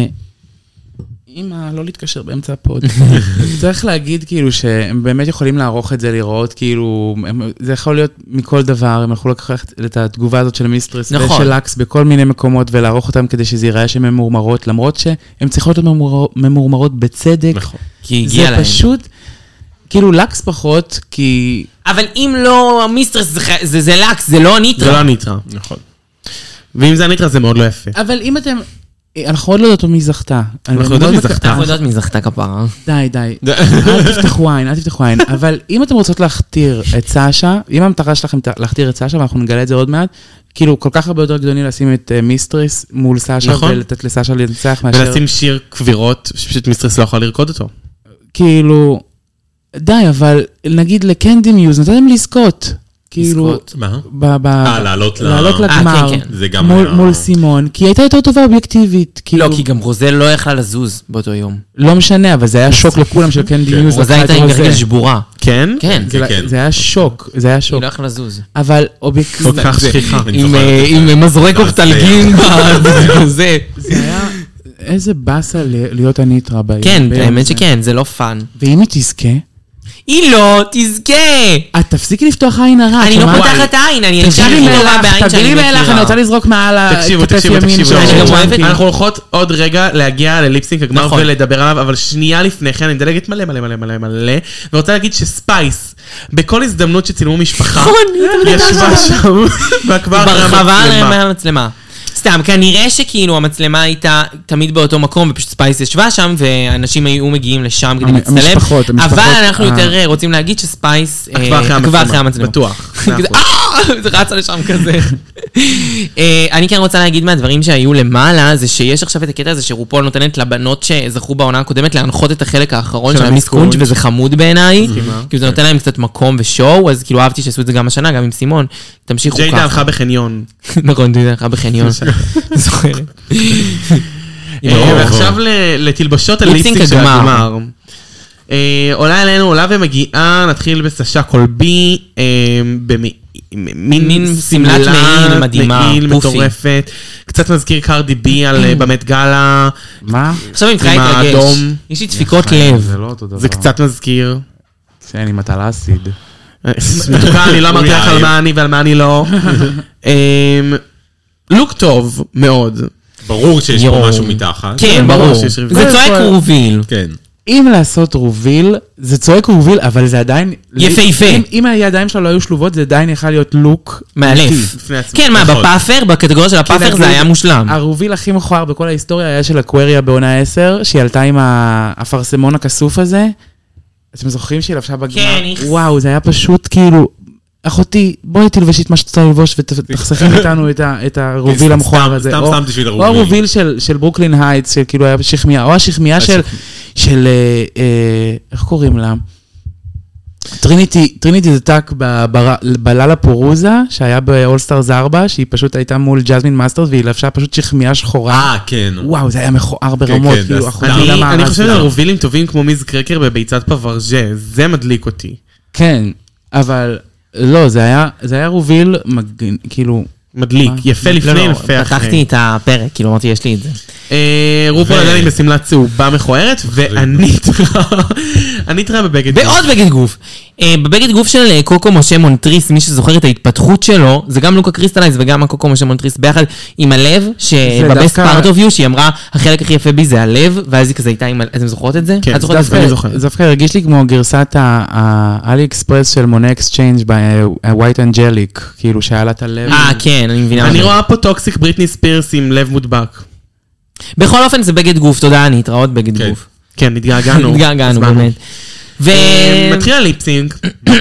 אמא, לא להתקשר באמצע הפוד. צריך להגיד כאילו שהם באמת יכולים לערוך את זה, לראות כאילו, זה יכול להיות מכל דבר, הם יכולו לקחת את התגובה הזאת של מיסטרס ושל לקס בכל מיני מקומות ולערוך אותם כדי שזה ייראה שהן ממורמרות, למרות שהן צריכות להיות ממורמרות בצדק. כי הגיע להם. זה פשוט... כאילו לקס פחות, כי... אבל אם לא מיסטרס, זה לקס, זה לא הניטרה. זה לא הניטרה. נכון. ואם זה הניטרה, זה מאוד לא יפה. אבל אם אתם... אנחנו עוד לא יודעות מי זכתה. אנחנו יודעות מי זכתה כפרה. די. אל תפתחו עין. אבל אם אתם רוצות להכתיר את סאשה, אם המטרה שלכם להכתיר את סאשה, ואנחנו נגלה את זה עוד מעט, כאילו כל כך הרבה יותר גדולים לשים את מיסטרס מול סאשה, ולתת לסאשה לנצח מאשר... ולשים שיר כבירות, שפשוט מיסטרס לא יכול לרקוד אותו. כאילו... די, אבל נגיד לקנדי מיוז, נתתם לזכות. כאילו... מה? לעלות לגמר. זה גם... מול סימון, כי היא הייתה יותר טובה אובייקטיבית. לא, כי גם רוזל לא יכלה לזוז באותו יום. לא משנה, אבל זה היה שוק לכולם של קנדי מיוז. רוזל הייתה עם רגל שבורה. כן? כן. זה היה שוק. היא לא יכלה לזוז. אבל אובייקטיבית... כל כך שכיחה. עם מזרק אופטלגין. זה היה... איזה בסה להיות הניטרה ביום. כן, האמת שכן, זה לא פאן. ואם היא תזכה? היא לא תזכה. את תפסיקי לפתוח עין הרע. אני לא פותחת עין, אני נשאר הכי טובה בעין שאני מכירה. אני רוצה לזרוק מעל כתף ימין. אנחנו הולכות עוד רגע להגיע לליפסינק הגמר ולדבר עליו, אבל שנייה לפני כן, אני מדלגת מלא, ורוצה להגיד שספייס, בכל הזדמנות שצילמו משפחה, ישבה שם, ברחבה מהמצלמה. סתם, כנראה שכאילו המצלמה הייתה תמיד באותו מקום, ופשוט ספייס ישבה שם, ואנשים היו מגיעים לשם כדי להצטלם. אבל אנחנו יותר רוצים להגיד שספייס עקבה אחרי המצלמה. בטוח. זה רצה לשם כזה. אני כן רוצה להגיד מהדברים שהיו למעלה, זה שיש עכשיו את הקטע הזה שרופול נותנת לבנות שזכו בעונה הקודמת להנחות את החלק האחרון של המיסקונג' וזה חמוד בעיניי. כאילו זה נותן להם קצת מקום ושואו, אז כאילו אהבתי שעשו את זה גם השנה, גם עם סימון. תמשיכו ככה. ג'יידה הלכה בחניון. נכון, ג'יידה הלכה בחניון. זוכרת. ועכשיו לתלבשות הליפסינק של הגמר. עולה ומגיעה, נתחיל בסשה קולבי, מין סמלת מעיל מדהימה, מעיל מטורפת, קצת מזכיר קרדי בי על באמת גלה. מה? עכשיו אני מתחילה להתרגש. יש לי דפיקות לב. זה קצת מזכיר. כן, עם הטלאסיד. מתוקה, אני לא אמרתי לך על מה אני ועל מה אני לא. לוק טוב מאוד. ברור שיש פה משהו מתחת. כן, ברור. זה צועק רוביל. כן. אם לעשות רוביל, זה צועק רוביל, אבל זה עדיין... יפהפה. אם הידיים שלו לא היו שלובות, זה עדיין יכול להיות לוק... מאלף. כן, מה, בפאפר, בקטגוריה של הפאפר זה היה מושלם. הרוביל הכי מכוער בכל ההיסטוריה היה של אקווריה בעונה 10, שהיא עלתה עם האפרסמון הכסוף הזה. אתם זוכרים שהיא לבשה בגמר? כן, וואו, זה היה פשוט כאילו... אחותי, בואי תלבשי את מה שצריך ללבוש ותחסכים איתנו את הרוביל המכוער הזה. סתם שמתי בשביל הרוביל. או הרוביל של ברוקלין הייטס, שכאילו היה שכמיה, או השכמיה של, איך קוראים לה? טריניטי זה טאק בללה פורוזה, שהיה באולסטארס 4, שהיא פשוט הייתה מול ג'זמין מאסטרס, והיא לבשה פשוט שכמיה שחורה. כן. וואו, זה היה מכוער ברמות, כאילו, אני חושב על רובילים טובים כמו מיז קרקר בביצת פוורז'ה, זה מדליק אותי. כן, אבל... לא, זה היה רוביל, כאילו... מדליק, יפה לפני, יפה אחרי. פתחתי את הפרק, כאילו אמרתי, יש לי את זה. רופול עדיין בסמלה צהובה מכוערת, ואניטרה בבגד גוף. בעוד בגד גוף. בבגד גוף של קוקו משה מונטריס, מי שזוכר את ההתפתחות שלו, זה גם לוקה קריסטלייז וגם הקוקו משה מונטריס ביחד עם הלב, שבבסט פארט אוף יו, שהיא אמרה, החלק הכי יפה בי זה הלב, ואז היא כזה הייתה עם... אתם זוכרות את זה? כן, זה דווקא הרגיש לי כמו גרסת האלי אקספרס של מונה אקסצ'יינג' ב-White Angelic, כאילו שהיה לה את הלב. כן, אני מבינה. אני רואה פה טוקסיק בריטני ספירס עם לב מודבק. בכל אופן זה בגד גוף, תודה, אני התראות בגד גוף. כן, התגעגענו. התגעגענו, באמת. מתחיל הליפסינג.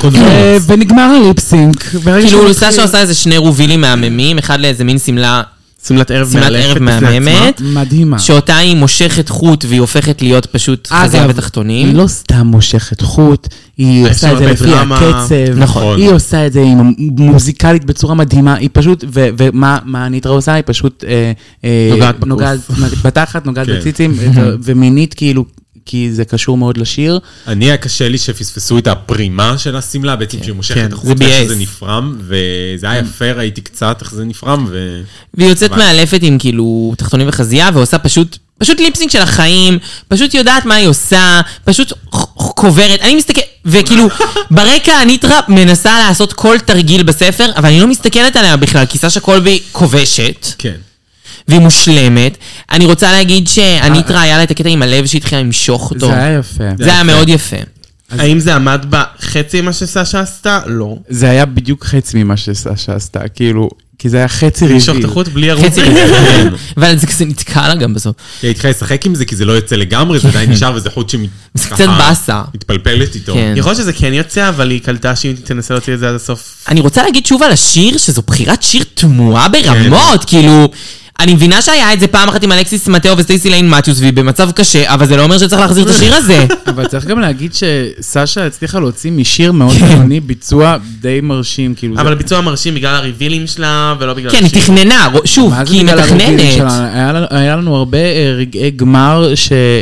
ונגמר הליפסינג. כאילו, סשה עושה איזה שני רובילים מהממים, אחד לאיזה מין סמלת ערב מהממת. מדהימה. שאותה היא מושכת חוט והיא הופכת להיות פשוט חזר בתחתונים. היא לא סתם מושכת חוט, היא עושה את זה לפי הקצב. נכון. היא עושה את זה עם מוזיקלית בצורה מדהימה. היא פשוט, ומה הניטרה עושה? היא פשוט נוגעת בתחת, נוגעת בציצים, ומינית כאילו, כי זה קשור מאוד לשיר. אני היה קשה לי שפספסו את הפרימה של הסמלה, בעצם שהיא מושכת את החוט, איך שזה נפרם, וזה היה יפה, ראיתי קצת איך זה נפרם, והיא יוצאת מאלפת עם כאילו תחתונים וחזייה, ועושה פשוט ליפסינג של החיים, פשוט יודעת מה היא עושה, פשוט קוברת, אני מסתכל, וכאילו, ברקע הניטרה מנסה לעשות כל תרגיל בספר, אבל אני לא מסתכלת עליה בכלל, כי סשה קולבי כובשת. כן. והיא מושלמת. אני רוצה להגיד שהניטרה היה לה את הקטע עם הלב שהתחילה למשוך אותו. זה היה יפה. זה היה מאוד יפה. האם זה עמד בחצי ממה שסשה עשתה? לא. זה היה בדיוק חצי ממה שסשה עשתה, כאילו, כי זה היה חצי ריביל. למשוך את החוט בלי ערוץ. חצי ריביל. אבל זה נתקע לה גם בסוף. היא התחילה לשחק עם זה, כי זה לא יוצא לגמרי, זה עדיין נשאר, וזה חוט זה קצת בסה. מתפלפלת איתו. יכול להיות שזה כן יוצא, אבל היא קלטה שאם תנסה להוציא את זה עד הסוף. אני רוצה להגיד שוב על השיר, שזו בחירת שיר תמוהה ברמות, כאילו... אני מבינה שהיה את זה פעם אחת עם אלכסיס מתאו וסטייסי ליין מתיוס, והיא במצב קשה, אבל זה לא אומר שצריך להחזיר את השיר הזה. אבל צריך גם להגיד שסשה הצליחה להוציא משיר מאוד בינוני ביצוע די מרשים. אבל ביצוע מרשים בגלל הריבילים שלה, ולא בגלל השיר. כן, היא תכננה, שוב, כי היא מתכננת. היה לנו הרבה רגעי גמר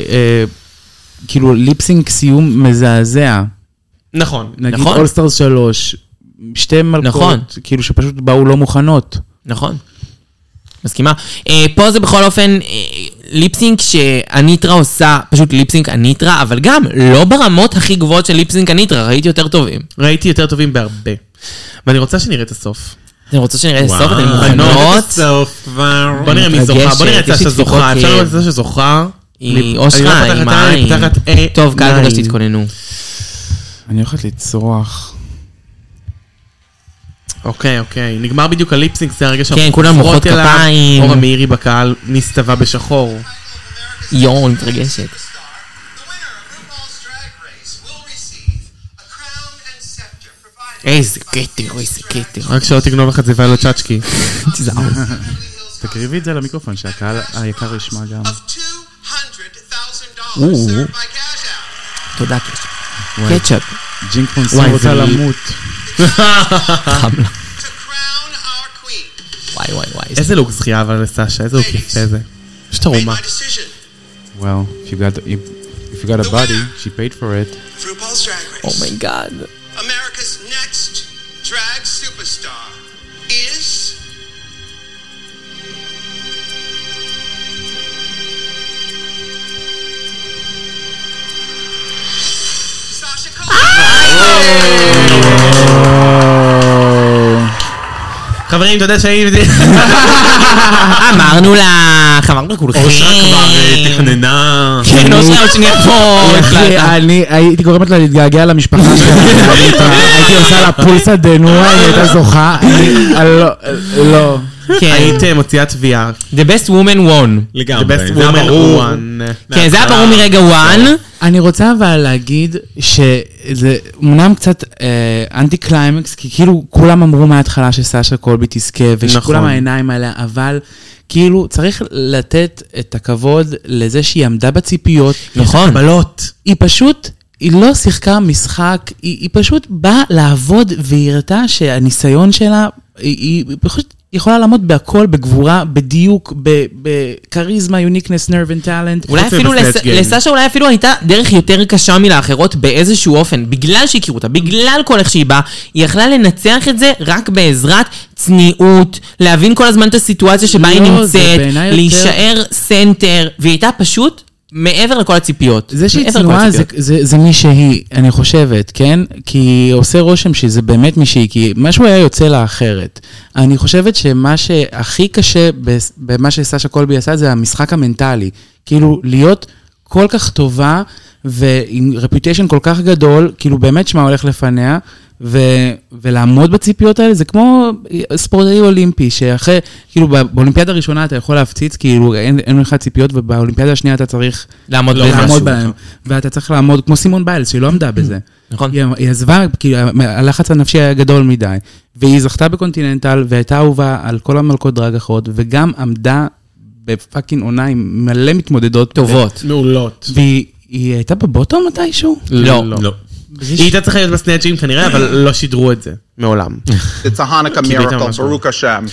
שכאילו ליפסינג סיום מזעזע. נכון. נגיד אולסטארס 3, שתי מלכות, כאילו שפשוט באו לא מוכנות. נכון. מסכימה. פה זה בכל אופן ליפסינק שהניטרה עושה, פשוט ליפסינק הניטרה, אבל גם לא ברמות הכי גבוהות של ליפסינק הניטרה, ראיתי יותר טובים. ראיתי יותר טובים בהרבה. ואני רוצה שנראה את הסוף. אני רוצה שנראה את הסוף, אתם מוכנות? בוא נראה מי זוכה, בוא נראה את סשה זוכה. אפשר לראות את סשה זוכה? היא אושרה, היא מים. טוב, קל כדי שתתכוננו. אני הולכת לצרוח. אוקיי. נגמר בדיוק הליפסינג, זה הרגע כן, כולם מוחות כפיים. אורה מאירי בקהל נסתווה בשחור. יואו, מתרגשת. איזה קטר. רק שלא תגנוב לך את זה ואלו צ'אצ'קי. תזער. תקריבי את זה למיקרופון, שהקהל היקר ישמע גם. תודה קצ'אפ. ג'ינק מונסון רוצה למות. חמלה. וואי. איזה לוק זכייה אבל לסשה, איזה לוק יפה זה. יש תרומה. Well, if you got a body, she paid for it. Oh my god. America's next drag superstar is... Sasha חברים, אתה יודע שהייתי... אמרנו לך, אמרנו לכולכם. אושרה כבר תכננה... כן, לא שנייה, עוד שנייה פה. אני הייתי גורמת לה להתגעגע למשפחה שלה. הייתי עושה לה פולסה דנועה, היא הייתה זוכה. לא. היית מוציאה תביעה. The best woman won. לגמרי. The best woman won. כן, זה היה ברור מרגע וואן. אני רוצה אבל להגיד שזה אמנם קצת אנטי קליימקס, כי כאילו כולם אמרו מההתחלה שסאשה קולבי תזכה, ושכולם העיניים עליה, אבל כאילו צריך לתת את הכבוד לזה שהיא עמדה בציפיות. נכון. היא לא שיחקה משחק, היא פשוט באה לעבוד, והיא הראתה שהניסיון שלה, היא פשוט יכולה לעמוד בהכל, בגבורה, בדיוק, בקריזמה, יוניקנס, נרב וטלנט. אולי אפילו לסאשה אולי אפילו הייתה דרך יותר קשה מלאחרות באיזשהו אופן, בגלל שהכירו אותה, בגלל כל איך שהיא באה, היא יכלה לנצח את זה רק בעזרת צניעות, להבין כל הזמן את הסיטואציה שבה היא נמצאת, להישאר סנטר, והיא הייתה פשוט מעבר לכל הציפיות. זה שהיא צנועה זה מי שהיא, אני חושבת, כן? כי עושה רושם שזה באמת מי שהיא, כי משהו היה יוצא לה אחרת. אני חושבת שמה שהכי קשה במה שסאשה קולבי עשה, זה המשחק המנטלי. כאילו, להיות כל כך טובה, ועם רפיוטיישן כל כך גדול, כאילו באמת שמה הולך לפניה, ולעמוד בציפיות האלה, זה כמו ספורטאי אולימפי, שאחרי, כאילו באולימפיאדה הראשונה אתה יכול להפציץ, כאילו אין לך ציפיות, ובאולימפיאדה השנייה אתה צריך לעמוד בהם, ואתה צריך לעמוד כמו סימון ביילס, שהיא לא עמדה בזה. נכון. היא עזבה, כאילו הלחץ הנפשי היה גדול מדי, והיא זכתה בקונטיננטל, והייתה אהובה על כל המלכות דרג אחרות, וגם עמדה בפאקינג עונה עם מלא מתמודדות טובות. מעולות. והיא הייתה בבוטום מתישהו? לא. היא הייתה צריכה להיות בסנאצ'ים כנראה, אבל לא שידרו את זה, מעולם. It's a Hanukkah miracle, Baruch Hashem.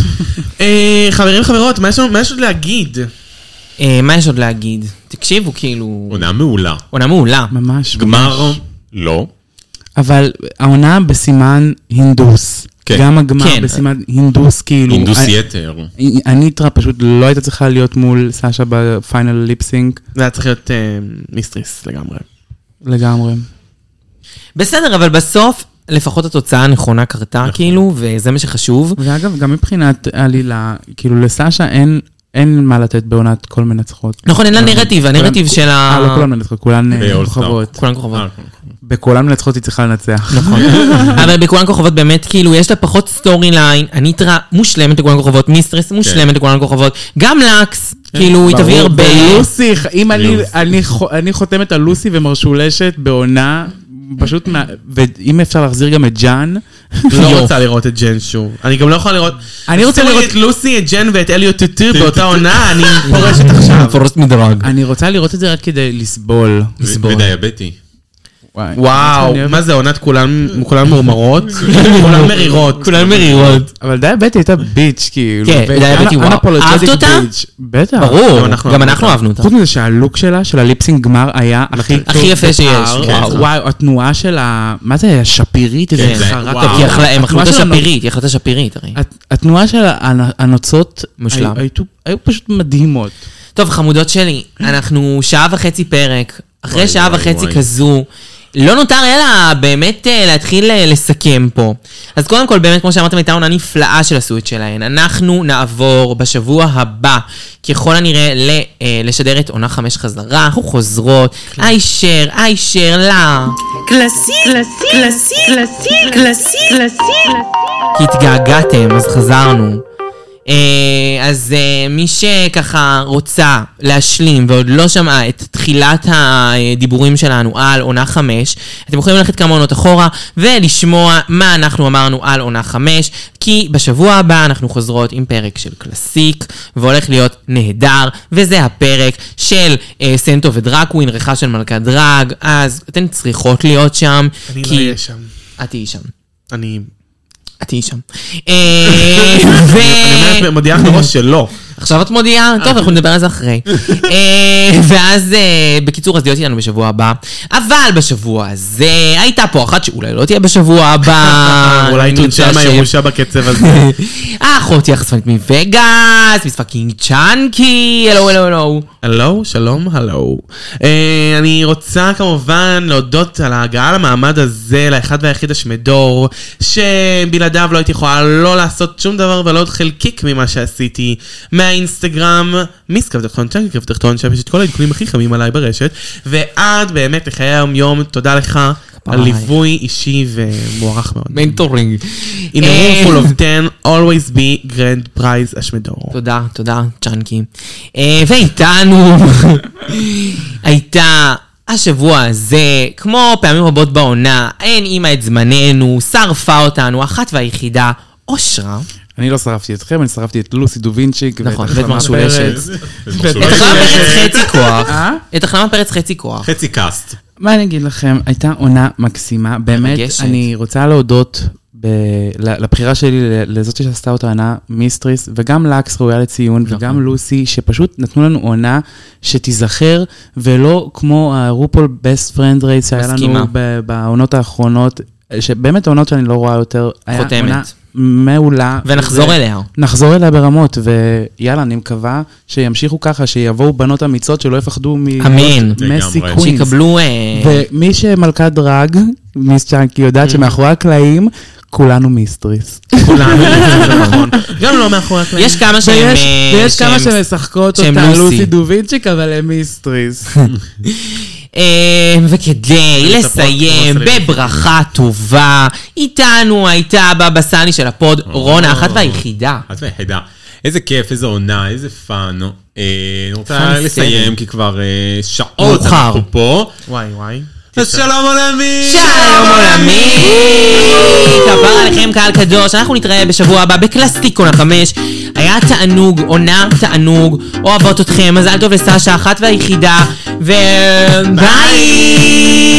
חברים, חברות, מה יש עוד להגיד? מה יש עוד להגיד? תקשיבו, כאילו... עונה מעולה. עונה מעולה. ממש. גמר, לא. אבל העונה בסימן הינדוס. כן. גם הגמר בסימן הינדוס, כאילו... הינדוס יתר. הניטרה פשוט לא הייתה צריכה להיות מול סאשה בפיינל ליפסינק. זה היה צריך להיות מיסטריס לגמרי. לגמרי. בסדר, אבל בסוף, לפחות התוצאה הנכונה קרתה, כאילו, וזה מה שחשוב. ואגב, גם מבחינת עלילה, כאילו לסאשה אין מה לתת בעונת כל מנצחות. נכון, אין לה נרטיב, הנרטיב של ה... לא כולן מנצחות, כולן כוכבות. כולן כוכבות. בכולן מנצחות היא צריכה לנצח. נכון. אבל בכולן כוכבות באמת, כאילו, יש לה פחות סטורי ליין, הניטרה מושלמת לכולן כוכבות, מיסטרס מושלמת לכולן כוכבות, גם לקס, כאילו, היא תביא הרבה... לוסי, אם אני חותמת על לוסי ומרשולשת בעונה... פשוט, ואם אפשר להחזיר גם את ג'אן. לא רוצה לראות את ג'ן שוב. אני גם לא יכול לראות... אני רוצה לראות את לוסי, את ג'ן ואת אליוט טוטו באותה עונה, אני פורשת עכשיו. פורשת מדרג. אני רוצה לראות את זה רק כדי לסבול. ודיאבטי. וואו, מה זה, עונת כולן מורמרות? כולן מרירות. כולן מרירות. אבל דיאבטי הייתה ביץ' כאילו. כן, דיאבטי וואו. אהבת אותה? בטח. ברור, גם אנחנו אהבנו אותה. חוץ מזה שהלוק שלה, של הליפסינג גמר, היה הכי יפה שיש. וואו, התנועה של ה... מה זה היה? שפירית? איזה חרק. הם אכלו את השפירית, היא אכלה את השפירית. התנועה של הנוצות היו פשוט מדהימות. טוב, חמודות שלי, אנחנו 1.5 שעה פרק. אחרי 1.5 שעה כזו, לא נותר אלא באמת להתחיל לסכם פה. אז קודם כל, באמת, כמו שאמרתם, הייתה עונה נפלאה של הסוויט שלהן. אנחנו נעבור בשבוע הבא, ככל הנראה, לשדר את עונה 5 חזרה. אנחנו חוזרות, אישר, לה. קלאסי. כי התגעגעתם, אז חזרנו. אז מי שככה רוצה להשלים ועוד לא שמעה את תחילת הדיבורים שלנו על עונה 5, אתם יכולים ללכת כמה עונות אחורה ולשמוע מה אנחנו אמרנו על עונה 5, כי בשבוע הבא אנחנו חוזרות עם פרק של קלאסיק, והולך להיות נהדר, וזה הפרק של סנטו ודרקווין, ריחה של מלכת דרג, אז אתן צריכות להיות שם. אני לא אהיה שם. את תהיי שם. את תהיי שם. אני מודיעה מראש שלא. עכשיו את מודיעה? טוב, אנחנו נדבר על זה אחרי. ואז, בקיצור, אז להיות איתנו בשבוע הבא. אבל בשבוע הזה, הייתה פה אחת שאולי לא תהיה בשבוע הבא. אולי תונשה מהירושה בקצב הזה. האחות יחספנית מווגאס, מיס פאקינג צ'אנקי, הלו, שלום, הלו. אני רוצה כמובן להודות על ההגעה למעמד הזה, לאחד והיחיד השמדור, שבלעדיו לא הייתי יכולה לא לעשות שום דבר ולא עוד חלקיק ממה שעשיתי. מהאינסטגרם, מיס קו תחתון, צ'אנקי קו תחתון, שם יש את כל העדכונים הכי חמים עליי ברשת, ועד באמת לחיי היום יום, תודה לך על ליווי אישי ומוערך מאוד. מנטורינג. In a room full of 10, always be grand prize אשמדור. תודה, צ'אנקי. ואיתנו הייתה השבוע הזה, כמו פעמים רבות בעונה, אין אימא את זמננו, שרפה אותנו, אחת והיחידה, אושרה. אני לא שרפתי אתכם, אני שרפתי את לוסי דובינצ'יק. נכון, ואת מרשולשת. את תחלמה פרץ חצי כוח. את תחלמה פרץ חצי כוח. חצי קאסט. מה אני אגיד לכם, הייתה עונה מקסימה, באמת, אני רוצה להודות לבחירה שלי, לזאת שעשתה אותה עונה מיסטריס, וגם לקס ראויה לציון, וגם לוסי, שפשוט נתנו לנו עונה שתיזכר, ולא כמו הרופול בסט פרנד רייס שהיה לנו בעונות האחרונות, שבאמת העונות שאני לא רואה יותר, היה עונה מעולה. ונחזור אליה. נחזור אליה ברמות, ויאללה, אני מקווה שימשיכו ככה, שיבואו בנות אמיצות שלא יפחדו ממסי קווינס. שיקבלו... ומי שמלכת דרג, מיס צ'אנקי יודעת שמאחורי הקלעים, כולנו מיסטריס. כולנו, נכון. גם לא מאחורי הקלעים. יש כמה שהם... ויש כמה שמשחקות אותה לוסי דובינצ'יק, אבל הם מיסטריס. וכדי לסיים בברכה טובה, איתנו הייתה בבא סאני של הפוד, רונה, אחת והיחידה. אחת והיחידה. איזה כיף, איזה עונה, איזה פאן. אני רוצה לסיים, כי כבר שעות אנחנו פה. וואי. אז שלום עולמי! שלום עולמי! כפר עליכם קהל קדוש, אנחנו נתראה בשבוע הבא בקלאסטיקון 5. היה תענוג, עונה תענוג, אוהבות אתכם, מזל טוב לסשה, אחת והיחידה, וביי!